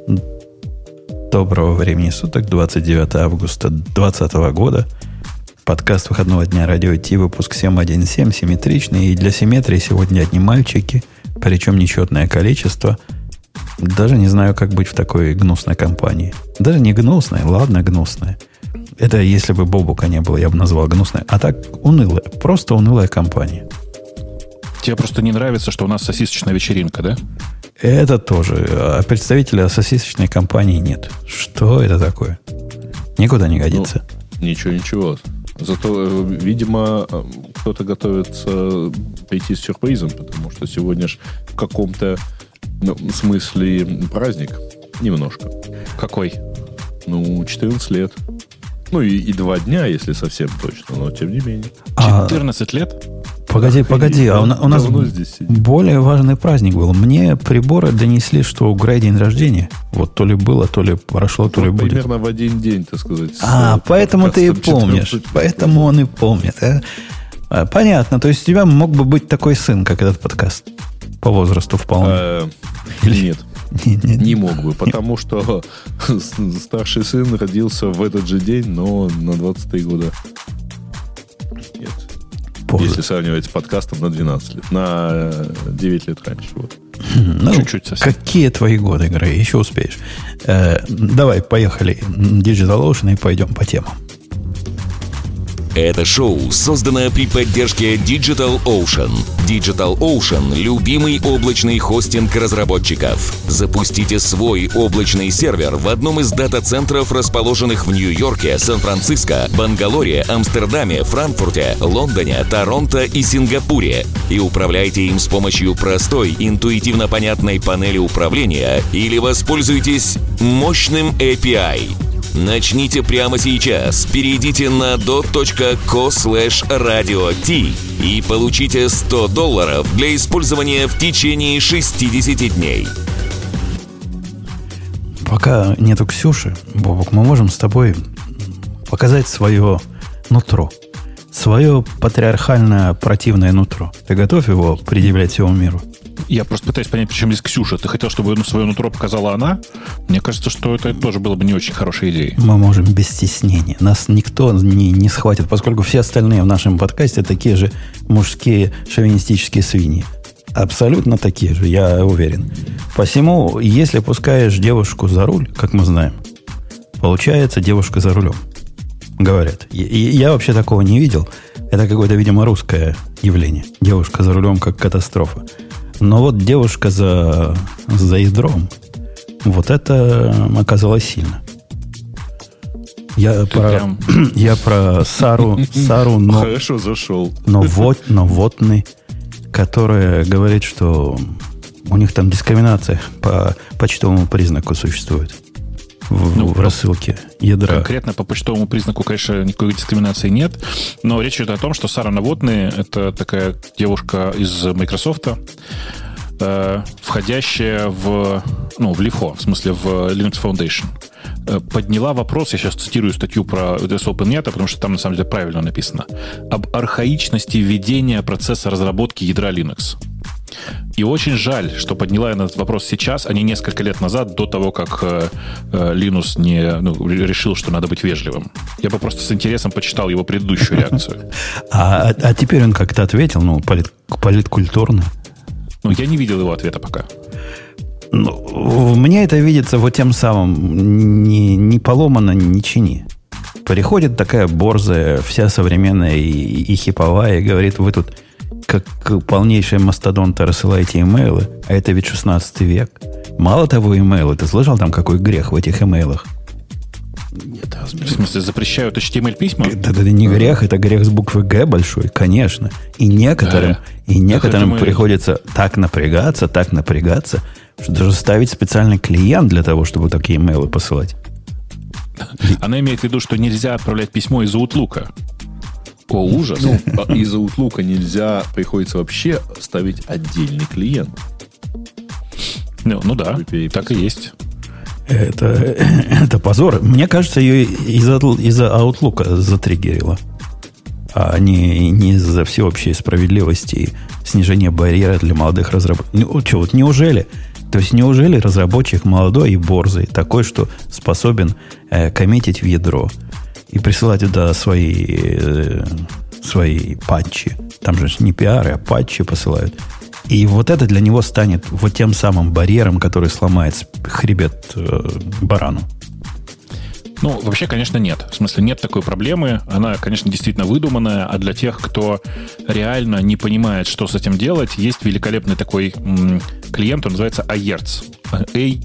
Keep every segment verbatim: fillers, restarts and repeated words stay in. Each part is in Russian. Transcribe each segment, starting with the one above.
Доброго времени суток, двадцать девятого августа двадцатого года. Подкаст выходного дня Радио Ти, выпуск семь один семь, симметричный. И для симметрии сегодня одни мальчики, причем нечетное количество. Даже не знаю, как быть в такой гнусной компании. Даже не гнусной, ладно, гнусная. Это если бы Бобука не было, я бы назвал гнусной. А так унылая, просто унылая компания. Тебе просто не нравится, что у нас сосисочная вечеринка, да? Это тоже. А представителя сосисочной компании нет. Что это такое? Никуда не годится. Ну, ничего, ничего. Зато, видимо, кто-то готовится прийти с сюрпризом, потому что сегодня же в каком-то ну, смысле праздник. Немножко. Какой? Ну, четырнадцать лет. Ну, и, и два дня, если совсем точно, но тем не менее. четырнадцать а... лет? Погоди, погоди, а у, у нас более важный праздник был. Мне приборы донесли, что у Грея день рождения. Вот то ли было, то ли прошло, то вот ли будет. Примерно в один день, так сказать. А, поэтому ты и помнишь. Поэтому он и помнит. А? Понятно. То есть у тебя мог бы быть такой сын, как этот подкаст. По возрасту вполне. А, Или... Нет. Не, не, не мог бы, потому что старший сын родился в этот же день, но на двадцать три года. Нет. Позже. Если сравнивать с подкастом на двенадцать лет. На девять лет раньше. Вот. Ну, чуть-чуть совсем. Какие твои годы, Грей? Еще успеешь. Э, давай, поехали. DigitalOcean и пойдем по темам. Это шоу создано при поддержке DigitalOcean. DigitalOcean – любимый облачный хостинг разработчиков. Запустите свой облачный сервер в одном из дата-центров, расположенных в Нью-Йорке, Сан-Франциско, Бангалоре, Амстердаме, Франкфурте, Лондоне, Торонто и Сингапуре. И управляйте им с помощью простой, интуитивно понятной панели управления или воспользуйтесь мощным эй пи ай. Начните прямо сейчас. Перейдите на dot.co slash radio t и получите сто долларов для использования в течение шестьдесят дней. Пока нету Ксюши, Бобок, мы можем с тобой показать свое нутро. Свое патриархальное противное нутро. Ты готов его предъявлять всему миру? Я просто пытаюсь понять, причем здесь Ксюша. Ты хотел, чтобы свое нутро показала она? Мне кажется, что это тоже было бы не очень хорошей идеей. Мы можем без стеснения. Нас никто не, не схватит, поскольку все остальные в нашем подкасте такие же мужские шовинистические свиньи. Абсолютно такие же, я уверен. Посему, если пускаешь девушку за руль, как мы знаем, получается девушка за рулем. Говорят. И, и я вообще такого не видел. Это какое-то, видимо, русское явление. Девушка за рулем как катастрофа. Но вот девушка за, за ядром, вот это оказалось сильно. Я, про, прям... я про Сару, Сару но, Хорошо зашел. Новот, Новотный, которая говорит, что у них там дискриминация по почтовому признаку существует. В, ну, в рассылке ядра. Конкретно по почтовому признаку, конечно, никакой дискриминации нет. Но речь идет о том, что Сара Новотный — это такая девушка из Microsoft, э, входящая в, ну, в лифо, в смысле в Linux Foundation. Э, подняла вопрос, я сейчас цитирую статью про ди эс OpenNet, потому что там на самом деле правильно написано, об архаичности ведения процесса разработки ядра Linux. И очень жаль, что подняла я этот вопрос сейчас, а не несколько лет назад, до того, как э, Линус не, ну, решил, что надо быть вежливым. Я бы просто с интересом почитал его предыдущую реакцию. А, а теперь он как-то ответил, ну, полит, политкультурно. Ну, я не видел его ответа пока. Ну, мне это видится вот тем самым не, не поломано, не чини. Приходит такая борзая, вся современная и, и хиповая, и говорит, вы тут как полнейшие мастодонты рассылаете имейлы, а это ведь шестнадцатый век. Мало того, имейлы, ты слышал там, какой грех в этих имейлах? Нет, в смысле, запрещают эйч ти эм эль-письма? Это, это не грех, это грех с буквы Г большой, конечно. И некоторым, а, и некоторым приходится так напрягаться, так напрягаться, что даже ставить специальный клиент для того, чтобы такие имейлы посылать. Она имеет в виду, что нельзя отправлять письмо из Outlook. О, ужас. Ну, из Outlook нельзя, приходится вообще ставить отдельный клиент. Ну, ну да, так и есть. Это, это позор. Мне кажется, ее из-за, из-за Outlook затриггерило. А не, не из-за всеобщей справедливости и снижения барьера для молодых разработчиков. Ну, что, вот неужели То есть неужели разработчик молодой и борзый, такой, что способен э, коммитить в ядро и присылать туда свои, э, свои патчи, там же не пиары, а патчи посылают, и вот это для него станет вот тем самым барьером, который сломает хребет э, барану? Ну, вообще, конечно, нет. В смысле, нет такой проблемы. Она, конечно, действительно выдуманная, а для тех, кто реально не понимает, что с этим делать, есть великолепный такой м- клиент, он называется эй и ар си. эй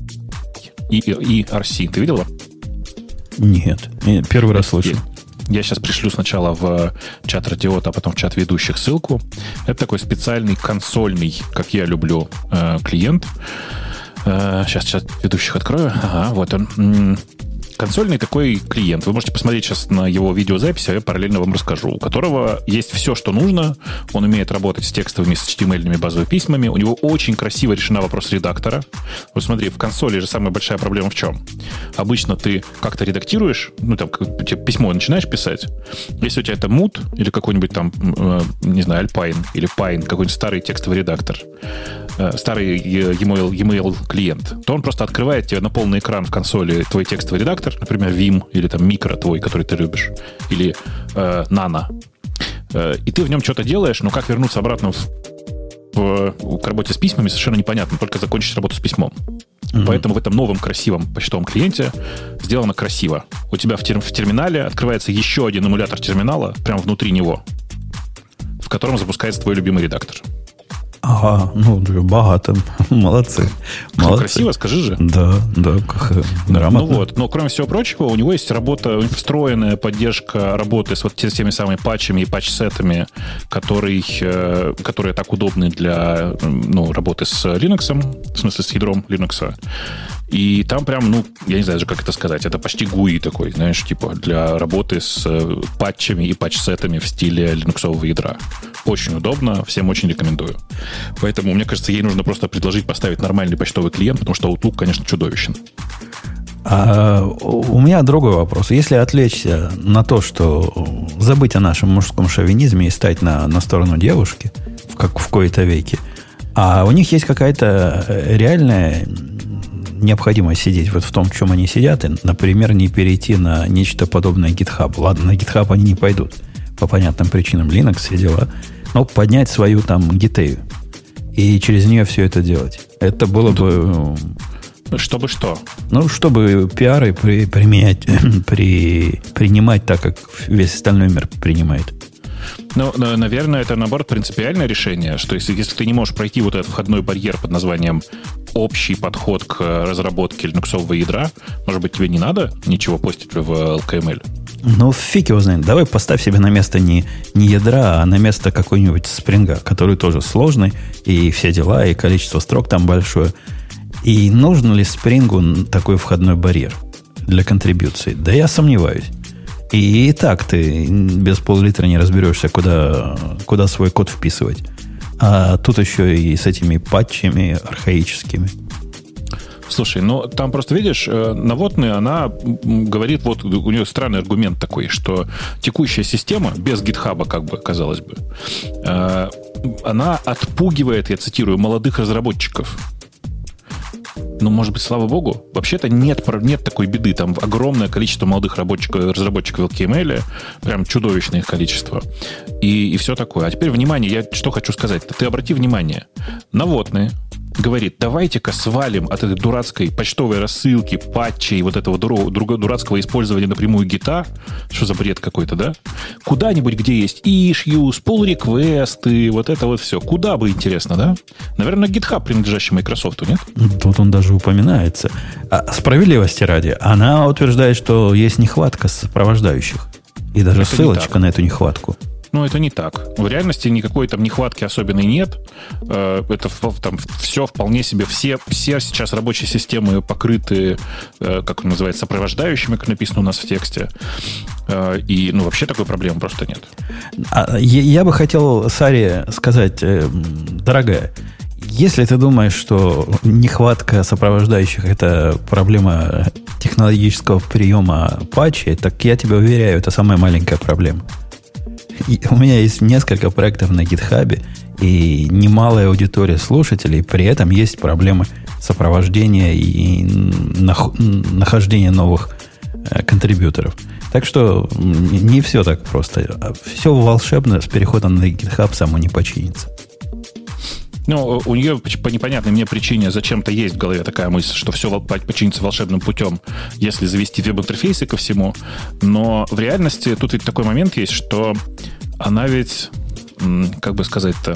и ар си. Ты видела? Нет, первый раз слышу. Я сейчас пришлю сначала в чат Радиота, а потом в чат ведущих ссылку. Это такой специальный консольный, как я люблю, клиент. Сейчас чат ведущих открою. Ага, вот он. Консольный такой клиент. Вы можете посмотреть сейчас на его видеозапись, а я параллельно вам расскажу. У которого есть все, что нужно. Он умеет работать с текстовыми, с эйч ти эм эль-ными базовыми письмами. У него очень красиво решена вопрос редактора. Вот смотри, в консоли же самая большая проблема в чем? Обычно ты как-то редактируешь, ну, там, тебе письмо начинаешь писать. Если у тебя это мут или какой-нибудь там, не знаю, Alpine или Pine, какой-нибудь старый текстовый редактор, старый e-mail, e-mail клиент, то он просто открывает тебе на полный экран в консоли твой текстовый редактор, например, Vim или там Micro твой, который ты любишь, или э, Nano. Э, и ты в нем что-то делаешь, но как вернуться обратно в, в, к работе с письмами, совершенно непонятно, только закончить работу с письмом. Mm-hmm. Поэтому в этом новом красивом почтовом клиенте сделано красиво. У тебя в, тер- в терминале открывается еще один эмулятор терминала прямо внутри него, в котором запускается твой любимый редактор. Ага, ну, богато. Молодцы. Молодцы. Красиво, скажи же. Да, да, грамотно. Ну вот, но кроме всего прочего, у него есть работа, встроенная поддержка работы с вот теми самыми патчами и патч-сетами, которые, которые так удобны для, ну, работы с Linux, в смысле с ядром Linux. И там прям, ну, я не знаю даже, как это сказать, это почти гуи такой, знаешь, типа для работы с патчами и патч-сетами в стиле линуксового ядра. Очень удобно, всем очень рекомендую. Поэтому, мне кажется, ей нужно просто предложить поставить нормальный почтовый клиент, потому что Outlook, конечно, чудовищен. А у меня другой вопрос. Если отвлечься на то, что забыть о нашем мужском шовинизме и стать на, на сторону девушки, как в кои-то веки, а у них есть какая-то реальная необходимость сидеть вот в том, в чем они сидят, и, например, не перейти на нечто подобное GitHub. Ладно, на GitHub они не пойдут по понятным причинам, Linux, все дела, но поднять свою там гитею и через нее все это делать. Это было бы... Чтобы что? Ну, чтобы пиары при, применять, при, принимать так, как весь остальной мир принимает. Ну, наверное, это, наоборот, принципиальное решение, что если, если ты не можешь пройти вот этот входной барьер под названием общий подход к разработке линуксового ядра, может быть, тебе не надо ничего постить в эл кей эм эль? Ну, фиг его знает. Давай поставь себе на место не, не ядра, а на место какой-нибудь спринга, который тоже сложный, и все дела, и количество строк там большое. И нужен ли спрингу такой входной барьер для контрибьюции? Да я сомневаюсь. И, и так ты без пол-литра не разберешься, куда, куда свой код вписывать. А тут еще и с этими патчами архаическими. Слушай, ну там просто, видишь, Новотная, она говорит, вот у нее странный аргумент такой, что текущая система, без гитхаба, как бы, казалось бы, она отпугивает, я цитирую, молодых разработчиков. Ну, может быть, слава богу. Вообще-то нет, нет такой беды. Там огромное количество молодых разработчиков, разработчиков эл кей эм эль, прям чудовищное их количество. И, и все такое. А теперь, внимание, я что хочу сказать. Ты обрати внимание. Новотные говорит, давайте-ка свалим от этой дурацкой почтовой рассылки, патчей, вот этого дур- дур- дурацкого использования напрямую гита, что за бред какой-то, да? Куда-нибудь, где есть issues, pull-реквесты, вот это вот все. Куда бы, интересно, да? Наверное, GitHub, принадлежащий Microsoft, нет? Тут он даже упоминается. А, справедливости ради, она утверждает, что есть нехватка сопровождающих. И даже это ссылочка на эту нехватку. Ну, это не так. В реальности никакой там нехватки особенной нет. Это там все вполне себе. Все, все сейчас рабочие системы покрыты, как он называется, сопровождающими, как написано у нас в тексте. И, ну, вообще такой проблемы просто нет. Я бы хотел Саре сказать, дорогая, если ты думаешь, что нехватка сопровождающих – это проблема технологического приема патчей, так я тебя уверяю, это самая маленькая проблема. И у меня есть несколько проектов на GitHub и немалая аудитория слушателей, при этом есть проблемы сопровождения и нахождения новых контрибьюторов. Так что не все так просто. Все волшебно с переходом на GitHub само не починится. Ну, у нее по непонятной мне причине зачем-то есть в голове такая мысль, что все починится волшебным путем, если завести веб-интерфейсы ко всему. Но в реальности тут ведь такой момент есть, что она ведь, как бы сказать-то,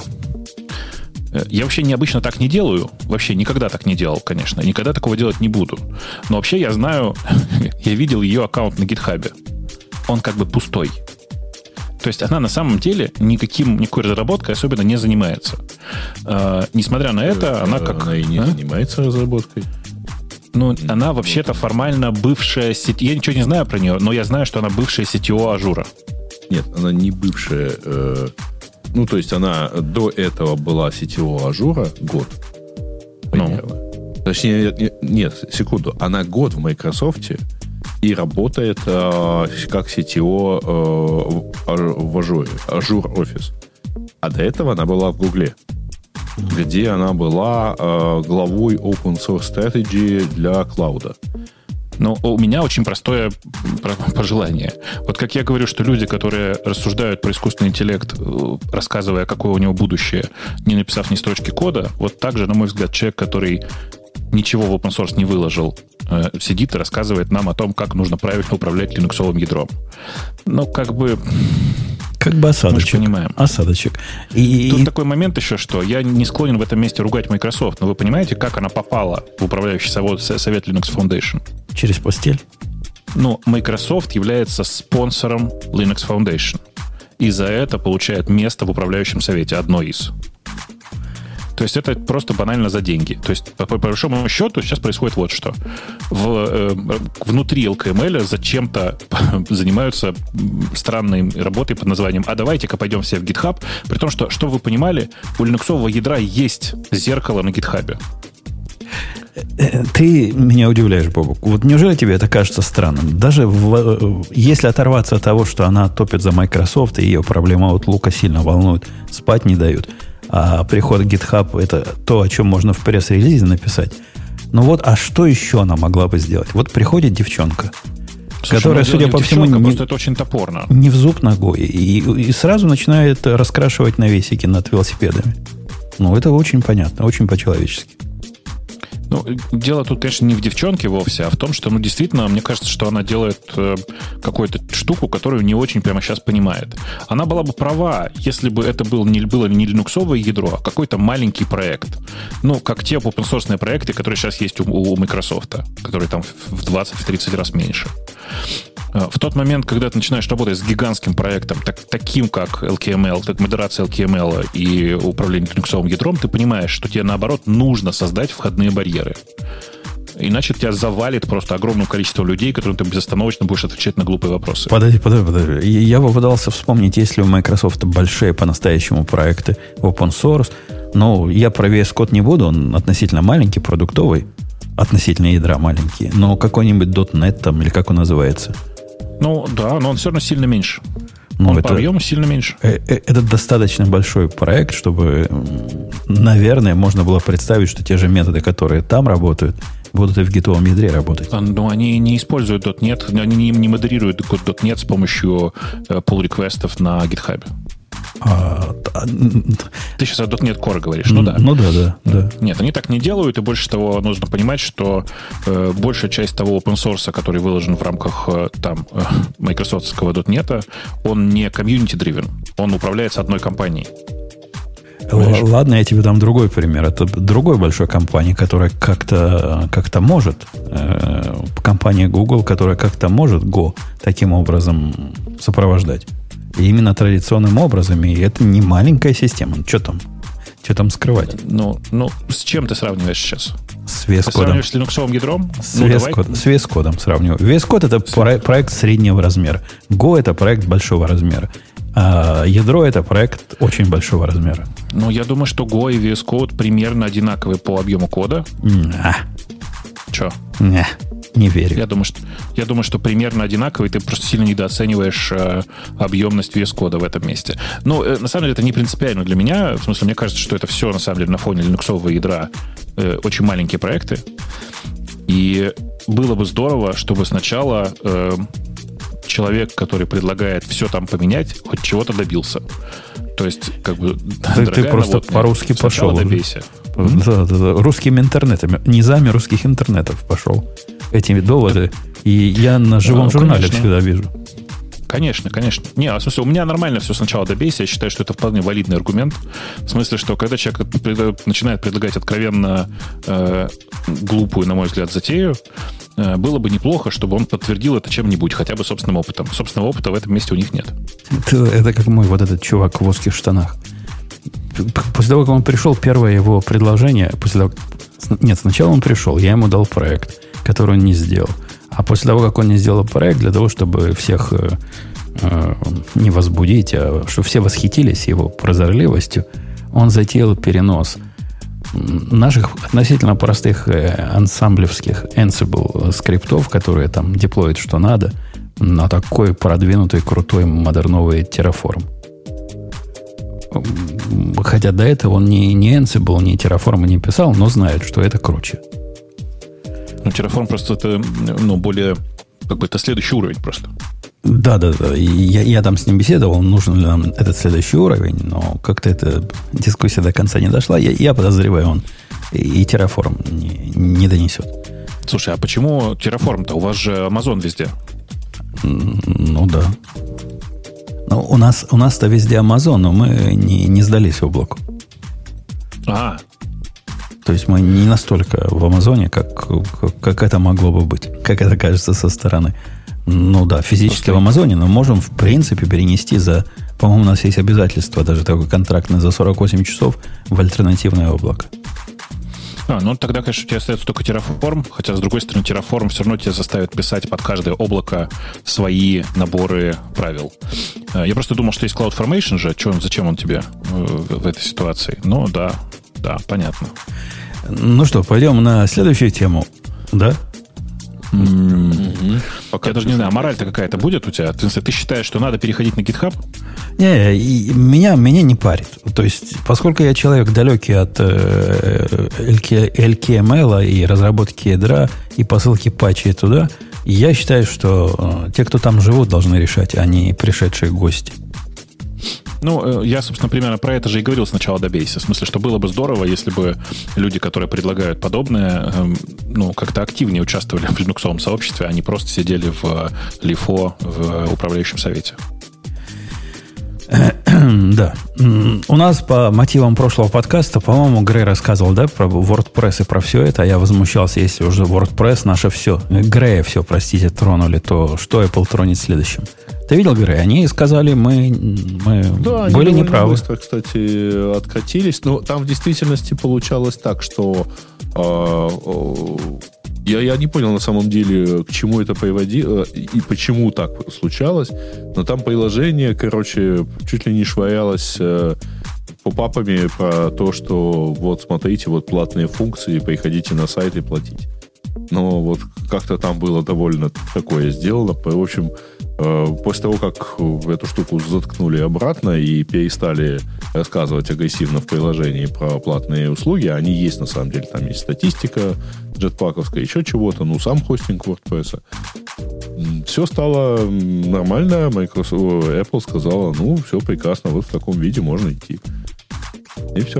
я вообще необычно так не делаю. Вообще никогда так не делал, конечно. Никогда такого делать не буду. Но вообще я знаю, я видел ее аккаунт на GitHub. Он как бы пустой. То есть она на самом деле никаким, никакой разработкой особенно не занимается. Э, несмотря на это, она как... Она и не а? занимается разработкой. Ну, она вообще-то формально бывшая сеть... Я ничего не знаю про нее, но я знаю, что она бывшая си ти о Ажура. Нет, она не бывшая... Э... Ну, то есть она до этого была си ти о Ажура год. Ну. Точнее, нет, секунду. Она год в Microsoft и работает э, как си ти о э, в Ажуре, Azure Office. А до этого она была в Гугле, где она была э, главой Open Source Strategy для клауда. Но у меня очень простое пожелание. Вот как я говорю, что люди, которые рассуждают про искусственный интеллект, рассказывая, какое у него будущее, не написав ни строчки кода, вот так же, на мой взгляд, человек, который ничего в open source не выложил, сидит и рассказывает нам о том, как нужно правильно управлять линуксовым ядром. Ну, как бы... Как бы осадочек. Мы понимаем. Осадочек. И... Тут такой момент еще, что я не склонен в этом месте ругать Microsoft, но вы понимаете, как она попала в управляющий совет Linux Foundation? Через постель? Ну, Microsoft является спонсором Linux Foundation. И за это получает место в управляющем совете, одно из. То есть это просто банально за деньги. То есть, по, по большому счету, сейчас происходит вот что. В, э, внутри эл кей эм эл зачем-то занимаются странной работой под названием «А давайте-ка пойдем все в GitHub», при том, что, что вы понимали, у линуксового ядра есть зеркало на GitHub. Ты меня удивляешь, Бобок. Вот неужели тебе это кажется странным? Даже в, если оторваться от того, что она топит за Microsoft, и ее проблема от лука сильно волнует, спать не дают, а приход в GitHub – это то, о чем можно в пресс-релизе написать. Ну вот, а что еще она могла бы сделать? Вот приходит девчонка, Слушай, которая, судя по всему, не, это очень топорно. Не в зуб ногой, и, и сразу начинает раскрашивать навесики над велосипедами. Ну, это очень понятно, очень по-человечески. Ну, дело тут, конечно, не в девчонке вовсе, а в том, что, ну, действительно, мне кажется, что она делает э, какую-то штуку, которую не очень прямо сейчас понимает. Она была бы права, если бы это был, не, было не линуксовое ядро, а какой-то маленький проект. Ну, как те open-source проекты, которые сейчас есть у, у Microsoft, которые там в двадцать-тридцать раз меньше. В тот момент, когда ты начинаешь работать с гигантским проектом, так, таким как эл кей эм эл, так модерация эл кей эм эл и управление линуксовым ядром, ты понимаешь, что тебе, наоборот, нужно создать входные барьеры. Иначе тебя завалит просто огромное количество людей, которым ты безостановочно будешь отвечать на глупые вопросы. Подожди, подожди, подожди. Я попытался вспомнить, есть ли у Microsoft большие по-настоящему проекты open source. Но я про ви эс Code не буду, он относительно маленький, продуктовый. Относительно ядра маленький. Но какой-нибудь .дот нет там, или как он называется? Ну, да, но он все равно сильно меньше. Ну, он это, по объему сильно меньше. Это достаточно большой проект, чтобы, наверное, можно было представить, что те же методы, которые там работают, будут и в гитовом ядре работать. Но они не используют .дот нет, они не, не модерируют .дот нет с помощью pull-реквестов на GitHub. А, Ты сейчас о .дот нет Core говоришь, ну да. Ну да, да, да. Нет, они так не делают, и больше того, нужно понимать, что э, большая часть того open source, который выложен в рамках э, там э, майкрософтского .дот нет, он не community-driven, он управляется одной компанией. Понимаешь? Ладно, я тебе дам другой пример. Это другой большой компания, которая как-то, как-то может, э, компания Google, которая как-то может Go таким образом сопровождать. И именно традиционным образом. И это не маленькая система. Что там? Что там скрывать? Ну, ну, с чем ты сравниваешь сейчас? С ви эс Code. Ты сравниваешь с линуксовым ядром? С ви эс Code, с ви эс Code сравниваю. ви эс Code это с... про- проект среднего размера. Go это проект большого размера. А ядро это проект очень большого размера. Ну, я думаю, что Go и ви эс Code примерно одинаковые по объему кода. А. Че? Не. Не верю. Я думаю, что, я думаю, что примерно одинаковый. Ты просто сильно недооцениваешь э, объемность ви эс Code в этом месте. Ну, э, на самом деле, это не принципиально для меня. В смысле, мне кажется, что это все, на самом деле, на фоне линуксового ядра э, очень маленькие проекты. И было бы здорово, чтобы сначала э, человек, который предлагает все там поменять, хоть чего-то добился. То есть, как бы, ты, ты просто по-русски пошел. Добейся. Да, да, да. Русскими интернетами, низами русских интернетов пошел. Этими доводы. И я на живом ну, журнале конечно. Всегда вижу. Конечно, конечно. Не, в смысле, у меня нормально все сначала добейся. Я считаю, что это вполне валидный аргумент. В смысле, что когда человек начинает предлагать откровенно э, глупую, на мой взгляд, затею, э, было бы неплохо, чтобы он подтвердил это чем-нибудь, хотя бы собственным опытом. Собственного опыта в этом месте у них нет. Это, это как мой вот этот чувак в узких штанах. После того, как он пришел, первое его предложение... После того, нет, сначала он пришел, я ему дал проект, который он не сделал. А после того, как он не сделал проект, для того, чтобы всех э, э, не возбудить, а чтобы все восхитились его прозорливостью, он затеял перенос наших относительно простых э, ансамблевских Ansible скриптов, которые там деплоят что надо, на такой продвинутый, крутой, модерновый Terraform. Хотя до этого он ни, ни Ansible, ни Terraform не писал, но знает, что это круче. Ну, Terraform просто это, ну, более, как бы, это следующий уровень просто. Да, да, да. И я, я там с ним беседовал, нужен ли нам этот следующий уровень, но как-то эта дискуссия до конца не дошла. Я, я подозреваю, он и, и Terraform не, не донесет. Слушай, а почему Terraform-то? У вас же Amazon везде. Ну, да. Ну, у нас, у нас-то везде Amazon, но мы не, не сдались в облако. А, То есть мы не настолько в Амазоне, как, как, как это могло бы быть, как это кажется со стороны. Ну да, физически в Амазоне, но можем в принципе перенести за... По-моему, у нас есть обязательство, даже такой контрактный, за сорок восемь часов в альтернативное облако. А, ну тогда, конечно, у тебя остается только Terraform, хотя, с другой стороны, Terraform все равно тебя заставит писать под каждое облако свои наборы правил. Я просто думал, что есть CloudFormation же, что, зачем он тебе в, в этой ситуации? Ну да, да, понятно. Ну что, пойдем на следующую тему, да? Mm-hmm. Пока я даже не знаю, мораль-то какая-то будет у тебя? Ты, ты считаешь, что надо переходить на GitHub? Не, и меня, меня не парит. То есть, поскольку я человек далекий от э, эл кей эм эл и разработки ядра, и посылки патчей туда, я считаю, что э, те, кто там живут, должны решать, а не пришедшие гости. Ну, я, собственно, примерно про это же и говорил сначала добейся. В смысле, что было бы здорово, если бы люди, которые предлагают подобное, ну, как-то активнее участвовали в линуксовом сообществе, а не просто сидели в лифо в управляющем совете. Да. У нас по мотивам прошлого подкаста, по-моему, Грей рассказывал, да, про WordPress и про все это, а я возмущался, если уже WordPress наше все, Грея все, простите, тронули, то что Apple тронет следующим? Ты видел, Грей? Они сказали, мы, мы да, были они неправы. Быстро, кстати, откатились, но там в действительности получалось так, что э, э, я, я не понял на самом деле, к чему это приводило и почему так случалось, но там приложение, короче, чуть ли не швырялось э, поп-апами про то, что вот смотрите, вот платные функции, приходите на сайт и платите. Но вот как-то там было довольно такое сделано. В общем, после того, как эту штуку заткнули обратно и перестали рассказывать агрессивно в приложении про платные услуги, они есть на самом деле, там есть статистика джетпаковская, еще чего-то, ну, сам хостинг WordPress. Все стало нормально, Microsoft, Apple сказала, ну, все прекрасно, вот в таком виде можно идти. И все.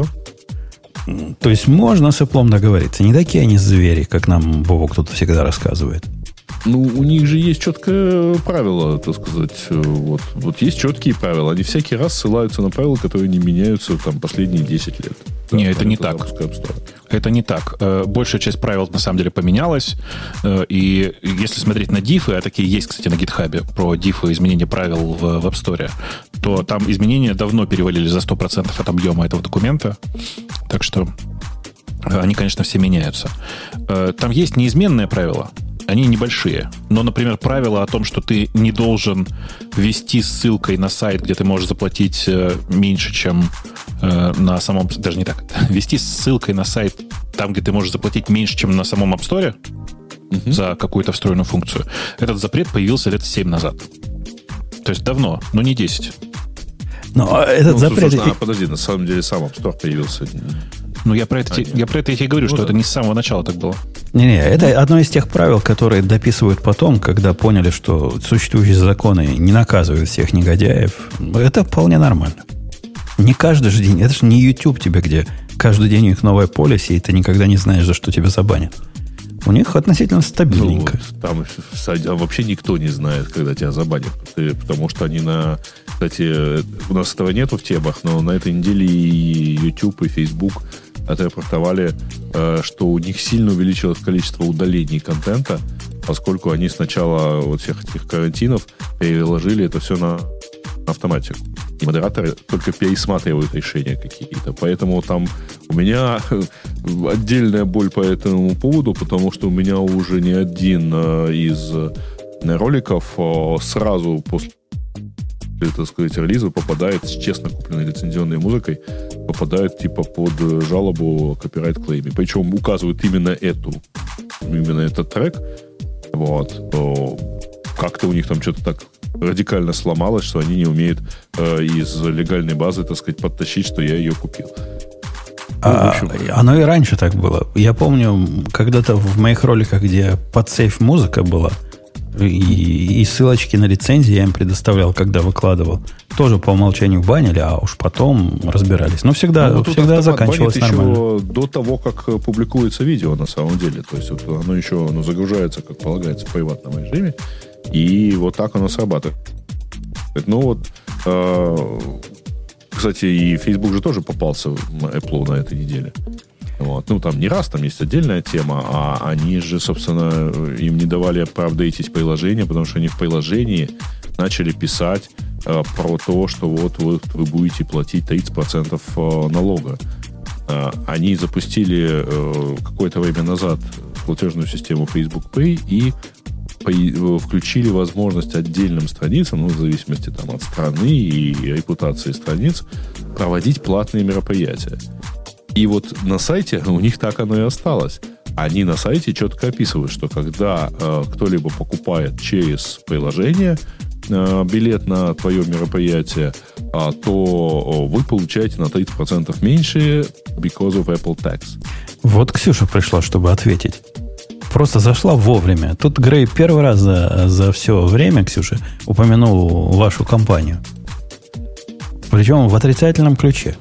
То есть можно с Apple договориться. Не такие они звери, как нам Бобок кто-то всегда рассказывает. Ну, у них же есть четкое правило, так сказать. Вот, вот есть четкие правила. Они всякий раз ссылаются на правила, которые не меняются там последние десять лет. Не, это не так. Это не так. Большая часть правил, на самом деле, поменялась. И если смотреть на дифы, а такие есть, кстати, на GitHub, про дифы, изменения правил в App Store, то там изменения давно перевалили за сто процентов от объема этого документа. Так что они, конечно, все меняются. Там есть неизменные правила. Они небольшие. Но, например, правило о том, что ты не должен ввести ссылкой на сайт, где ты можешь заплатить меньше, чем э, на самом... Даже не так. Ввести ссылкой на сайт там, где ты можешь заплатить меньше, чем на самом App Store uh-huh. за какую-то встроенную функцию. Этот запрет появился лет семь назад. То есть давно, но не десять. Но этот ну, запрет... Слушай, а, подожди, на самом деле сам App Store появился Ну, я про это, а, я про это и говорю, ну, что да. это не с самого начала так было. Не-не, это одно из тех правил, которые дописывают потом, когда поняли, что существующие законы не наказывают всех негодяев. Это вполне нормально. Не каждый же день. Это же не YouTube тебе, где каждый день у них новая полиси, и ты никогда не знаешь, за что тебя забанят. У них относительно стабильненько. Ну, там вообще никто не знает, когда тебя забанят. Потому что они на... Кстати, у нас этого нету в темах, но на этой неделе и YouTube, и Facebook отрапортовали, что у них сильно увеличилось количество удалений контента, поскольку они сначала вот всех этих карантинов переложили это все на автоматику. И модераторы только пересматривают решения какие-то. Поэтому там у меня отдельная боль по этому поводу, потому что у меня уже не один из роликов сразу после, так сказать, релиза попадает с честно купленной лицензионной музыкой, попадает типа под жалобу копирайт клейме. Причем указывают именно эту, именно этот трек. Вот. Как-то у них там что-то так радикально сломалось, что они не умеют э, из легальной базы, так сказать, подтащить, что я ее купил. А, ну, оно и раньше так было. Я помню, когда-то в моих роликах, где подсейв музыка была, и, и ссылочки на лицензии я им предоставлял, когда выкладывал, тоже по умолчанию банили, а уж потом разбирались. Но всегда, ну, всегда заканчивалось нормально. Еще до того, как публикуется видео, на самом деле. То есть вот оно еще оно загружается, как полагается, в приватном режиме. И вот так оно срабатывает. Ну вот, э, кстати, и Facebook же тоже попался Apple на этой неделе. Вот. Ну, там не раз, там есть отдельная тема, а они же, собственно, им не давали апдейтить приложение, потому что они в приложении начали писать э, про то, что вот, вот вы будете платить тридцать процентов налога. Э, они запустили э, какое-то время назад платежную систему Facebook Pay и включили возможность отдельным страницам, ну, в зависимости там, от страны и репутации страниц, проводить платные мероприятия. И вот на сайте у них так оно и осталось. Они на сайте четко описывают, что когда э, кто-либо покупает через приложение э, билет на твое мероприятие, э, то вы получаете на тридцать процентов меньше because of Apple Tax. Вот Ксюша пришла, чтобы ответить. Просто зашла вовремя. Тут Грей первый раз за, за все время, Ксюша, упомянул вашу компанию. Причем в отрицательном ключе.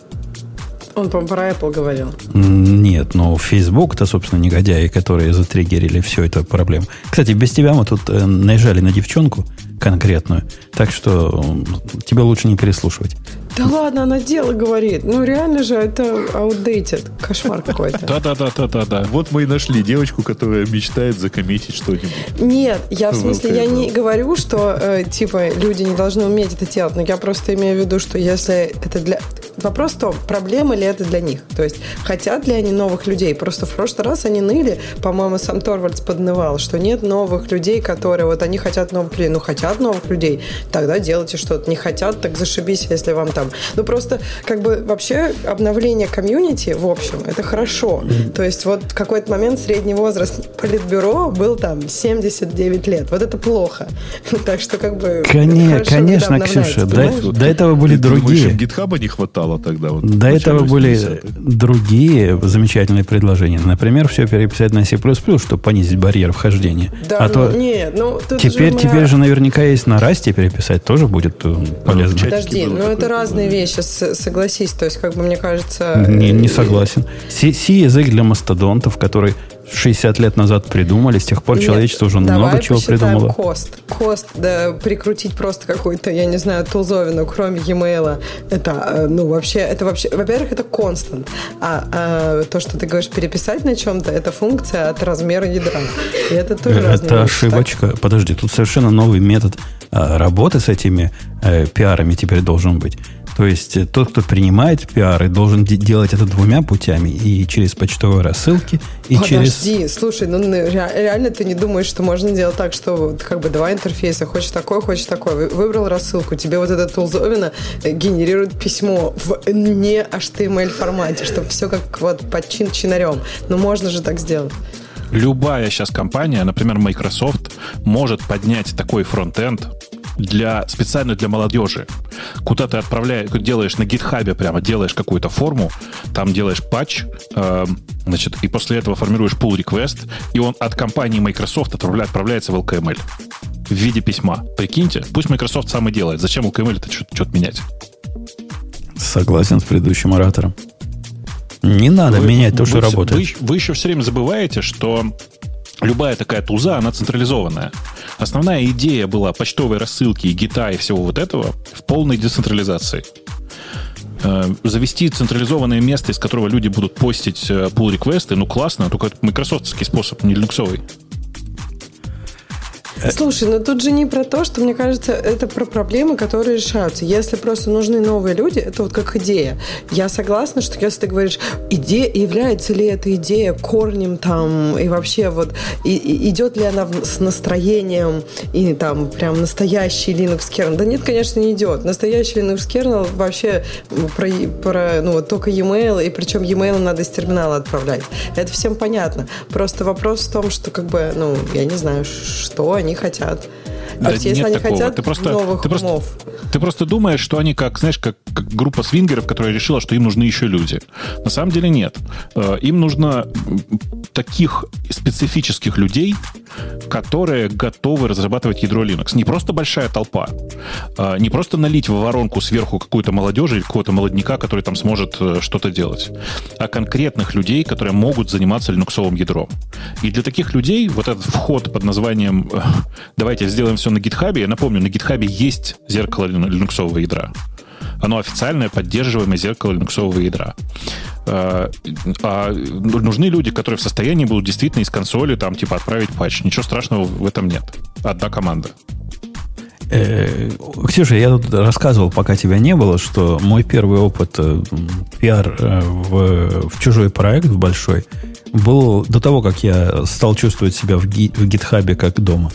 Он, по-моему, про Apple говорил. Нет, но Facebook-то, собственно, негодяи, которые затриггерили всю эту проблему. Кстати, без тебя мы тут э, наезжали на девчонку конкретную, так что э, тебя лучше не переслушивать. Да ладно, она дело говорит. Ну, реально же, это outdated. Кошмар какой-то. Да-да-да-да-да. Вот мы и нашли девочку, которая мечтает закоммитить что-нибудь. Нет, я в смысле, я не говорю, что, э, типа, люди не должны уметь это делать, но я просто имею в виду, что если это для... Вопрос в том, проблема ли это для них. То есть, хотят ли они новых людей? Просто в прошлый раз они ныли, по-моему, сам Торвальдс поднывал, что нет новых людей, которые... Вот они хотят новых людей. Ну, хотят новых людей, тогда делайте что-то. Не хотят, так зашибись, если вам там... Ну, просто, как бы, вообще обновление комьюнити, в общем, это хорошо. То есть, вот какой-то момент средний возраст политбюро был там семьдесят девять лет. Вот это плохо. Так что, как бы... Конечно, конечно, Ксюша. До, до этого были другие. Думаешь, им гитхаба не хватало тогда? Вот, до этого были другие замечательные предложения. Например, все переписать на C++, чтобы понизить барьер вхождения. Да, а ну, то нет, ну... Теперь, же, теперь же наверняка есть на Rust переписать, тоже будет полезно. Подожди, ну это разные вещи, согласись. То есть, как бы, мне кажется... Не, не согласен. C-язык для мастодонтов, который шестьдесят лет назад придумали, с тех пор Нет, человечество уже много чего придумало. Кост. Кост, да, прикрутить просто какую-то, я не знаю, тулзовину, кроме e-mail, это, ну, вообще, это вообще, во-первых, это констант. А, а то, что ты говоришь, переписать на чем-то, это функция от размера ядра. И это тоже это разные ошибочка. Так. Подожди, тут совершенно новый метод а, работы с этими а, пиарами теперь должен быть. То есть тот, кто принимает пиары, должен де- делать это двумя путями. И через почтовые рассылки, и Подожди, через... Подожди, слушай, ну реально ты не думаешь, что можно делать так, что как бы два интерфейса, хочешь такой, хочешь такой. Выбрал рассылку, тебе вот эта тулзовина генерирует письмо в не эйч ти эм эль формате, чтобы все как вот под чин-чинарем. Ну можно же так сделать. Любая сейчас компания, например, Microsoft, может поднять такой фронтенд, для, специально для молодежи, куда ты отправляешь, делаешь на GitHub прямо, делаешь какую-то форму, там делаешь патч, э, значит, и после этого формируешь pull request, и он от компании Microsoft отправляет, отправляется в эл кей эм эль в виде письма. Прикиньте, пусть Microsoft сам и делает. Зачем эл кей эм эль-то что-то менять? Согласен с предыдущим оратором. Не надо вы, менять то, что вы, работает. Вы, вы еще все время забываете, что любая такая туза, она централизованная. Основная идея была почтовой рассылки и гита и всего вот этого в полной децентрализации. Завести централизованное место, из которого люди будут постить pull-реквесты, ну классно, только это майкрософтский способ, не линуксовый. Слушай, ну тут же не про то, что, мне кажется, это про проблемы, которые решаются. Если просто нужны новые люди, это вот как идея. Я согласна, что если ты говоришь, идея, является ли эта идея корнем там, и вообще вот, и, и идет ли она с настроением, и там прям настоящий Linux kernel. Да нет, конечно, не идет. Настоящий Linux kernel вообще про, про ну, вот только e-mail, и причем e-mail надо из терминала отправлять. Это всем понятно. Просто вопрос в том, что как бы, ну, я не знаю, что они хотят. Да, есть, если нет они такого. хотят ты просто, новых ты просто, умов. Ты просто думаешь, что они как, знаешь, как, как группа свингеров, которая решила, что им нужны еще люди. На самом деле нет. Им нужно таких специфических людей, которые готовы разрабатывать ядро Linux. Не просто большая толпа. Не просто налить в воронку сверху какую-то молодежь или какого-то молодняка, который там сможет что-то делать. А конкретных людей, которые могут заниматься линуксовым ядром. И для таких людей вот этот вход под названием «давайте сделаем все на GitHub», я напомню, на GitHub есть зеркало линуксового ядра. Оно официальное, поддерживаемое зеркало линуксового ядра. А, а нужны люди, которые в состоянии будут действительно из консоли там, типа, отправить патч. Ничего страшного в этом нет. Одна команда. Э, Ксюша, я тут рассказывал, пока тебя не было, что мой первый опыт э, пиар э, в, в чужой проект, в большой, был до того, как я стал чувствовать себя в, ги, в GitHub как дома.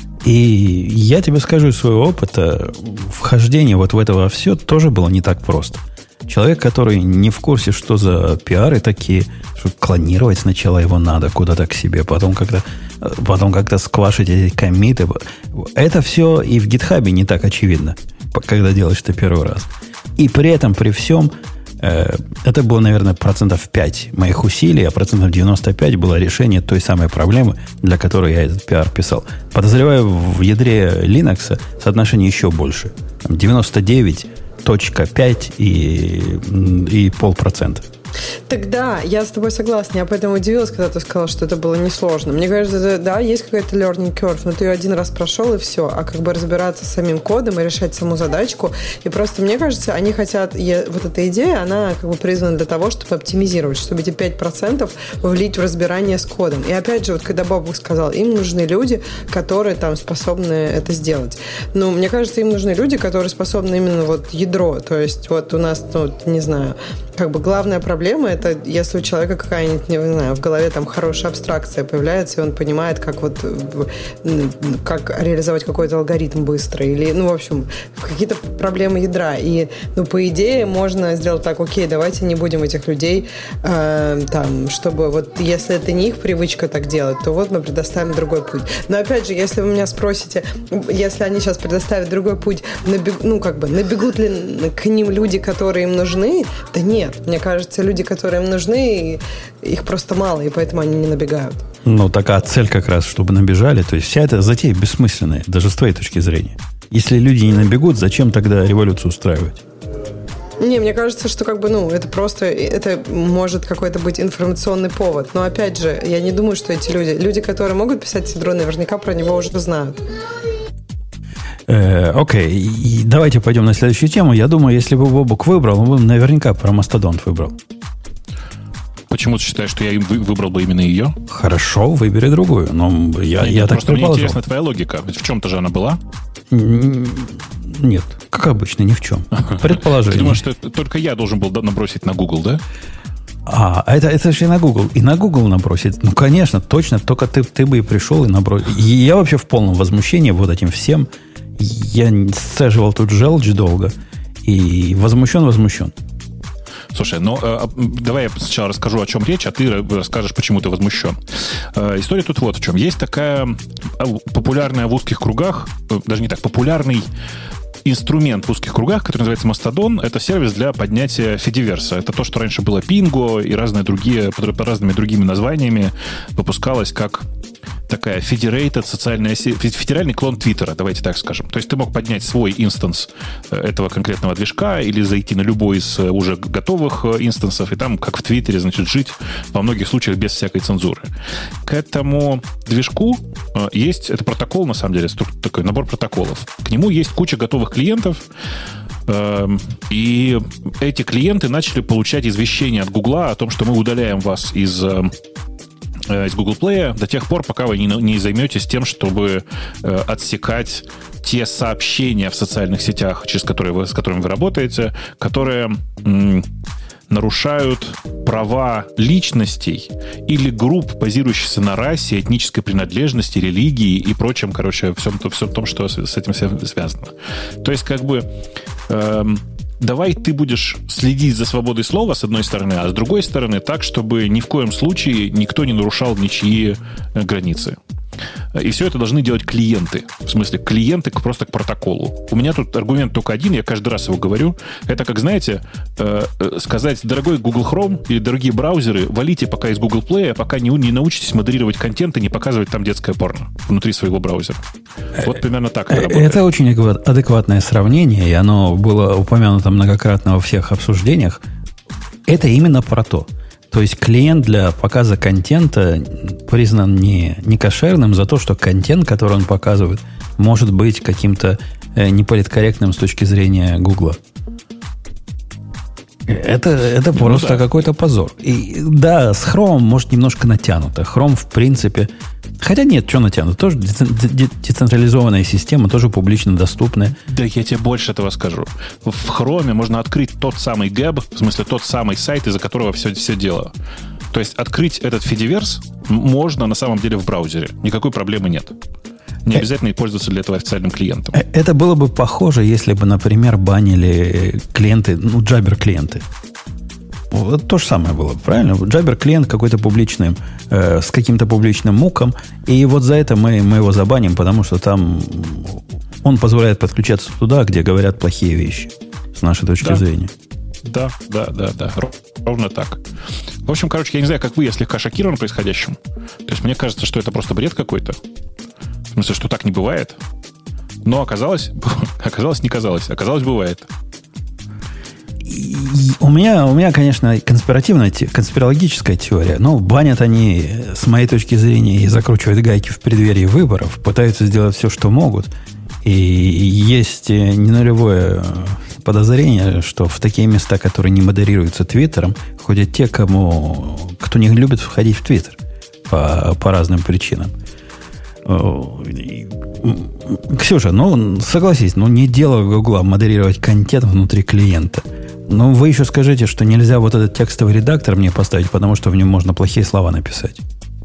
И я тебе скажу из своего опыта, вхождение вот в это во все тоже было не так просто. Человек, который не в курсе, что за пиары такие, что клонировать сначала его надо куда-то к себе, потом как-то, потом как-то сквашить эти коммиты. Это все и в GitHub не так очевидно, когда делаешь это первый раз. И при этом, при всем, это было, наверное, процентов пять моих усилий, а процентов девяносто пять было решение той самой проблемы, для которой я этот пиар писал. Подозреваю, в ядре Linux соотношение еще больше. девяносто девять целых пять и, и полпроцента. Тогда я с тобой согласна. Я поэтому удивилась, когда ты сказала, что это было несложно. Мне кажется, это, да, есть какая-то learning curve, но ты ее один раз прошел, и все. А как бы разбираться с самим кодом и решать саму задачку. И просто, мне кажется, они хотят... Вот эта идея, она как бы призвана для того, чтобы оптимизировать, чтобы эти пять процентов влить в разбирание с кодом. И опять же, вот когда Бобук сказал, им нужны люди, которые там способны это сделать. Ну, мне кажется, им нужны люди, которые способны именно вот ядро. То есть вот у нас, ну, не знаю, как бы главная проблема — это если у человека какая-нибудь, не знаю, в голове там хорошая абстракция появляется, и он понимает, как вот как реализовать какой-то алгоритм быстро, или, ну, в общем, какие-то проблемы ядра. И, ну, по идее, можно сделать так: окей, давайте не будем этих людей э, там, чтобы вот, если это не их привычка так делать, то вот мы предоставим другой путь. Но опять же, если вы меня спросите, если они сейчас предоставят другой путь, набег, ну, как бы, набегут ли к ним люди, которые им нужны? Да нет. Мне кажется, люди, которые им нужны, их просто мало, и поэтому они не набегают. Ну, такая цель как раз, чтобы набежали. То есть вся эта затея бессмысленная, даже с твоей точки зрения. Если люди не набегут, зачем тогда революцию устраивать? Не, мне кажется, что как бы, ну, это просто, это может какой-то быть информационный повод. Но опять же, я не думаю, что эти люди, люди, которые могут писать ядро, наверняка про него уже знают. Э, окей, и давайте пойдем на следующую тему. Я думаю, если бы Бобук выбрал, он бы наверняка про Мастодонт выбрал. Почему ты считаешь, что я им выбрал бы именно ее? Хорошо, выбери другую. Но я, Нет, я так просто предположил. мне интересна твоя логика. В чем-то же она была? Нет, как обычно, ни в чем. Предположение. Ты думаешь, что только я должен был набросить на Google, да? А, это, это же и на Google. И на Google набросить. Ну, конечно, точно. Только ты, ты бы и пришел и набросил. И я вообще в полном возмущении вот этим всем. Я сцеживал тут желчь долго. И возмущен, возмущен. Слушай, ну э, давай я сначала расскажу, о чем речь, а ты расскажешь, почему ты возмущен. Э, история тут вот в чем. Есть такая популярная в узких кругах, даже не так, популярный инструмент в узких кругах, который называется Mastodon, это сервис для поднятия фидиверса. Это то, что раньше было Pingo и разные другие, под разными другими названиями выпускалось как такая federated социальная сеть, федеральный клон Твиттера, давайте так скажем. То есть ты мог поднять свой инстанс этого конкретного движка или зайти на любой из уже готовых инстансов и там, как в Твиттере, значит, жить во многих случаях без всякой цензуры. К этому движку есть, это протокол, на самом деле, такой набор протоколов. К нему есть куча готовых клиентов, и эти клиенты начали получать извещения от Гугла о том, что мы удаляем вас из... из Google Play до тех пор, пока вы не, не займетесь тем, чтобы э, отсекать те сообщения в социальных сетях, через которые вы, с которыми вы работаете, которые м, нарушают права личностей или групп, базирующихся на расе, этнической принадлежности, религии и прочем, короче, всем, всем том, что с, с этим всем связано. То есть, как бы... Э, давай ты будешь следить за свободой слова, с одной стороны, а с другой стороны так, чтобы ни в коем случае никто не нарушал ничьи границы. И все это должны делать клиенты. В смысле, клиенты просто к протоколу. У меня тут аргумент только один, я каждый раз его говорю. Это, как, знаете, сказать: дорогой Google Chrome или дорогие браузеры, валите пока из Google Play, пока не, не научитесь модерировать контент и не показывать там детское порно внутри своего браузера. Вот примерно так это работает. Это очень адекватное сравнение, и оно было упомянуто многократно во всех обсуждениях. Это именно про то. То есть клиент для показа контента признан не, не кошерным за то, что контент, который он показывает, может быть каким-то э, неполиткорректным с точки зрения Гугла. Это, это ну, просто да. какой-то позор. И да, с Chrome может немножко натянуто. Chrome, в принципе... Хотя нет, что натянуто? Тоже децентрализованная система, тоже публично доступная. Да я тебе больше этого скажу. В Chrome можно открыть тот самый гэб, в смысле тот самый сайт, из-за которого все, все дело. То есть открыть этот фидиверс можно на самом деле в браузере. Никакой проблемы нет. Не обязательно пользоваться для этого официальным клиентом. Это было бы похоже, если бы, например, банили клиенты, ну, Jabber-клиенты. Вот то же самое было, правильно? Jabber-клиент какой-то публичный, э, с каким-то публичным муком, и вот за это мы, мы его забаним, потому что там он позволяет подключаться туда, где говорят плохие вещи, с нашей точки да. зрения. Да, да, да, да. Ровно так. В общем, короче, я не знаю, как вы, я слегка шокирован происходящим. То есть мне кажется, что это просто бред какой-то. В смысле, что так не бывает. Но оказалось, оказалось, не казалось. Оказалось, бывает. И у меня, у меня, конечно, конспиративная, конспирологическая теория. Но банят они, с моей точки зрения, и закручивают гайки в преддверии выборов. Пытаются сделать все, что могут. И есть ненулевое подозрение, что в такие места, которые не модерируются Твиттером, ходят те, кому, кто не любит входить в Твиттер по, по разным причинам. Ксюша, ну, согласись, ну, не дело Гугла модерировать контент внутри клиента. Но вы еще скажите, что нельзя вот этот текстовый редактор мне поставить, потому что в нем можно плохие слова написать.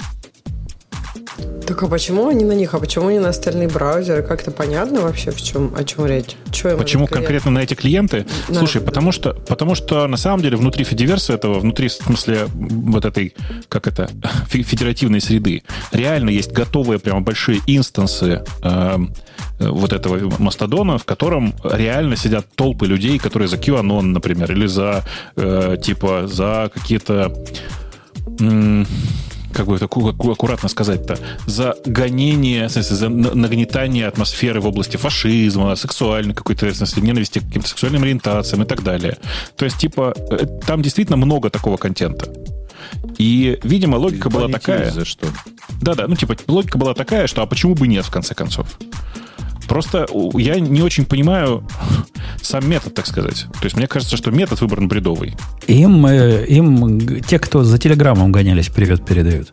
Так а почему они на них? А почему не на остальные браузеры? Как-то понятно вообще, в чем, о чем речь? Чего почему конкретно на эти клиенты? На Слушай, это, потому, да. что, потому что на самом деле внутри фидиверса этого, внутри, в смысле, вот этой, как это, федеративной среды, реально есть готовые прямо большие инстансы э, вот этого мастодона, в котором реально сидят толпы людей, которые за QAnon, например, или за, э, типа, за какие-то... М- как бы это аккуратно сказать-то, за гонение, в смысле, за нагнетание атмосферы в области фашизма, сексуальной какой-то, в смысле, ненависти к каким-то сексуальным ориентациям и так далее. То есть, типа, там действительно много такого контента. И, видимо, логика была такая... За что? Да-да, ну, типа, логика была такая, что а почему бы нет, в конце концов? Просто я не очень понимаю сам метод, так сказать. То есть мне кажется, что метод выбран бредовый. Им, им те, кто за телеграммом гонялись, привет передают.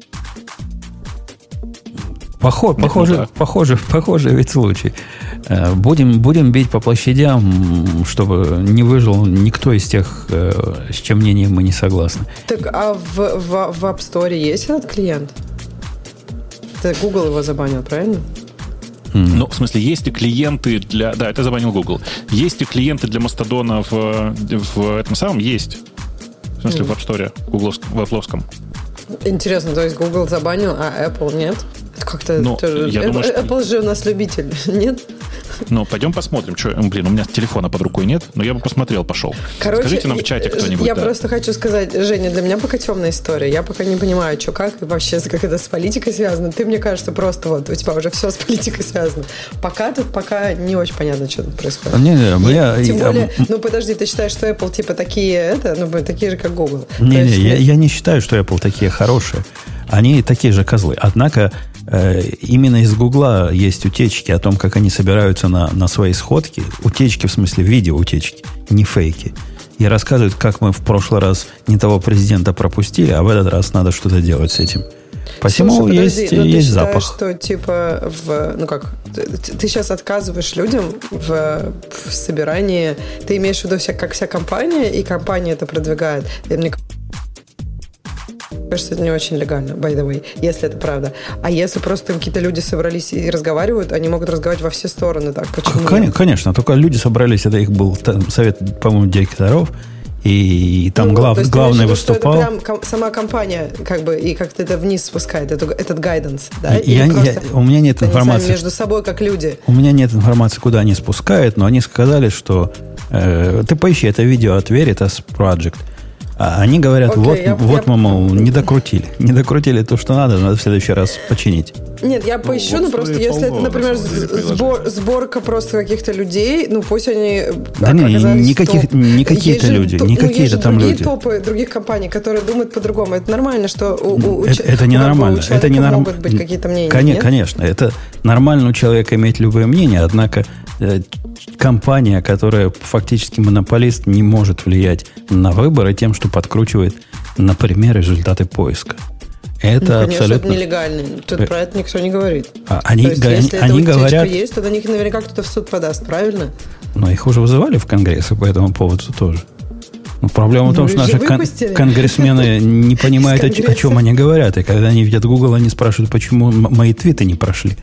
Похож, похоже, ну, да. похоже, похоже ведь случай. Будем, будем бить по площадям, чтобы не выжил никто из тех, с чем мнением мы не согласны. Так, а в, в, в App Store есть этот клиент? Это Google его забанил, правильно? Ну, в смысле, есть ли клиенты для... Да, это забанил Google. Есть ли клиенты для Мастодона в, в этом самом? Есть. В смысле, mm. в App Store, в Apple-овском. Интересно, то есть Google забанил, а Apple нет? Как-то ну, тоже... я Apple, думаю, что... Apple же у нас любитель, нет? Ну, пойдем посмотрим. Что... Блин, у меня телефона под рукой нет, но я бы посмотрел, пошел. Короче, скажите нам в чате кто-нибудь. Я да. просто хочу сказать, Женя, для меня пока темная история. Я пока не понимаю, что как, и вообще как это с политикой связано. Ты, мне кажется, просто вот у тебя уже все с политикой связано. Пока тут пока не очень понятно, что тут происходит. Не, не, я, Тем я, более, я, ну подожди, ты считаешь, что Apple типа такие, это, ну, такие же, как Google? Не, есть, не, я, я не считаю, что Apple такие хорошие. Они такие же козлы. Однако э, именно из Гугла есть утечки о том, как они собираются на, на свои сходки. Утечки в смысле видеоутечки, не фейки. И рассказывают, как мы в прошлый раз не того президента пропустили, а в этот раз надо что-то делать с этим. Посему Слушай, есть, подожди, но есть ты считаешь, запах. что типа в, ну как, ты, ты сейчас отказываешь людям в, в собирании, ты имеешь в виду вся, как вся компания, и компания это продвигает. И мне кажется, это не очень легально, by the way, если это правда. А если просто какие-то люди собрались и разговаривают, они могут разговаривать во все стороны, так почему? Конечно, конечно, только люди собрались, это их был там, совет, по-моему, директоров, и, и там ну, глав, вот, главный виду, выступал. Это прям ком- сама компания как бы и как-то это вниз спускает, эту, этот гайденс, да? Я, я, у меня нет информации. Между собой как люди. У меня нет информации, куда они спускают, но они сказали, что э, ты поищи это видео от Veritas Project. А они говорят, Окей, вот, я, вот я... мы, мол, не докрутили. Не докрутили то, что надо, надо в следующий раз починить. Нет, я поищу, ну, вот ну просто если это, например, сбор, сборка просто каких-то людей, ну пусть они да не, не, каких, не какие-то люди, не какие-то там люди. Есть топы других компаний, которые думают по-другому. Это нормально, что у, у, это, это не нормально. У это не норм... могут быть какие-то мнения. Конечно, нет? конечно, это нормально у человека иметь любое мнение, однако э, компания, которая фактически монополист, не может влиять на выборы тем, что подкручивает, например, результаты поиска. Это ну, конечно, абсолютно... это нелегально. Тут э... про это никто не говорит. А, они есть, га- если они эта говорят... есть, то на них наверняка кто-то в суд подаст, правильно? Но их уже вызывали в Конгресс по этому поводу тоже. Но проблема ну, в том, что наши кон- конгрессмены не понимают, о, о чем они говорят. И когда они видят Google, они спрашивают, почему м- мои твиты не прошли.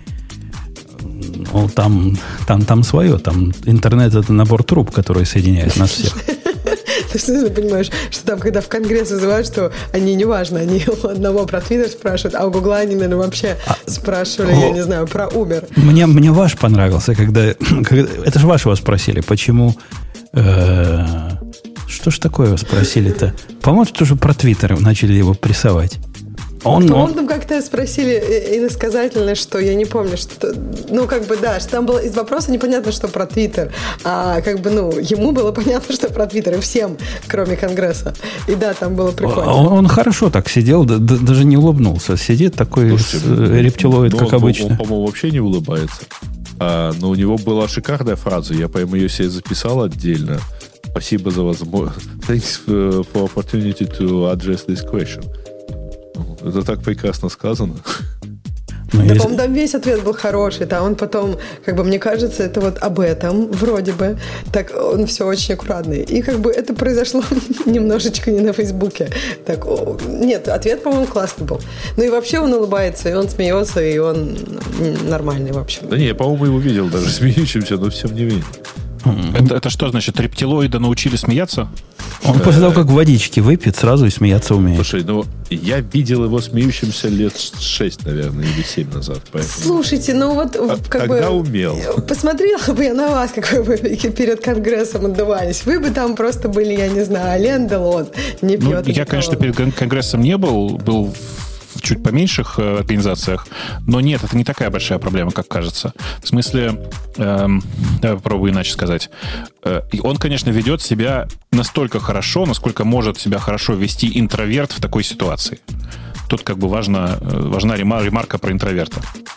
Ну, там, там, там свое. Там интернет – это набор труб, которые соединяют нас всех. Ты что, ты понимаешь, что там, когда в Конгресс вызывают, что они, неважно, они у одного про Твиттер спрашивают, а у Гугла они, наверное, вообще а, спрашивали, о, я не знаю, про Uber. Мне, мне ваш понравился, когда, когда... Это же вашего спросили, почему... Э, что ж такое спросили-то? По-моему, тоже про Твиттер начали его прессовать. Он, По-моему, он... там как-то спросили иносказательно, что я не помню, что... Ну, как бы, да, что там было из вопроса непонятно, что про Твиттер. А как бы, ну, ему было понятно, что про Твиттер. И всем, кроме Конгресса. И да, там было прикольно. Он, он хорошо так сидел, да, да, даже не улыбнулся. Сидит такой Слушайте, с, рептилоид, как он, обычно. Он, по-моему, вообще не улыбается. А, но у него была шикарная фраза. Я, по-моему, ее себе записал отдельно. Спасибо за возможность. Thanks for opportunity to address this question. Это так прекрасно сказано. Ну, да, если... по-моему, там весь ответ был хороший. Там он потом, как бы, мне кажется, это вот об этом, вроде бы. Так он все очень аккуратный. И как бы это произошло немножечко не на Фейсбуке. Так, о, нет, ответ, по-моему, классный был. Ну и вообще он улыбается, и он смеется, и он нормальный, в общем. Да не, я, по-моему, его видел даже смеющимся, но всем не видел. Это, это что значит, рептилоида научили смеяться? Он после того, как водички выпьет, сразу и смеяться умеет. Слушай, ну, я видел его смеющимся лет шесть, наверное, или семь назад. Поэтому... Слушайте, ну вот а, как тогда бы... умел. Посмотрела бы я на вас, как вы перед Конгрессом отдувались. Вы бы там просто были, я не знаю, Ален Делон, не пьет. Ну, я, конечно, перед Конгрессом не был, был в чуть поменьших э, организациях, но нет, это не такая большая проблема, как кажется. В смысле, э, я попробую иначе сказать. Э, он, конечно, ведет себя настолько хорошо, насколько может себя хорошо вести интроверт в такой ситуации. Тут как бы важна, важна ремарка про интроверта.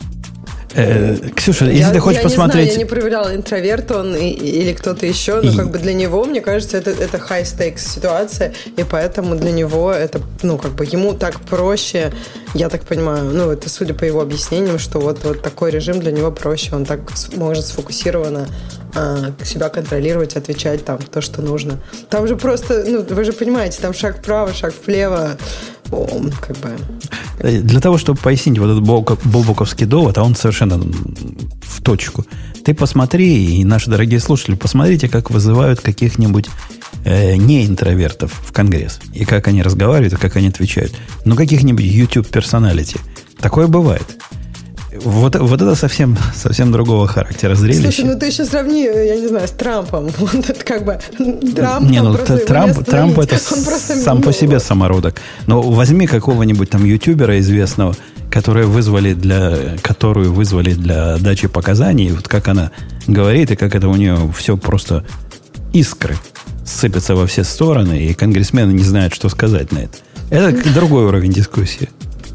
Э, Ксюша, если я, ты хочешь я посмотреть... Не знаю, я не проверяла, интроверт он и, или кто-то еще, но и... как бы для него, мне кажется, это, это high-stakes ситуация, и поэтому для него это, ну, как бы ему так проще, я так понимаю, ну, это судя по его объяснениям, что вот, вот такой режим для него проще, он так может сфокусированно а, себя контролировать, отвечать там то, что нужно. Там же просто, ну, вы же понимаете, там шаг вправо, шаг влево, о, как бы... Для того, чтобы пояснить вот этот бобуковский довод, а он совершенно в точку. Ты посмотри, и наши дорогие слушатели, посмотрите, как вызывают каких-нибудь э, неинтровертов в Конгресс. И как они разговаривают, и как они отвечают. Ну, каких-нибудь YouTube-персоналити. Такое бывает. Вот, вот это совсем, совсем другого характера зрелище. Слушай, ну ты еще сравни, я не знаю, с Трампом. Он как бы... Трамп, не, ну Трамп, Трамп это сам по себе самородок. Но возьми какого-нибудь там ютубера известного, которые вызвали для, которую вызвали для дачи показаний, вот как она говорит, и как это у нее все просто искры сыпятся во все стороны, и конгрессмены не знают, что сказать на это. Это другой уровень дискуссии.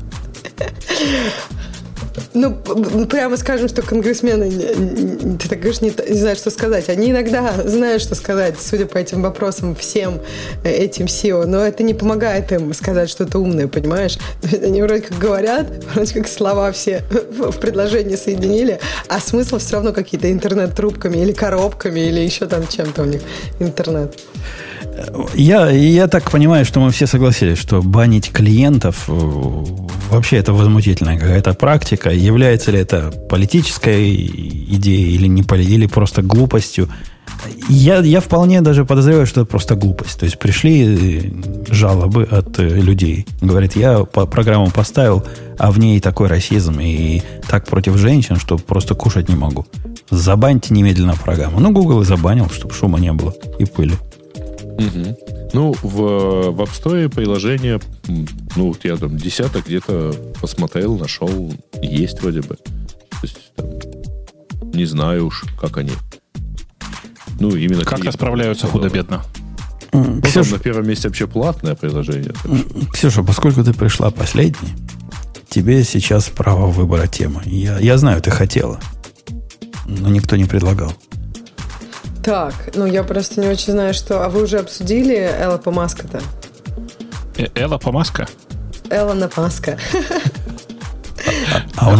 Ну, прямо скажем, что конгрессмены, ты так говоришь, не, не знают, что сказать. Они иногда знают, что сказать, судя по этим вопросам, всем этим си и о, но это не помогает им сказать что-то умное, понимаешь? Они вроде как говорят, вроде как слова все в предложении соединили, а смысл все равно какие-то интернет-трубками или коробками, или еще там чем-то у них интернет. Я, я так понимаю, что мы все согласились, что банить клиентов вообще это возмутительная какая-то практика. Является ли это политической идеей или, не, или просто глупостью? Я, я вполне даже подозреваю, что это просто глупость. То есть пришли жалобы от людей. Говорит, я по программу поставил, а в ней такой расизм и так против женщин, что просто кушать не могу. Забаньте немедленно программу. Ну, Google и забанил, чтобы шума не было и пыли. Угу. Ну, в, в App Store приложение, ну, вот я там десяток где-то посмотрел, нашел, есть вроде бы. То есть, там, не знаю уж, как они. Ну, именно... Как расправляются худо-бедно? Ну, Ксюша, там на первом месте вообще платное приложение. Ксюша, поскольку ты пришла последней, тебе сейчас право выбора темы. Я, я знаю, ты хотела, но никто не предлагал. Так, ну я просто не очень знаю, что... А вы уже обсудили Элона Маска-то? Элона Маска? Элона Маска. А у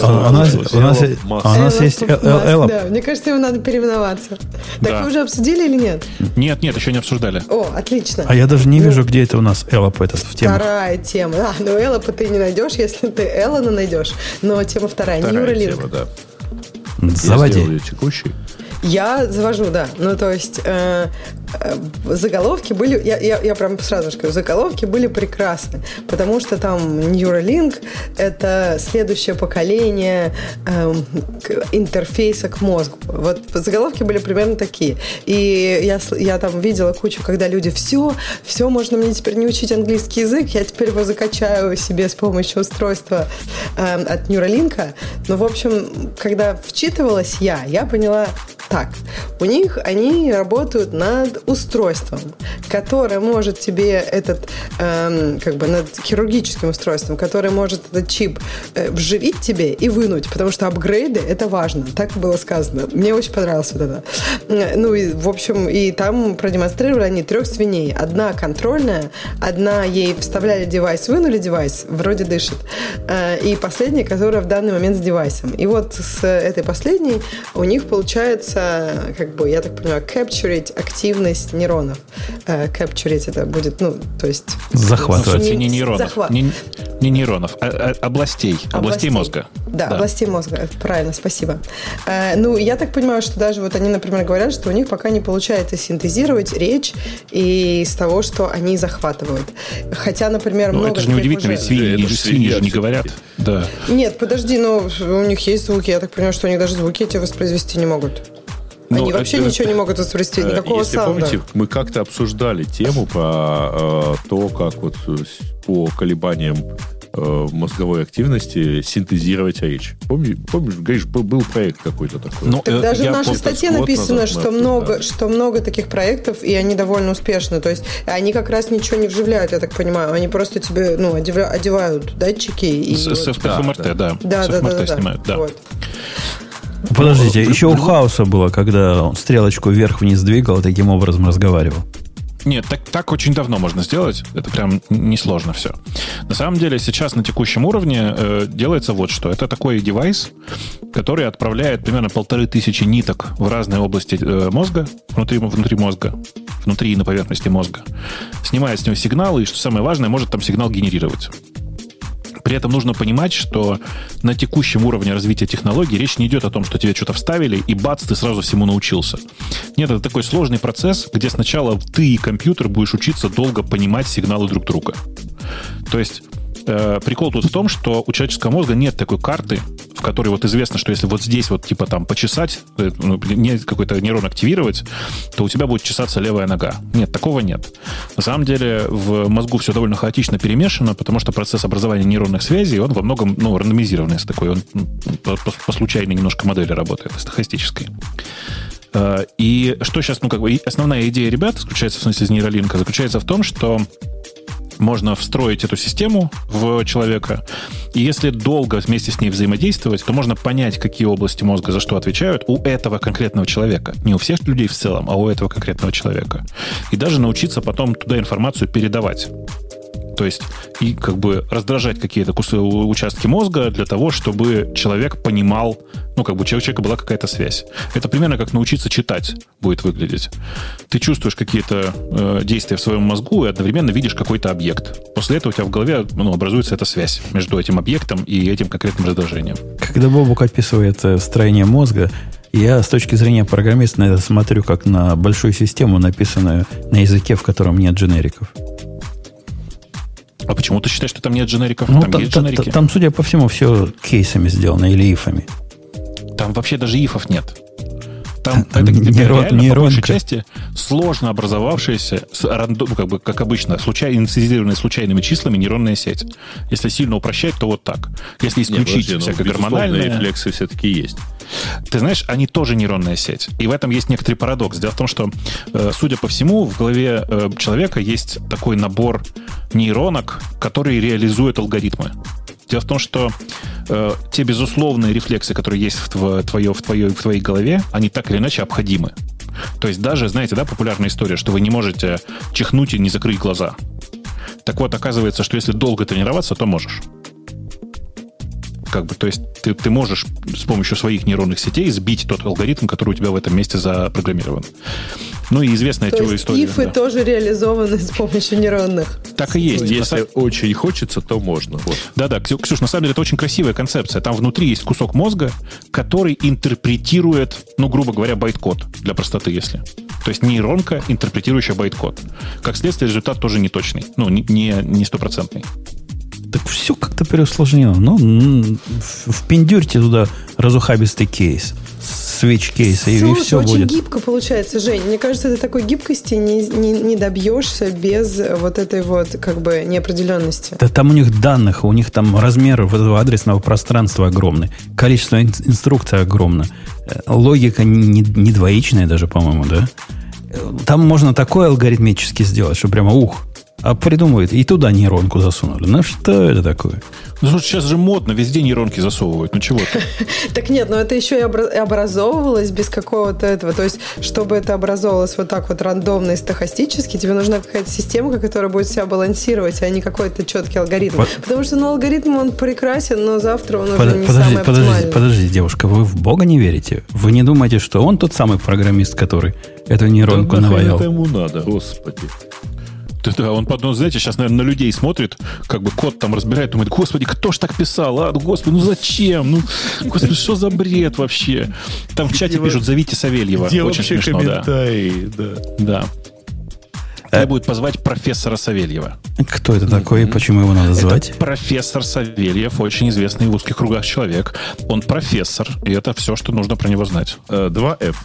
нас есть Элла. Да, мне кажется, ему надо переименоваться. Так вы уже обсудили или нет? Нет, нет, еще не обсуждали. О, отлично. А я даже не вижу, где это у нас Элла по этой теме. Вторая тема. А, ну Элла ты не найдешь, если ты Эллона найдешь. Но тема вторая. Neuralink. Заводи. Текущий. Я завожу, да. Ну, то есть э, э, заголовки были... Я, я, я прям сразу скажу, заголовки были прекрасны, потому что там Neuralink — это следующее поколение э, интерфейса к мозгу. Вот заголовки были примерно такие. И я, я там видела кучу, когда люди все, все, можно мне теперь не учить английский язык, я теперь его закачаю себе с помощью устройства э, от Neuralink. Но, в общем, когда вчитывалась я, я поняла... Так, у них они работают над устройством, которое может тебе этот, эм, как бы над хирургическим устройством, которое может этот чип э, вживить тебе и вынуть, потому что апгрейды — это важно, так было сказано. Мне очень понравилось вот это. Ну и, в общем, и там продемонстрировали они трех свиней. Одна контрольная, одна ей вставляли девайс, вынули девайс, вроде дышит, э, и последняя, которая в данный момент с девайсом. И вот с этой последней у них получается, как бы, я так понимаю, capturing активность нейронов. Capturing это будет, ну, то есть... Захватывать. Не, не нейронов. Захват. Не, не нейронов, а, а областей. Областей, областей мозга. Да, да, областей мозга. Правильно, спасибо. Ну, я так понимаю, что даже вот они, например, говорят, что у них пока не получается синтезировать речь из того, что они захватывают. Хотя, например, ну, много... это же неудивительно, ведь свиньи, свиньи же не говорят. Да. Нет, подожди, но у них есть звуки. Я так понимаю, что они даже звуки эти воспроизвести не могут. Они ну, вообще это, ничего не могут воспроизвести, никакого если саунда. Помните, мы как-то обсуждали тему про э, то, как вот по колебаниям э, мозговой активности синтезировать речь. Помнишь, помнишь, говоришь, был проект какой-то такой? Ну, так э, даже в нашей статье написано, что много, что много таких проектов, и они довольно успешны. То есть они как раз ничего не вживляют, я так понимаю. Они просто тебе, ну, одевают датчики. И с вот... эф эм эр тэ, да. Да, да, да, да, снимают, да. Вот. Подождите, еще у Хауса было, когда он стрелочку вверх-вниз двигал, таким образом разговаривал. Нет, так, так очень давно можно сделать. Это прям несложно все. На самом деле сейчас на текущем уровне э, делается вот что. Это такой девайс, который отправляет примерно полторы тысячи ниток в разные области э, мозга, внутри, внутри мозга, внутри и на поверхности мозга. Снимает с него сигналы, и, что самое важное, может там сигнал генерировать. При этом нужно понимать, что на текущем уровне развития технологий речь не идет о том, что тебе что-то вставили, и бац, ты сразу всему научился. Нет, это такой сложный процесс, где сначала ты и компьютер будешь учиться долго понимать сигналы друг друга. То есть э, прикол тут в том, что у человеческого мозга нет такой карты, в которой вот известно, что если вот здесь вот типа там почесать, ну, какой-то нейрон активировать, то у тебя будет чесаться левая нога. Нет, такого нет. На самом деле в мозгу все довольно хаотично перемешано, потому что процесс образования нейронных связей, он во многом, ну, рандомизированный такой, он по, по случайной немножко модели работает, стохастической. И что сейчас, ну, как бы основная идея ребят, заключается, в смысле, из нейролинка, заключается в том, что можно встроить эту систему в человека, и если долго вместе с ней взаимодействовать, то можно понять, какие области мозга за что отвечают у этого конкретного человека. Не у всех людей в целом, а у этого конкретного человека. И даже научиться потом туда информацию передавать. То есть и как бы раздражать какие-то участки мозга для того, чтобы человек понимал, ну, как бы у человека была какая-то связь. Это примерно как научиться читать будет выглядеть. Ты чувствуешь какие-то э, действия в своем мозгу и одновременно видишь какой-то объект. После этого у тебя в голове, ну, образуется эта связь между этим объектом и этим конкретным раздражением. Когда Бобук описывает строение мозга, я с точки зрения программиста на это смотрю как на большую систему, написанную на языке, в котором нет дженериков. А почему ты считаешь, что там нет дженериков? Ну, там, там есть дженерики. Там, там, судя по всему, все кейсами сделано или ифами. Там вообще даже ифов нет. Там, там это нейрон, реально, нейронка. По большей части, сложно образовавшаяся, рандом, как, бы, как обычно, случайно, инициированная случайными числами нейронная сеть. Если сильно упрощать, то вот так. Если исключить не, подожди, всякое гормональное... рефлексы все-таки есть. Ты знаешь, они тоже нейронная сеть. И в этом есть некоторый парадокс. Дело в том, что, судя по всему, в голове человека есть такой набор нейронок, которые реализуют алгоритмы. Дело в том, что э, те безусловные рефлексы, которые есть в, тво, твое, в, твоей, в твоей голове, они так или иначе обходимы. То есть даже, знаете, да, популярная история, что вы не можете чихнуть и не закрыть глаза. Так вот, оказывается, что если долго тренироваться, то можешь. Как бы, то есть ты, ты можешь с помощью своих нейронных сетей сбить тот алгоритм, который у тебя в этом месте запрограммирован. Ну и известная то есть история. ифы да. тоже реализованы с помощью нейронных. Так и есть. Если на... очень хочется, то можно. Вот. Да-да, Ксюш, на самом деле это очень красивая концепция. Там внутри есть кусок мозга, который интерпретирует, ну, грубо говоря, байт-код для простоты, если. То есть нейронка, интерпретирующая байт-код. Как следствие, результат тоже не точный. Ну, не стопроцентный. Так все как-то переусложнено. Ну, впендюрьте туда разухабистый кейс, свич-кейс, и, и все очень будет. Очень гибко получается, Жень. Мне кажется, ты такой гибкости не, не, не добьешься без вот этой вот как бы неопределенности. Да там у них данных, у них там размер этого адресного пространства огромный, количество инструкций огромно, логика не, не двоичная даже, по-моему, да? Там можно такой алгоритмически сделать, что прямо ух. А придумывают, и туда нейронку засунули. Ну, что это такое? Ну, сейчас же модно, везде нейронки засовывают. Ну, чего ты? Так нет, но это еще и образовывалось без какого-то этого. То есть, чтобы это образовывалось вот так вот рандомно и стохастически, тебе нужна какая-то система, которая будет себя балансировать, а не какой-то четкий алгоритм. Под... Потому что, ну, алгоритм, он прекрасен, но завтра он Под... уже не подожди, самый подожди, оптимальный. Подожди, девушка, вы в Бога не верите? Вы не думаете, что он тот самый программист, который эту нейронку да наваял? Да ему надо, господи. Да, он, потом, знаете, сейчас, наверное, на людей смотрит, как бы код там разбирает, думает, господи, кто ж так писал, а? Господи, ну зачем? Ну, господи, что за бред вообще? Там в чате где пишут, зовите Савельева. Где очень смешно, комментарии, да. Да. Требует позвать профессора Савельева. Кто это такой и почему его надо звать? Это профессор Савельев, очень известный в узких кругах человек. Он профессор, и это все, что нужно про него знать. Два эф.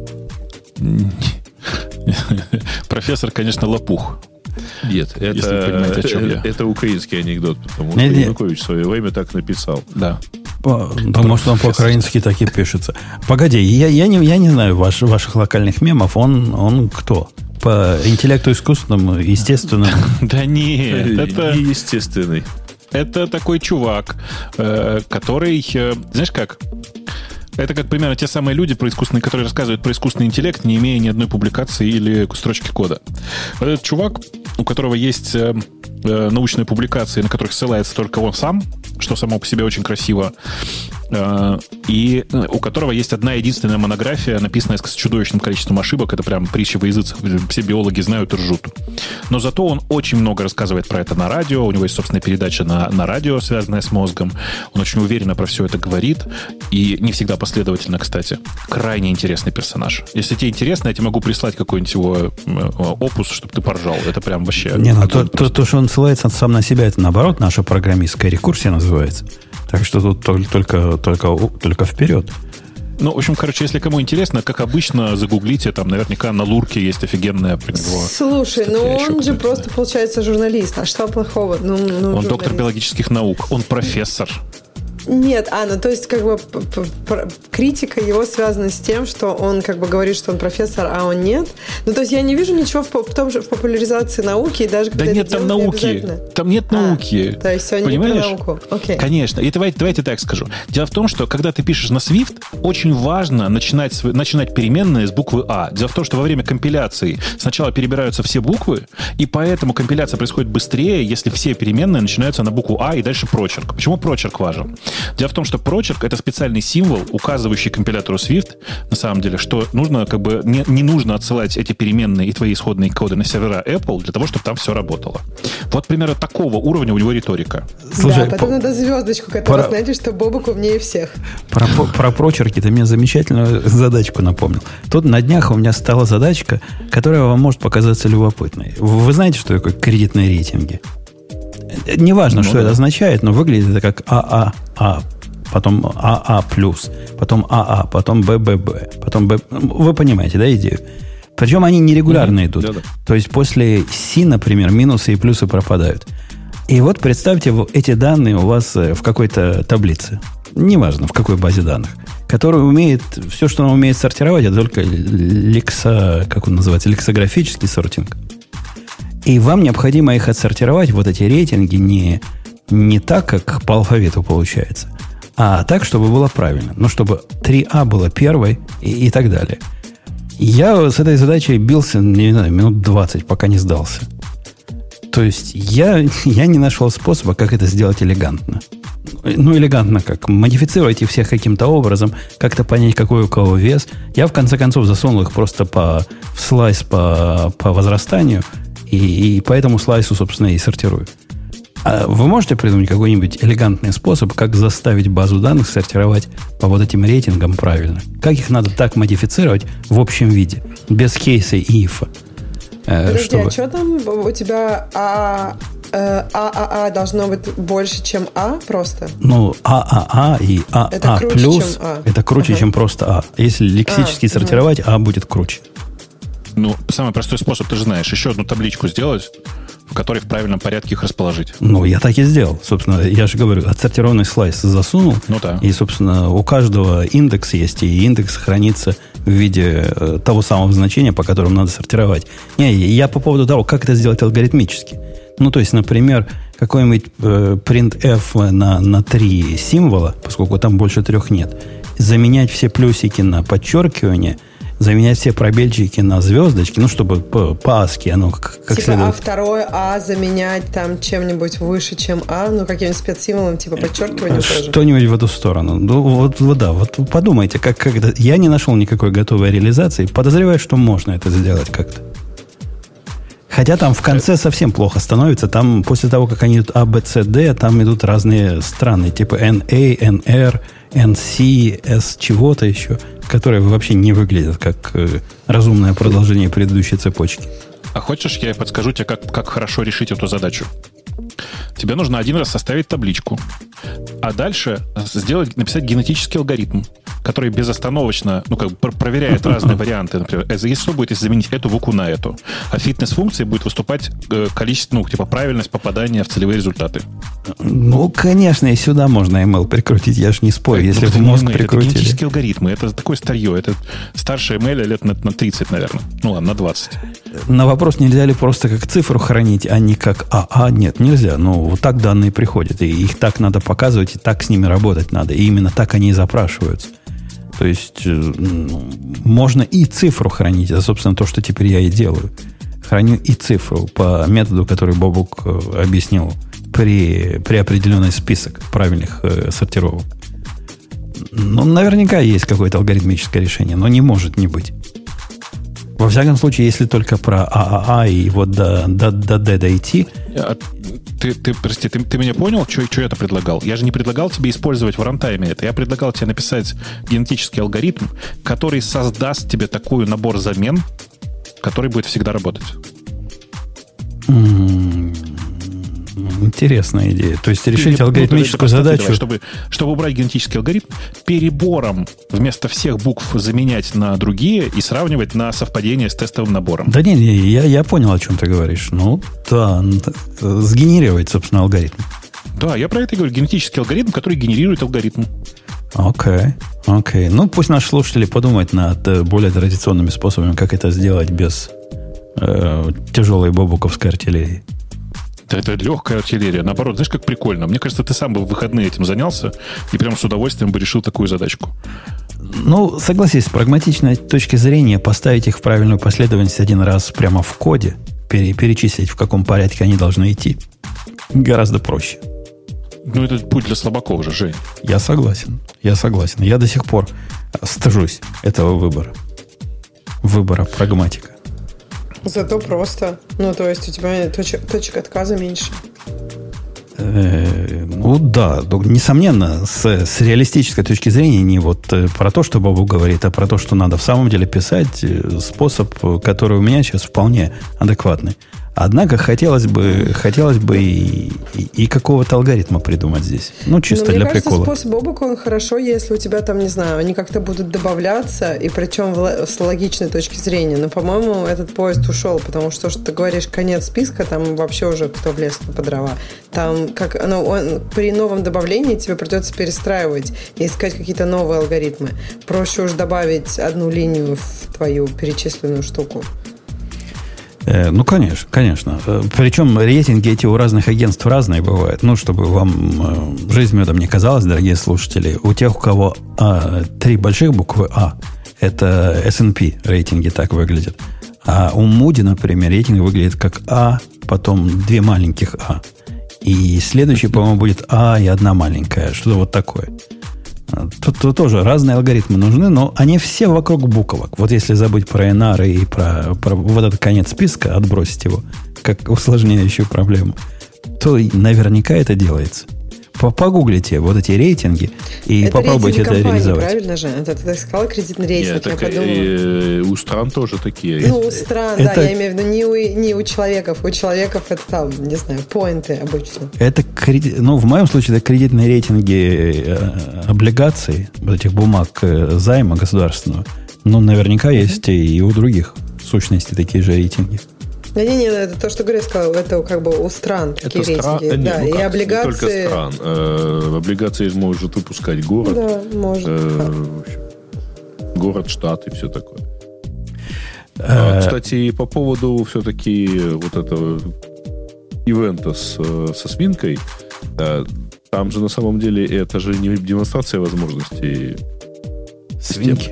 Профессор, конечно, лопух. Нет, это, это, это украинский анекдот, потому что Янукович в свое время так написал. Да. Да, может, он по-украински так и пишется. Погоди, я, я, не, я не знаю ваш, ваших локальных мемов. Он, он кто? По интеллекту искусственному, естественному? Да нет, это... Естественный. Это такой чувак, который, знаешь как... Это как примерно те самые люди, про искусственный, которые рассказывают про искусственный интеллект, не имея ни одной публикации или строчки кода. Этот чувак, у которого есть э, э, научные публикации, на которых ссылается только он сам, что само по себе очень красиво, и у которого есть одна единственная монография, написанная с чудовищным количеством ошибок. Это прям притча во языцах. Все биологи знают и ржут. Но зато он очень много рассказывает про это на радио. У него есть собственная передача на, на радио, связанная с мозгом. Он очень уверенно про все это говорит. И не всегда последовательно, кстати. Крайне интересный персонаж. Если тебе интересно, я тебе могу прислать какой-нибудь его опус, чтобы ты поржал. Это прям вообще... Не, ну то, то, то, что он ссылается сам на себя, это наоборот наша программистская рекурсия называется. Так что тут только, только, только вперед. Ну, в общем, короче, если кому интересно, как обычно, загуглите, там наверняка на Лурке есть офигенная про него. Слушай, ну он же просто, получается, журналист. А что плохого? Ну, ну, он журналист. Доктор биологических наук, он профессор. Нет, а, ну то есть как бы критика его связана с тем, что он как бы говорит, что он профессор, а он нет. Ну то есть я не вижу ничего в, в том же в популяризации науки, и даже когда да это нет там науки, не там нет науки. А, то есть сегодня понимаешь? Не про науку. Окей. Конечно. И давайте, давайте так скажу. Дело в том, что когда ты пишешь на Swift, очень важно начинать, начинать переменные с буквы А. Дело в том, что во время компиляции сначала перебираются все буквы, и поэтому компиляция происходит быстрее, если все переменные начинаются на букву А и дальше прочерк. Почему прочерк важен? Дело в том, что прочерк — это специальный символ, указывающий компилятору Swift, на самом деле, что нужно, как бы, не, не нужно отсылать эти переменные и твои исходные коды на сервера Apple для того, чтобы там все работало. Вот примерно такого уровня у него риторика. Слушай, да, потом по... надо звездочку, которая, про... знаете, что Бобок умнее всех. Про, про прочерки ты мне замечательную задачку напомнил. Тут на днях у меня стала задачка, которая вам может показаться любопытной. Вы знаете, что такое кредитные рейтинги? Неважно, ну, что да. это означает, но выглядит это как ААА, потом АА+, потом АА, потом БББ, потом Б... Вы понимаете, да, идею? Причем они нерегулярно mm-hmm. идут. Да-да. То есть после Си, например, минусы и плюсы пропадают. И вот представьте, эти данные у вас в какой-то таблице. Неважно, в какой базе данных. Которая умеет, все, что она умеет сортировать, это только лексо, как он называется, лексографический сортинг. И вам необходимо их отсортировать, вот эти рейтинги, не, не так, как по алфавиту получается, а так, чтобы было правильно. Ну, чтобы три А было первой и, и так далее. Я с этой задачей бился, не знаю, минут двадцать, пока не сдался. То есть я, я не нашел способа, как это сделать элегантно. Ну, элегантно как? Модифицировать их всех каким-то образом, как-то понять, какой у кого вес. Я, в конце концов, засунул их просто по, в слайс по, по возрастанию, и, и по этому слайсу, собственно, и сортирую. А вы можете придумать какой-нибудь элегантный способ, как заставить базу данных сортировать по вот этим рейтингам правильно? Как их надо так модифицировать в общем виде, без кейса и ифа? Подожди, чтобы... а что там у тебя А, э, ААА должно быть больше, чем А просто? Ну, ААА и АА это круче, плюс, чем А. Это круче, ага. чем просто А. Если лексически а, сортировать, угу. А будет круче. Ну, самый простой способ, ты же знаешь, еще одну табличку сделать, в которой в правильном порядке их расположить. Ну, я так и сделал. Собственно, я же говорю, отсортированный слайс засунул. Ну да. И, собственно, у каждого индекс есть, и индекс хранится в виде э, того самого значения, по которому надо сортировать. Не, я по поводу того, как это сделать алгоритмически. Ну, то есть, например, какой-нибудь э, printf на, на три символа, поскольку там больше трех нет, заменять все плюсики на подчеркивание, заменять все пробельчики на звездочки, ну, чтобы по, по аски оно как, как типа следует. А второе А заменять там чем-нибудь выше, чем А, ну, каким-нибудь спецсимволом, типа подчеркивания тоже. Что-нибудь в эту сторону. Ну, вот, вот, да, вот подумайте, как, как это... Я не нашел никакой готовой реализации. Подозреваю, что можно это сделать как-то. Хотя там в конце совсем плохо становится. Там после того, как они идут А, Б, С, Д, там идут разные страны, типа эн эй, эн эр, эн си, S чего-то еще, которые вообще не выглядят как э, разумное продолжение предыдущей цепочки. А хочешь, я подскажу тебе, как, как хорошо решить эту задачу? Тебе нужно один раз составить табличку, а дальше сделать, написать генетический алгоритм, который безостановочно, ну, как бы проверяет разные варианты. Например, если что будет, если заменить эту букву на эту, а фитнес-функции будет выступать э, количество, ну, типа правильность попадания в целевые результаты. Ну, конечно, и сюда можно эм эл прикрутить, я же не спорю, это, если ну, в мозг это прикрутили. Это генетические алгоритмы, это такое старье, это старше эм эл лет на, на тридцать, наверное. Ну, ладно, на двадцать. На вопрос, нельзя ли просто как цифру хранить, а не как АА, нет, нельзя. Ну, вот так данные приходят, и их так надо показывать, и так с ними работать надо, и именно так они и запрашиваются. То есть, ну, можно и цифру хранить, это, собственно, то, что теперь я и делаю. Храню и цифру по методу, который Бобук объяснил при, при определенный список правильных э, сортировок. Ну, наверняка есть какое-то алгоритмическое решение, но не может не быть. Во всяком случае, если только про ААА и вот до, до, до D дойти. А, ты, ты, прости, ты, ты меня понял, что, что я это предлагал? Я же не предлагал тебе использовать в рантайме это. Я предлагал тебе написать генетический алгоритм, который создаст тебе такой набор замен, который будет всегда работать. Mm-hmm. Интересная идея. То есть решить Ты, алгоритмическую ну, задачу. Давай, чтобы, чтобы убрать генетический алгоритм, перебором вместо всех букв заменять на другие и сравнивать на совпадение с тестовым набором. Да не, не я, я понял, о чем ты говоришь. Ну, да, сгенерировать, собственно, алгоритм. Да, я про это и говорю. Генетический алгоритм, который генерирует алгоритм. Окей, окей. Ну, пусть наши слушатели подумают над более традиционными способами, как это сделать без э, тяжелой бобуковской артиллерии. Это легкая артиллерия. Наоборот, знаешь, как прикольно. Мне кажется, ты сам бы в выходные этим занялся и прям с удовольствием бы решил такую задачку. Ну, согласись, с прагматичной точки зрения поставить их в правильную последовательность один раз прямо в коде, пере, перечислить, в каком порядке они должны идти, гораздо проще. Ну, это путь для слабаков же, Жень. Я согласен. Я согласен. Я до сих пор стыжусь этого выбора. Выбора прагматика. Зато просто. Ну, то есть у тебя точек, точек отказа меньше. Э, ну да, несомненно, с, с реалистической точки зрения не вот про то, что Бобу говорит, а про то, что надо в самом деле писать, способ, который у меня сейчас вполне адекватный. Однако хотелось бы, хотелось бы и, и, и какого-то алгоритма придумать здесь. Ну, чисто для кажется, прикола. Способ Бобука, он хорошо, если у тебя там, не знаю, они как-то будут добавляться, и причем в, с логичной точки зрения. Но, по-моему, этот поезд ушел, потому что, что ты говоришь, конец списка, там вообще уже кто в лес по дрова. Там, как, ну, он, при новом добавлении тебе придется перестраивать и искать какие-то новые алгоритмы. Проще уж добавить одну линию в твою перечисленную штуку. Ну, конечно, конечно. Причем рейтинги эти у разных агентств разные бывают. Ну, чтобы вам жизнь медом не казалась, дорогие слушатели, у тех, у кого а, три больших буквы А, это эс энд пи рейтинги так выглядят. А у Moody, например, рейтинг выглядит как А, потом две маленьких А. И следующий, по-моему, будет А и одна маленькая. Что-то вот такое. Тут, тут тоже разные алгоритмы нужны, но они все вокруг буквок. Вот если забыть про эн ар и про, про вот этот конец списка, отбросить его как усложняющую проблему, то наверняка это делается. Погуглите вот эти рейтинги и это попробуйте это компании, реализовать. Правильно же? Это ты сказал кредитный рейтинг, Нет, я подумала. И, у стран тоже такие. Ну, у стран, это, да, я имею в виду не у, не у человеков. У человеков это там, не знаю, поинты обычно. Это кредит, ну, в моем случае это кредитные рейтинги э, облигаций, вот этих бумаг э, займа государственного. Но наверняка mm-hmm. есть и у других сущностей такие же рейтинги. Не-не-не, это то, что Грей сказал, это как бы у стран такие это рейтинги. Стра... Да, Нет, ну и как, облигации... Не только стран. Э, облигации может выпускать город. Да, может. Э, в общем, город, штат и все такое. А, кстати, по поводу все-таки вот этого ивента с, со свинкой, там же на самом деле это же не демонстрация возможностей свинки.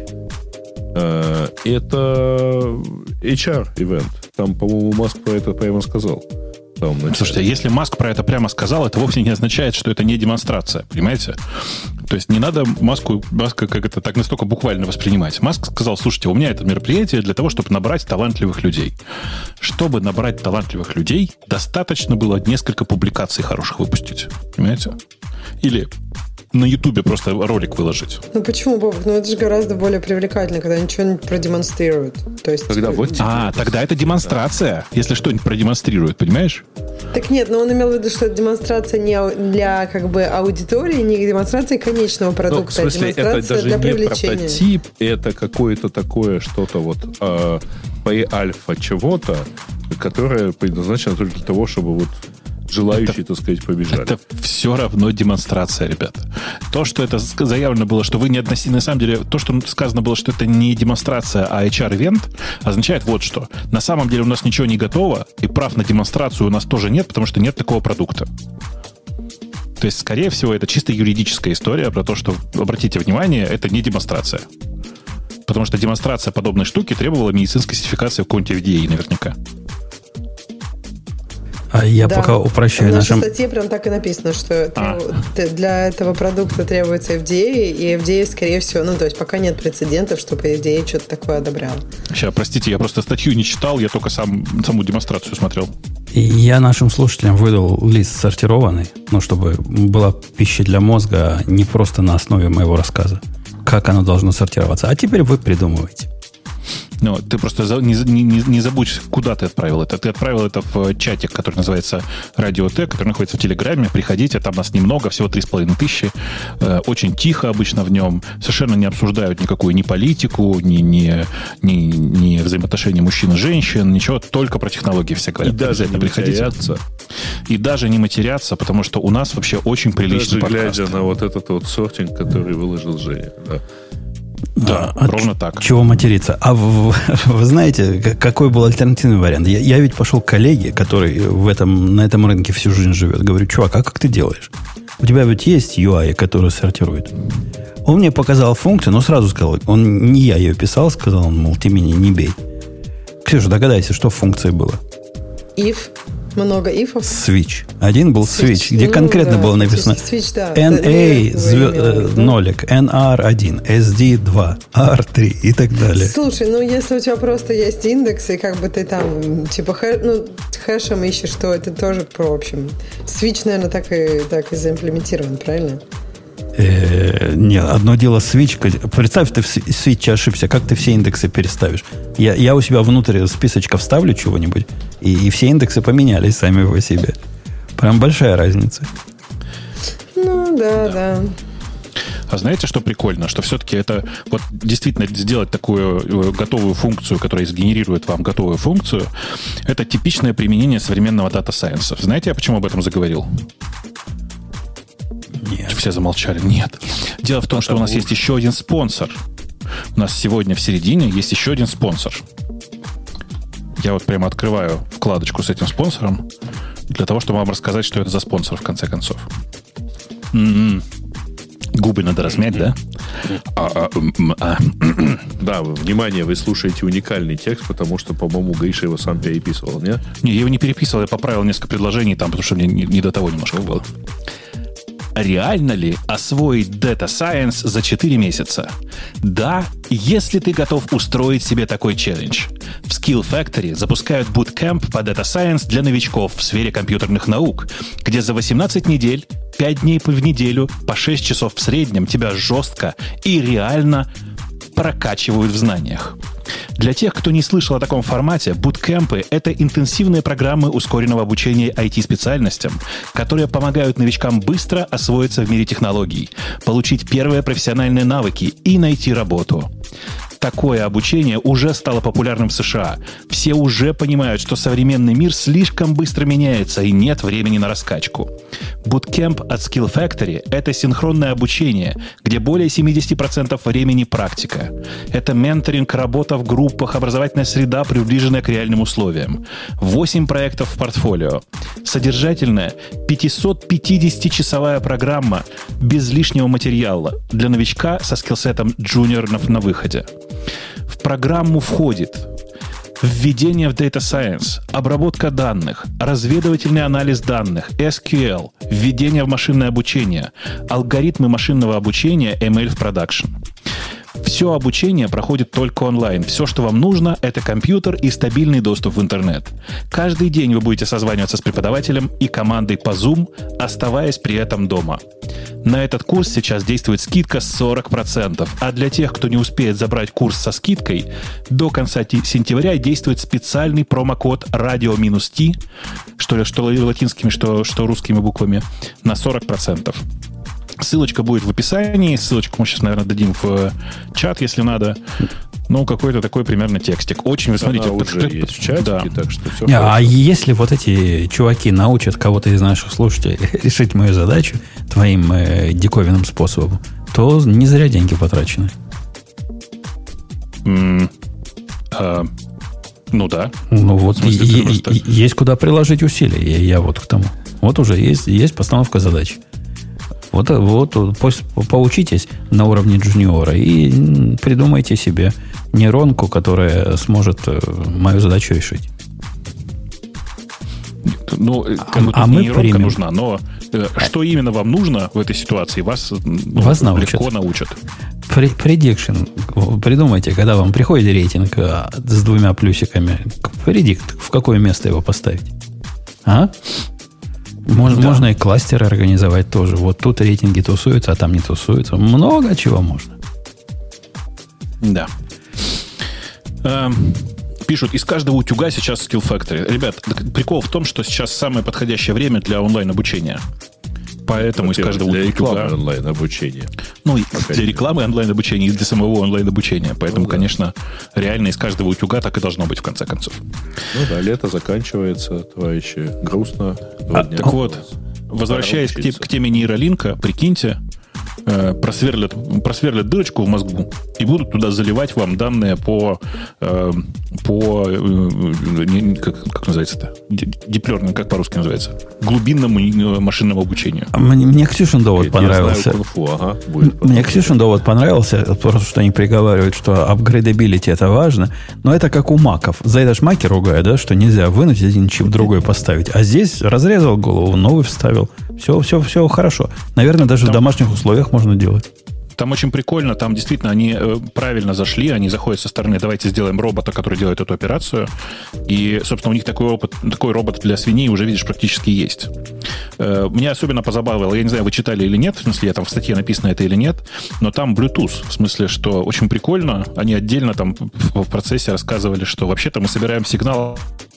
Это эйч ар-ивент. Там, по-моему, Маск про это прямо сказал. Там, Слушайте, если Маск про это прямо сказал, это вовсе не означает, что это не демонстрация. Понимаете? То есть не надо Маску, Маска как это так настолько буквально воспринимать. Маск сказал, слушайте, у меня это мероприятие для того, чтобы набрать талантливых людей. Чтобы набрать талантливых людей, достаточно было несколько публикаций хороших выпустить. Понимаете? Или на Ютубе просто ролик выложить. Ну почему, Боб? Ну это же гораздо более привлекательно, когда они что-нибудь продемонстрируют. То есть... Когда вот тебе... А, тогда это демонстрация, да. Если что-нибудь продемонстрируют, понимаешь? Так нет, но он имел в виду, что это демонстрация не для как бы аудитории, не демонстрация конечного продукта, ну, в смысле, а демонстрация это даже для не привлечения. Прототип, это какое-то такое что-то вот э, пи-альфа чего-то, которое предназначено только для того, чтобы вот желающие, это, так сказать, побежали. Это все равно демонстрация, ребята. То, что это заявлено было, что вы не относили, на самом деле, то, что сказано было, что это не демонстрация, а эйч ар-ивент, означает вот что. На самом деле у нас ничего не готово, и прав на демонстрацию у нас тоже нет, потому что нет такого продукта. То есть, скорее всего, это чисто юридическая история про то, что, обратите внимание, это не демонстрация. Потому что демонстрация подобной штуки требовала медицинской сертификации в каком-нибудь эф ди эй наверняка. А я да. пока упрощаю. В нашим... нашей статье прям так и написано, что а. для этого продукта требуется эф ди эй, и эф ди эй, скорее всего, ну, то есть пока нет прецедентов, чтобы эф ди эй что-то такое одобрял. Сейчас, простите, я просто статью не читал, я только сам, саму демонстрацию смотрел. И я нашим слушателям выдал лист сортированный, ну, чтобы была пища для мозга, не просто на основе моего рассказа, как оно должно сортироваться. А теперь вы придумываете. Ну, ты просто не, не, не забудь, куда ты отправил это. Ты отправил это в чатик, который называется Радиотек, который находится в Телеграме. Приходите, там нас немного, всего три с половиной тысячи. Э, очень тихо обычно в нем. Совершенно не обсуждают никакую ни политику, ни, ни, ни, ни взаимоотношения мужчин и женщин, ничего, только про технологии все говорят. И даже не матерятся. И даже не матерятся, потому что у нас вообще очень приличный даже подкаст. Глядя на вот этот вот сортинг, который выложил Женя. Да. Да, а ровно так. Чего материться? А вы, вы знаете, какой был альтернативный вариант? Я, я ведь пошел к коллеге, который в этом, на этом рынке всю жизнь живет. Говорю, чувак, а как ты делаешь? У тебя ведь есть ю ай, который сортирует. Он мне показал функцию, но сразу сказал, он не я ее писал, сказал, он, мол, ты меня не бей. Ксюша, догадайся, что в функции было? If. Много ифов. Switch. Один был switch, switch где ну, конкретно да, было написано switch, да. эн эй звё... нолик, эн ар один, эс ди два, ар три и так далее. Слушай, ну если у тебя просто есть индекс, и как бы ты там типа хэ... ну, хэшем ищешь, что это тоже про, в общем. Switch, наверное, так и, так и заимплементирован, правильно? Э, нет, одно дело switch. Представь, ты в switch ошибся, как ты все индексы переставишь? Я, я у себя внутрь списочка вставлю чего-нибудь, и, и все индексы поменялись сами по себе. Прям большая разница. Ну, да, да. А знаете, что прикольно? Что все-таки это вот действительно сделать такую готовую функцию, которая сгенерирует вам готовую функцию, это типичное применение современного дата-сайенса. Знаете, я почему об этом заговорил? Нет. Все замолчали. Нет. Дело в том, что у нас есть еще один спонсор. У нас сегодня в середине есть еще один спонсор. Я вот прямо открываю вкладочку с этим спонсором для того, чтобы вам рассказать, что это за спонсор в конце концов. М-м-м. Губы надо размять, да? А, а, а. Да, внимание, вы слушаете уникальный текст, потому что, по-моему, Гриша его сам переписывал, нет? Не, я его не переписывал, я поправил несколько предложений там, потому что мне не, не до того немножко было. Реально ли освоить Data Science за четыре месяца? Да, если ты готов устроить себе такой челлендж. В Skill Factory запускают буткэмп по Data Science для новичков в сфере компьютерных наук, где за восемнадцать недель, пять дней в неделю, по шесть часов в среднем тебя жестко и реально прокачивают в знаниях. Для тех, кто не слышал о таком формате, буткэмпы — это интенсивные программы ускоренного обучения ай ти-специальностям, которые помогают новичкам быстро освоиться в мире технологий, получить первые профессиональные навыки и найти работу. Такое обучение уже стало популярным в США. Все уже понимают, что современный мир слишком быстро меняется и нет времени на раскачку. Bootcamp от Skill Factory — это синхронное обучение, где более семьдесят процентов времени практика. Это менторинг, работа в группах, образовательная среда, приближенная к реальным условиям. восемь проектов в портфолио. Содержательная пятисотпятидесятичасовая программа без лишнего материала для новичка со скиллсетом Junior на выходе. В программу входит введение в Data Science, обработка данных, разведывательный анализ данных, эс кью эль, введение в машинное обучение, алгоритмы машинного обучения, эм эл в продакшн. Все обучение проходит только онлайн. Все, что вам нужно, это компьютер и стабильный доступ в интернет. Каждый день вы будете созваниваться с преподавателем и командой по Zoom, оставаясь при этом дома. На этот курс сейчас действует скидка сорок процентов, а для тех, кто не успеет забрать курс со скидкой, до конца сентября действует специальный промокод радио-Т, что ли, что латинскими, что, что русскими буквами, на сорок процентов. Ссылочка будет в описании. Ссылочку мы сейчас, наверное, дадим в чат, если надо. Ну, какой-то такой примерно текстик. Очень, вы смотрите... Она уже под... есть в чатике, да. Так что все Не, а если вот эти чуваки научат кого-то из наших слушателей решить мою задачу твоим э, диковинным способом, то не зря деньги потрачены. Mm, а, ну да. Ну вот, смысле, и, и, есть куда приложить усилия. Я, я вот к тому. Вот уже есть, есть постановка задачи. Вот, вот поучитесь на уровне джуниора и придумайте себе нейронку, которая сможет мою задачу решить. Ну, как бы а, а не мы нейронка примем. нужна, но э, что именно вам нужно в этой ситуации, вас, ну, вас легко научат. научат. Prediction. Придумайте, когда вам приходит рейтинг а, с двумя плюсиками, предикт, в какое место его поставить? А? Можно, да. можно и кластеры организовать тоже. Вот тут рейтинги тусуются, а там не тусуются. Много чего можно. Да. Эм, пишут, из каждого утюга сейчас Skill Factory. Ребят, прикол в том, что сейчас самое подходящее время для онлайн-обучения. Поэтому из каждого для утюга... рекламы онлайн-обучения. Ну, и для рекламы онлайн-обучения и для самого онлайн-обучения. Поэтому, ну, да. конечно, реально из каждого утюга так и должно быть, в конце концов. Ну да, лето заканчивается, товарищи. Грустно. А, так вот, возвращаясь к, те, к теме нейролинка, прикиньте, э, просверлят, просверлят дырочку в мозгу и будут туда заливать вам данные по, э, по э, как, как называется-то? Deep learning, как по-русски называется? Глубинному машинному обучению. Мне, мне Ксюшин довод Я понравился. Знаю, кунг-фу, ага, будет мне Ксюшин довод понравился, просто что они приговаривают, что апгрейдабилити это важно, но это как у маков. За это ж маки ругают, да, что нельзя вынуть один чип, другой поставить. А здесь разрезал голову, новый вставил. Все, все, все хорошо. Наверное, даже Там... в домашних условиях можно делать. Там очень прикольно, там действительно они э, правильно зашли, они заходят со стороны, давайте сделаем робота, который делает эту операцию. И, собственно, у них такой робот, такой робот для свиней уже, видишь, практически есть. Э, меня особенно позабавило, я не знаю, вы читали или нет, в смысле, я там в статье написано это или нет, но там Bluetooth, в смысле, что очень прикольно, они отдельно там в процессе рассказывали, что вообще-то мы собираем сигнал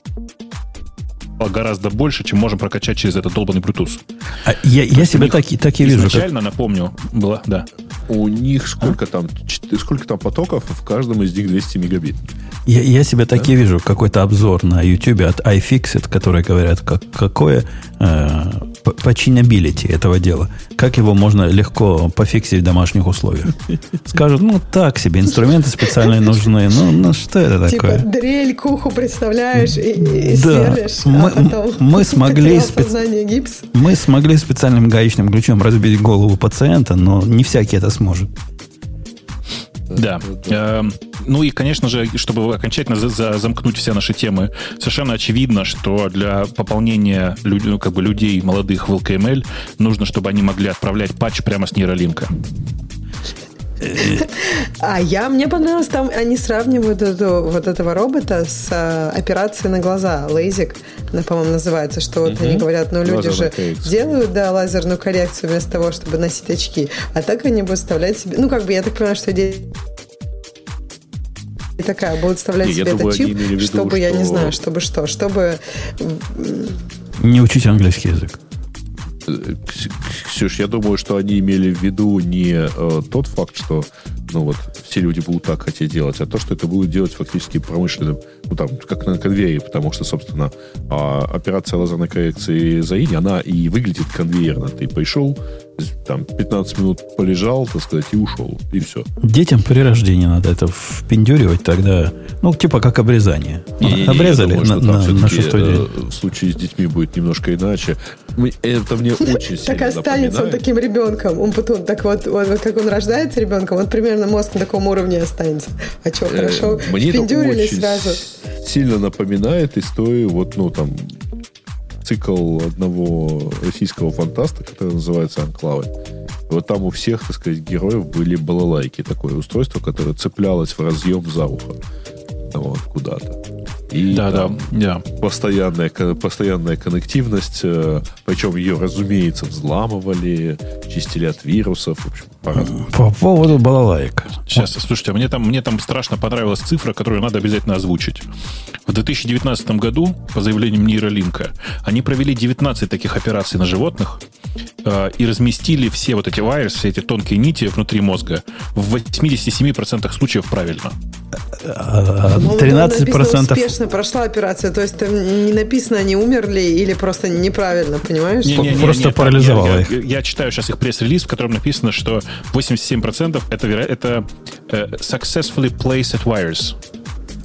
гораздо больше, чем можем прокачать через этот долбанный Bluetooth. А я я себя так, так и вижу. Изначально, как... напомню, было, да. У них сколько а? там сколько там потоков, в каждом из них двести мегабит. Я, я себя да? так и вижу. Какой-то обзор на YouTube от iFixit, которые говорят, как, какое э, починабилити этого дела. Как его можно легко пофиксить в домашних условиях. Скажут, ну так себе, инструменты специальные нужны. Ну, ну что это такое? Типа дрель к уху представляешь и, и да. сверлишь, мы, а потом мы смогли, специ... гипс. мы смогли специальным гаечным ключом разбить голову пациента, но не всякий это сможет. Да. Э, ну и, конечно же, чтобы окончательно за- за- замкнуть все наши темы, совершенно очевидно, что для пополнения люд- ну, как бы людей молодых в эл кей эм эль нужно, чтобы они могли отправлять патч прямо с нейролинка. А я, мне понравилось, там они сравнивают эту, вот этого робота с а, операцией на глаза, лейзик, она, по-моему, называется, что вот uh-huh. они говорят, ну люди же коррекцию. делают, да, лазерную коррекцию вместо того, чтобы носить очки, а так они будут вставлять себе, ну как бы я так понимаю, что идея такая, будут вставлять не, себе этот думаю, чип, виду, чтобы, что... я не знаю, чтобы что, чтобы... Не учить английский язык. Ксюш, я думаю, что они имели в виду не э, тот факт, что ну вот все люди будут так хотеть делать, а то, что это будут делать фактически промышленным, ну там, как на конвейере, потому что, собственно, э, операция лазерной коррекции Заини, она и выглядит конвейерно. Ты пришел, там, пятнадцать минут полежал, так сказать, и ушел, и все. Детям при рождении надо это впендюривать тогда, ну, типа как обрезание. Не, не, не, Обрезали думаю, на, на, на шестой день. Э, в случае с детьми будет немножко иначе. Это мне очень сильно так останется он таким ребенком. Он потом, так вот, вот, вот как он рождается ребенком, он примерно мозг на таком уровне останется. А что, хорошо, мне впендюрили сразу. Сильно напоминает историю, вот, ну, там, цикл одного российского фантаста, который называется «Анклавы». Вот там у всех, так сказать, героев были балалайки. Такое устройство, которое цеплялось в разъем за ухо. Вот, куда-то. И да, там да, да. Постоянная, постоянная коннективность, причем ее, разумеется, взламывали, чистили от вирусов. В общем, по-разному. По поводу балалайк. Сейчас, слушайте, а мне там, мне там страшно понравилась цифра, которую надо обязательно озвучить. В две тысячи девятнадцатом году, по заявлениям нейролинка, они провели девятнадцать таких операций на животных э, и разместили все вот эти wires, все эти тонкие нити внутри мозга в восемьдесят семь процентов случаев правильно. тринадцать процентов успешно прошла операция, то есть там не написано, они умерли или просто неправильно, понимаешь? Не, не, не, просто не, парализовало я, их. Я, я читаю сейчас их пресс-релиз, в котором написано, что восемьдесят семь процентов это, это uh, successfully placed wires.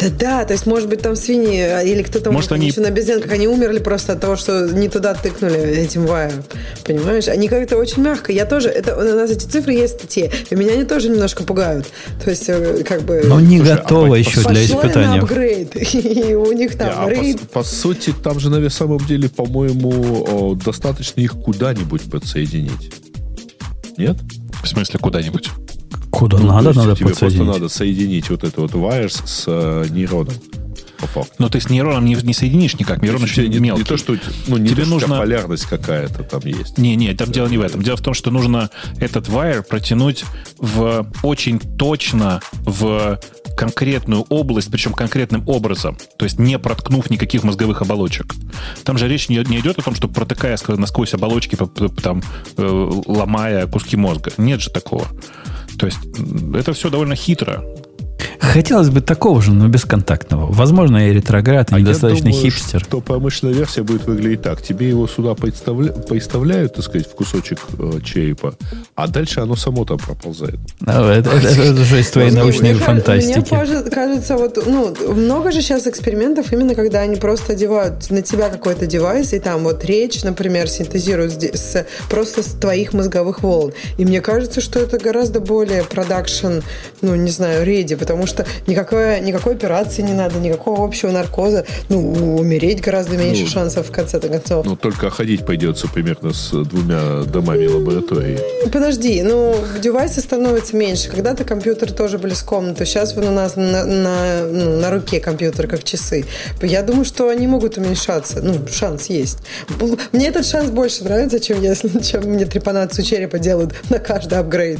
Да-да, то есть, может быть, там свиньи или кто-то может, они... еще на безденках, они умерли просто от того, что не туда тыкнули этим вайером. Понимаешь? Они как-то очень мягко. Я тоже... Это, у нас эти цифры есть в статье, и меня они тоже немножко пугают. То есть, как бы... Но не Слушай, готово а еще для испытания. На апгрейд, и у них там yeah, рейд... по, по сути, там же, на самом деле, по-моему, достаточно их куда-нибудь подсоединить. Нет? В смысле, куда-нибудь? Куда ну, надо, надо тебе подсоединить. Просто надо соединить вот это вот wires с э, нейроном. Ну, ты с нейроном не, не соединишь никак. Нейрон очень не, мелкий. Не то, что, ну, не тебе то, нужно... что полярность какая-то там есть. Не, не, там дело не в этом. Дело в том, что нужно этот wire протянуть в очень точно в конкретную область, причем конкретным образом. То есть не проткнув никаких мозговых оболочек. Там же речь не, не идет о том, что протыкая насквозь оболочки, там, ломая куски мозга. Нет же такого. То есть это все довольно хитро. Хотелось бы такого же, но бесконтактного. Возможно, я ретроград и а недостаточно я думаю, хипстер. Что промышленная версия будет выглядеть так. Тебе его сюда поиставля... поиставляют, так сказать, в кусочек э, черепа, а дальше оно само там проползает. А, это, это, это уже из твоей научной фантастики. Мне кажется, вот, ну, много же сейчас экспериментов, именно когда они просто одевают на тебя какой-то девайс, и там вот речь, например, синтезируют с, просто с твоих мозговых волн. И мне кажется, что это гораздо более продакшн, ну, не знаю, ready, потому что никакой, никакой операции не надо, никакого общего наркоза. Ну, умереть гораздо меньше ну, шансов в конце концов. Ну, только ходить пойдется примерно с двумя домами лаборатории. Подожди, ну, девайсы становятся меньше. Когда-то компьютеры тоже были с комнатой. Сейчас вон у нас на, на, ну, на руке компьютер, как часы. Я думаю, что они могут уменьшаться. Ну, шанс есть. Мне этот шанс больше нравится, чем если чем мне трепанацию черепа делают на каждый апгрейд.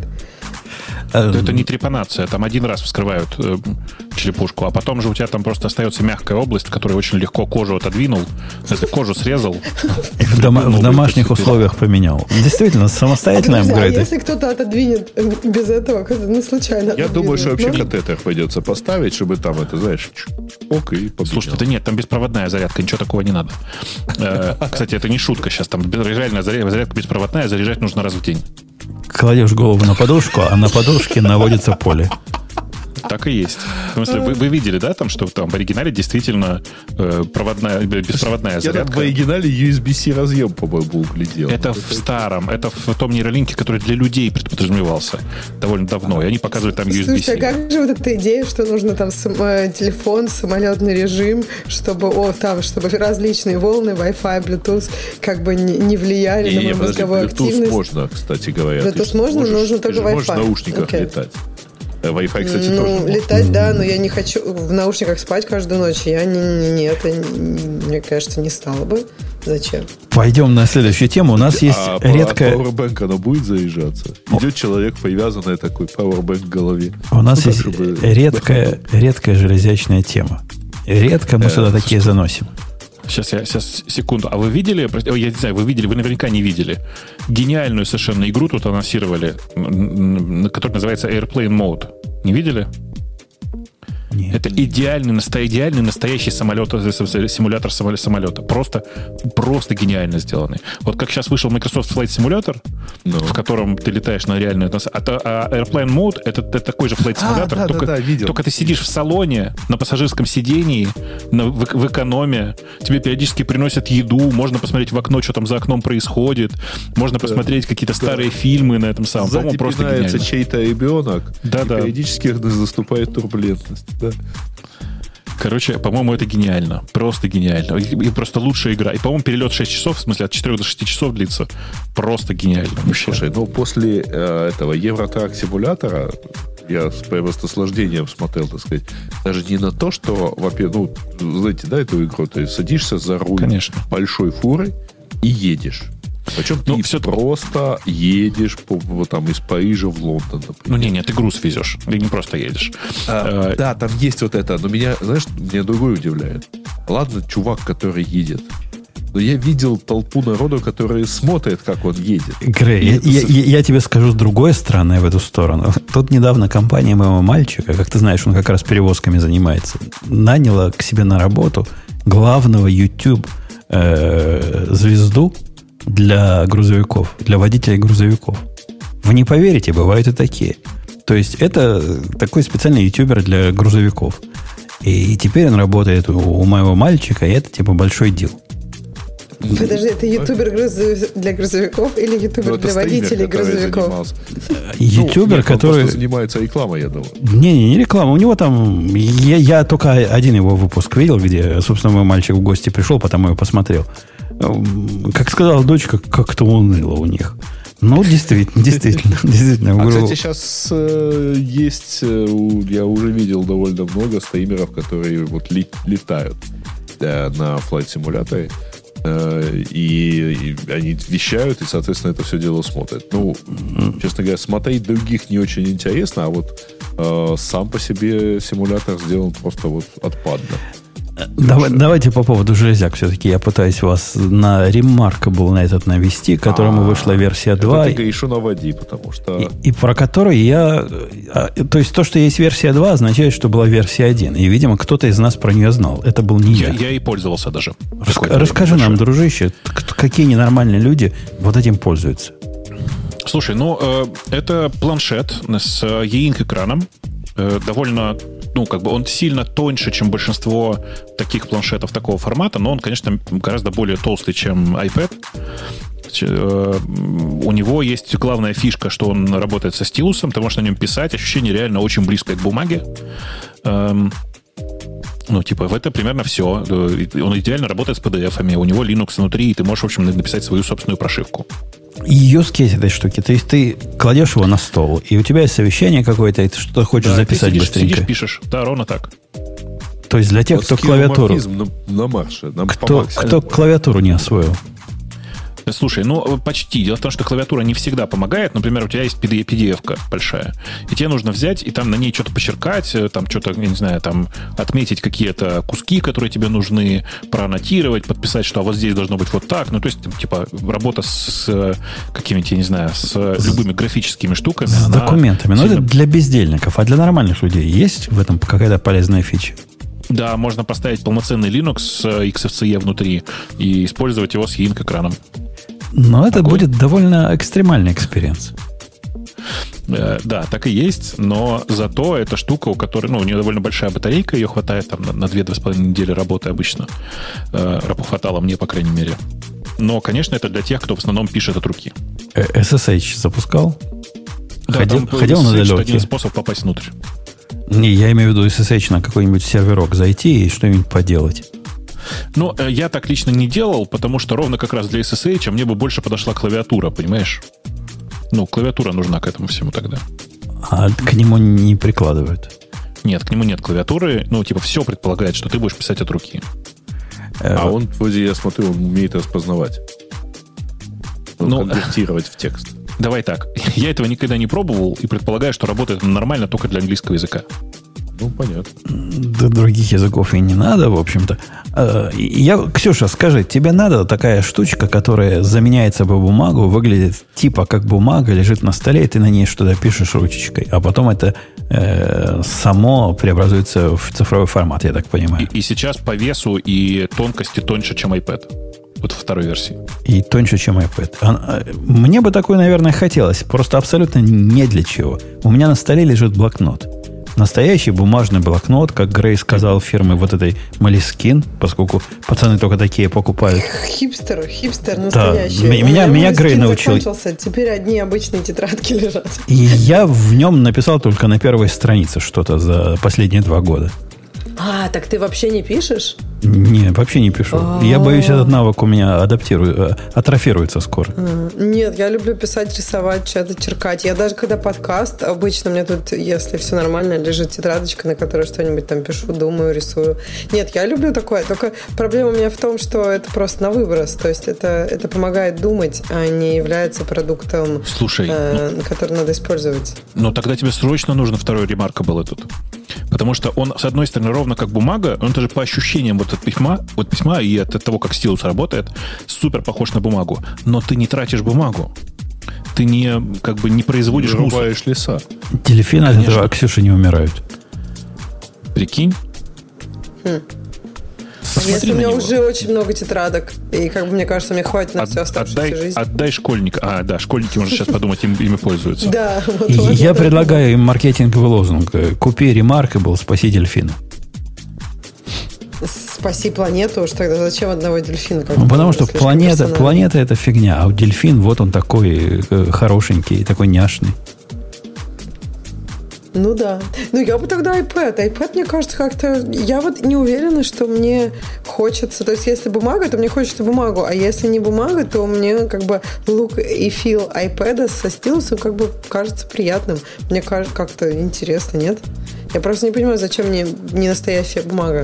Это не трепанация, там один раз вскрывают э, черепушку, а потом же у тебя там просто остается мягкая область, которая очень легко кожу отодвинул, если кожу срезал. В, дома, в домашних условиях поменял. Действительно, самостоятельные апгрейды. А если кто-то отодвинет без этого, ну, случайно. Я думаю, что вообще катетер придется поставить, чтобы там это, знаешь, ок и поменял. Слушай, да нет, там беспроводная зарядка, ничего такого не надо. Кстати, это не шутка сейчас, там реальная зарядка беспроводная, заряжать нужно раз в день. Кладешь голову на подушку, а на подушке наводится поле. Так и есть. В смысле, вы, вы видели, да, там, что там в оригинале действительно э, проводная, беспроводная я зарядка? Я в оригинале ю эс би-C разъем, по-моему, углядел. Это, это в старом, это в том нейролинке, который для людей подразумевался довольно давно, и они показывают там ю эс би-C. Слушай, а как же вот эта идея, что нужно там само, телефон, самолетный режим, чтобы, о, там, чтобы различные волны, Wi-Fi, Bluetooth как бы не, не влияли не, на мою мозговую Bluetooth активность? можно, кстати говоря. Bluetooth можно, можешь, нужно только Wi-Fi. Можешь в наушниках okay. летать. Wi-Fi, кстати, ну, тоже. Летать, mm-hmm. да, но я не хочу в наушниках спать каждую ночь. Я не, не, не это, мне кажется, не стало бы. Зачем? Пойдем на следующую тему. У нас есть а редкая... А Powerbank оно будет заряжаться? Идет человек, привязанный такой Powerbank к голове. У нас ну, есть так, чтобы... редкая, редкая железячная тема. Редко мы э, сюда такие заносим. Сейчас я сейчас секунду. А вы видели, я не знаю, вы видели, вы наверняка не видели гениальную совершенно игру тут анонсировали, которая называется Airplane Mode. Не видели? Нет. Это идеальный, настоящий, идеальный настоящий самолет, симулятор самолета. Просто, просто гениально сделанный. Вот как сейчас вышел Microsoft Flight Simulator, no. в котором ты летаешь на реальную... А Airplane Mode — это, это такой же Flight Simulator, а, да, только, да, да, только ты сидишь в салоне, на пассажирском сидении, на, в, в экономе, тебе периодически приносят еду, можно посмотреть в окно, что там за окном происходит, можно да. посмотреть какие-то да. старые фильмы на этом самом. Сзади пинается чей-то ребенок, да, и да. периодически заступает турбулентность. Да. Короче, по-моему, это гениально. Просто гениально. И, и просто лучшая игра. И, по-моему, перелет шесть часов, в смысле, от четырех до шести часов длится. Просто гениально. Вообще. Слушай, ну, после э, этого Евротрак симулятора я прямо с наслаждением смотрел, так сказать, даже не на то, что, во-первых, ну, знаете, да, эту игру, ты садишься за руль Конечно. большой фуры и едешь. Причем ну, ты все просто едешь по, по, там, из Парижа в Лондон, например. Ну, не, не, ты груз везешь. Ты не просто едешь. А, а, да, там есть вот это. Но меня, знаешь, меня другое удивляет. Ладно, чувак, который едет. Но я видел толпу народу, которые смотрят, как он едет. Грей, я, я, я, я тебе скажу с другой стороны в эту сторону. Тут недавно компания моего мальчика, как ты знаешь, он как раз перевозками занимается, наняла к себе на работу главного YouTube э, звезду для грузовиков, для водителей грузовиков. Вы не поверите, бывают и такие. То есть это такой специальный ютубер для грузовиков. И теперь он работает у, у моего мальчика, и это типа большой дел. Подожди, это ютубер для грузовиков или ютубер для водителей грузовиков? Ютубер, ну, который... Он занимается рекламой, я думаю. Не-не, не реклама. У него там... Я, я только один его выпуск видел, где, собственно, мой мальчик в гости пришел, потом я его посмотрел. Как сказала дочка, как-то уныло у них. Ну, действительно, действительно. действительно. А, кстати, сейчас э, есть... Э, я уже видел довольно много стримеров, которые вот ли, летают э, на флайт-симуляторе. И, и они вещают, и, соответственно, это все дело смотрят. Ну, честно говоря, смотреть других не очень интересно, а вот э, сам по себе симулятор сделан просто вот отпадно. Давай, давайте по поводу железяк все-таки. Я пытаюсь вас на Remarkable на этот навести, к которому а, вышла версия два. Это ты грешу наводи, потому что... И, и про который я... То есть то, что есть версия два, означает, что была версия один. И, видимо, кто-то из нас про нее знал. Это был не я. Я, я и пользовался даже. Раска- расскажи нам, дружище, какие ненормальные люди вот этим пользуются. Слушай, ну, э, это планшет с и инк-экраном. Э, довольно... Ну, как бы он сильно тоньше, чем большинство таких планшетов такого формата, но он, конечно, гораздо более толстый, чем iPad. У него есть главная фишка, что он работает со стилусом, ты можешь на нем писать, ощущение реально очень близкое к бумаге. Ну, типа, в это примерно все. Он идеально работает с пи ди эф-ами, у него Linux внутри, и ты можешь, в общем, написать свою собственную прошивку. Use case этой штуки. То есть ты кладешь его на стол, и у тебя есть совещание какое-то, и ты что-то хочешь да, записать ты сидишь, быстренько. Сидишь, пишешь. Да, ровно так. То есть для тех, вот кто клавиатуру... На, на марше, на кто, кто клавиатуру не освоил. Слушай, ну, почти. Дело в том, что клавиатура не всегда помогает. Например, у тебя есть пи ди эф-ка большая, и тебе нужно взять и там на ней что-то почеркать, там что-то, я не знаю, там отметить какие-то куски, которые тебе нужны, проаннотировать, подписать, что а вот здесь должно быть вот так. Ну, то есть, типа, работа с, с какими-то, я не знаю, с любыми графическими штуками. С документами. Но сильно... это для бездельников. А для нормальных людей есть в этом какая-то полезная фича? Да, можно поставить полноценный Linux с икс эф си и внутри и использовать его с и инк-экраном. Но это Такой? будет довольно экстремальный экспириенс. Э, да, так и есть, но зато эта штука, у которой, ну, у нее довольно большая батарейка, ее хватает там на, на две-две с половиной недели работы обычно. Э, хватало мне, по крайней мере. Но, конечно, это для тех, кто в основном пишет от руки. эс эс эйч запускал? Да, ходил там ходил на далеке? один способ попасть внутрь. Не, я имею в виду эс эс эйч на какой-нибудь серверок зайти и что-нибудь поделать. Ну, я так лично не делал, потому что ровно как раз для эс эс эйч мне бы больше подошла клавиатура, понимаешь? Ну, клавиатура нужна к этому всему тогда. А к нему не прикладывают? Нет, к нему нет клавиатуры. Ну, типа, все предполагает, что ты будешь писать от руки. А он, вроде, я смотрю, он умеет распознавать. Ну, конвертировать в текст. Давай так. Я этого никогда не пробовал и предполагаю, что работает нормально только для английского языка. Ну, понятно. Да других языков и не надо, в общем-то. Я, Ксюша, скажи, тебе надо такая штучка, которая заменяет собой бумагу, выглядит типа как бумага, лежит на столе, и ты на ней что-то пишешь ручечкой, а потом это э, само преобразуется в цифровой формат, я так понимаю. И, и сейчас по весу и тонкости тоньше, чем iPad. Вот во второй версии. И тоньше, чем iPad. Мне бы такое, наверное, хотелось. Просто абсолютно не для чего. У меня на столе лежит блокнот. Настоящий бумажный блокнот, как Грей сказал, фирмы вот этой Moleskine, поскольку пацаны только такие покупают. Хипстер, хипстер настоящий. Да, меня, меня Грей научил. Закончился, теперь одни обычные тетрадки лежат. И я в нем написал только на первой странице что-то за последние два года. А, так ты вообще не пишешь? Не, вообще не пишу. А-а-а. Я боюсь, этот навык у меня адаптирует, атрофируется скоро. Нет, я люблю писать, рисовать, что-то черкать. Я даже когда подкаст, обычно у меня тут, если все нормально, лежит тетрадочка, на которой что-нибудь там пишу, думаю, рисую. Нет, я люблю такое. Только проблема у меня в том, что это просто на выброс. То есть это, это помогает думать, а не является продуктом, Слушай, э, ну, который надо использовать. Но тогда тебе срочно нужно второй Remarkable этот. Потому что он, с одной стороны, ровно как бумага, он даже по ощущениям вот от письма, от письма и от того, как стилус работает, супер похож на бумагу. Но ты не тратишь бумагу. Ты не, как бы, не производишь мусор. Рубаешь леса. Дельфины от этого, Ксюша, не умирают. Прикинь? Хм. Если у меня уже очень много тетрадок, и, как бы, мне кажется, мне хватит на От, всю оставшуюся отдай, жизнь. Отдай школьника. А, да, школьники, можно сейчас подумать, им, ими пользуются. Да. Я предлагаю им маркетинговый лозунг. Купи Remarkable, спаси дельфина. спаси планету, уж тогда зачем одного дельфина? Ну, потому что планета, планета это фигня, а дельфин вот он такой хорошенький, такой няшный. Ну да. Ну я бы тогда iPad. iPad, мне кажется, как-то... Я вот не уверена, что мне хочется... То есть если бумага, то мне хочется бумагу. А если не бумага, то мне как бы look и feel iPad со стилусом как бы кажется приятным. Мне кажется, как-то интересно, нет? Я просто не понимаю, зачем мне не настоящая бумага.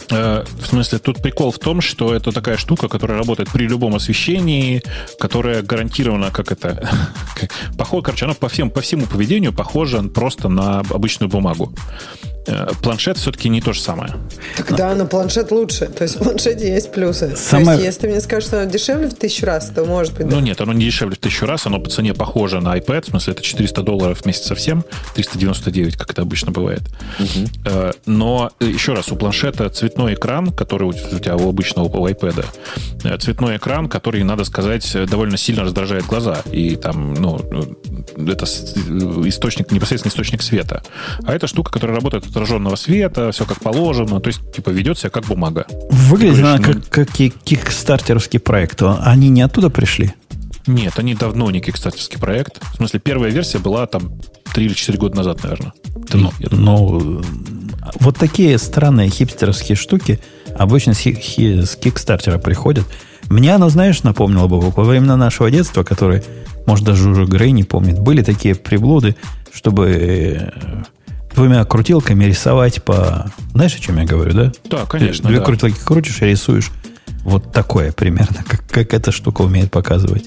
В смысле, тут прикол в том, что это такая штука, которая работает при любом освещении, которая гарантирована, как это... Похоже, короче, она по, всем, по всему поведению похожа просто на обычную бумагу. Планшет все-таки не то же самое. Так да, но планшет лучше. То есть в планшете есть плюсы. Самое... То есть если ты мне скажешь, что оно дешевле в тысячу раз, то может быть... Да. Ну нет, оно не дешевле в тысячу раз, оно по цене похоже на iPad. В смысле, это четыреста долларов вместе со всем, триста девяносто девять, как это обычно бывает. Угу. Но еще раз, у планшета цветной экран, который у тебя у обычного у iPad, цветной экран, который, надо сказать, довольно сильно раздражает глаза. И там, ну, это источник, непосредственно источник света. А это штука, которая работает от отраженного света, все как положено, то есть, типа, ведет себя как бумага. Выглядит она ну, как, как кикстартерский проект. Они не оттуда пришли? Нет, они давно не кикстартерский проект. В смысле, первая версия была там три или четыре года назад, наверное. Ну, ну, вот такие странные хипстерские штуки обычно с, хи- с кикстартера приходят. Мне оно, знаешь, напомнило бы во времена нашего детства, которые, может, даже уже Грей не помнит, были такие приблуды, чтобы двумя крутилками рисовать по... Знаешь, о чем я говорю, да? Да, конечно. Две да. крутилки крутишь и рисуешь. Вот такое примерно, как, как эта штука умеет показывать.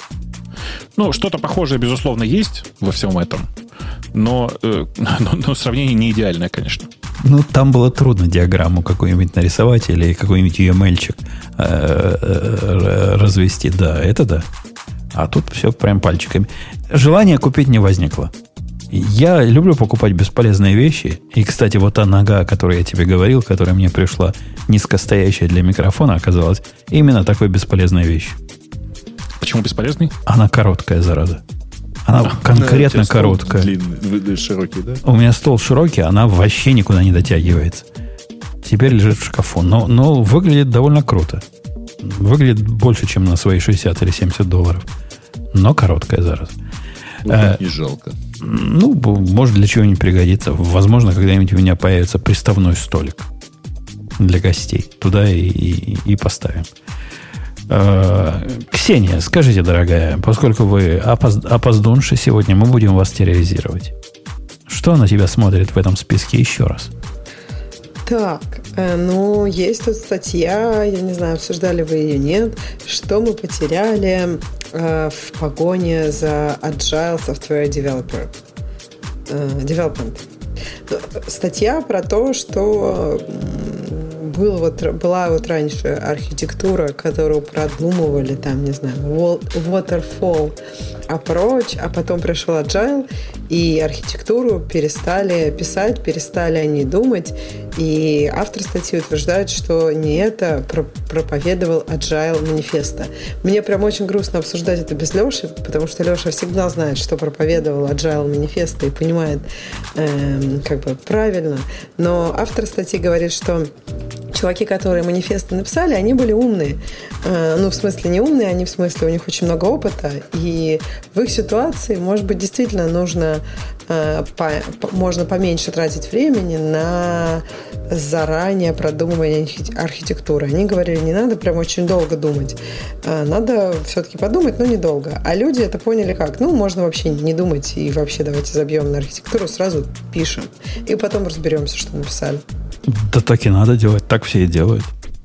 Ну, что-то похожее, безусловно, есть во всем этом. Но, э, но, но сравнение не идеальное, конечно. Ну, там было трудно диаграмму какую-нибудь нарисовать или какой-нибудь ю эм эль-чик э, э, развести. Да, это да. А тут все прям пальчиками. Желания купить не возникло. Я люблю покупать бесполезные вещи. И, кстати, вот та нога, о которой я тебе говорил, которая мне пришла низкостоящая для микрофона, оказалась именно такой бесполезной вещью. Почему бесполезный? Она короткая, зараза. Она а, конкретно да, короткая. Длинный, широкий, да? У меня стол широкий, она вообще никуда не дотягивается. Теперь лежит в шкафу. Но, но выглядит довольно круто. Выглядит больше, чем на свои шестьдесят или семьдесят долларов. Но короткая, зараза. А, не жалко. Ну, может, для чего-нибудь пригодится. Возможно, когда-нибудь у меня появится приставной столик для гостей. Туда и, и, и поставим. Э, Ксения, скажите, дорогая, поскольку вы опоз, опоздунши сегодня, мы будем вас терроризировать. Что на тебя смотрит в этом списке еще раз? Так, э, ну, есть тут статья, я не знаю, обсуждали вы ее, нет, что мы потеряли э, в погоне за Agile Software Developer, э, Development. Статья про то, что был вот, была вот раньше архитектура, которую продумывали, там, не знаю, waterfall approach, а потом пришел Agile, и архитектуру перестали писать, перестали о ней думать, и автор статьи утверждает, что не это проповедовал Agile манифеста. Мне прям очень грустно обсуждать это без Леши, потому что Леша всегда знает, что проповедовал Agile манифеста и понимает эм, как бы правильно, но автор статьи говорит, что чуваки, которые манифесты написали, они были умные. Э, ну, в смысле, не умные, они в смысле, у них очень много опыта, и в их ситуации, может быть, действительно нужно э, по, по, можно поменьше тратить времени на заранее продумывание архитектуры. Они говорили, не надо прям очень долго думать. Э, надо все-таки подумать, но недолго. А люди это поняли как? Ну, можно вообще не думать и вообще давайте забьем на архитектуру, сразу пишем. И потом разберемся, что написали. Да так и надо делать, так все и делают.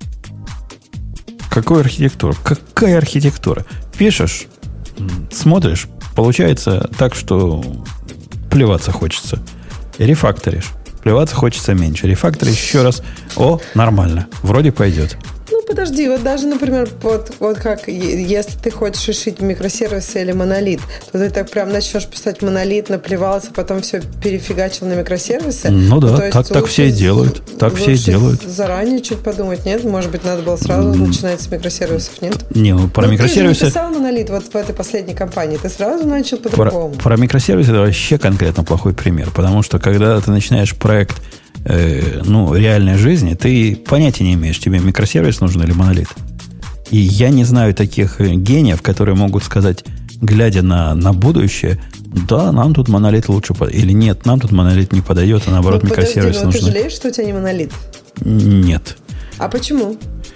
Какую архитектуру? Какая архитектура? Пишешь, смотришь, получается так, что плеваться хочется. Рефакторишь. Плеваться хочется меньше. Рефакторишь еще раз. О, нормально. Вроде пойдет. Ну, подожди, вот даже, например, вот, вот как, если ты хочешь решить микросервисы или монолит, то ты так прям начнешь писать монолит, наплевался, потом все перефигачил на микросервисы. Ну да, то так, так все и делают. Так все и делают. Заранее чуть подумать, нет? Может быть, надо было сразу mm. начинать с микросервисов, нет? Не, ну про ну, микросервисы... Ты же написал монолит вот в этой последней компании, ты сразу начал по-другому. Про, про микросервисы это вообще конкретно плохой пример, потому что когда ты начинаешь проект э, ну, реальной жизни, ты понятия не имеешь, тебе микросервис нужен или монолит. И я не знаю таких гениев, которые могут сказать, глядя на, на будущее, да, нам тут монолит лучше, или нет, нам тут монолит не подойдет, а наоборот, ну, микросервис подожди, нужен. Ты жалеешь, что у тебя не монолит? Нет. А почему?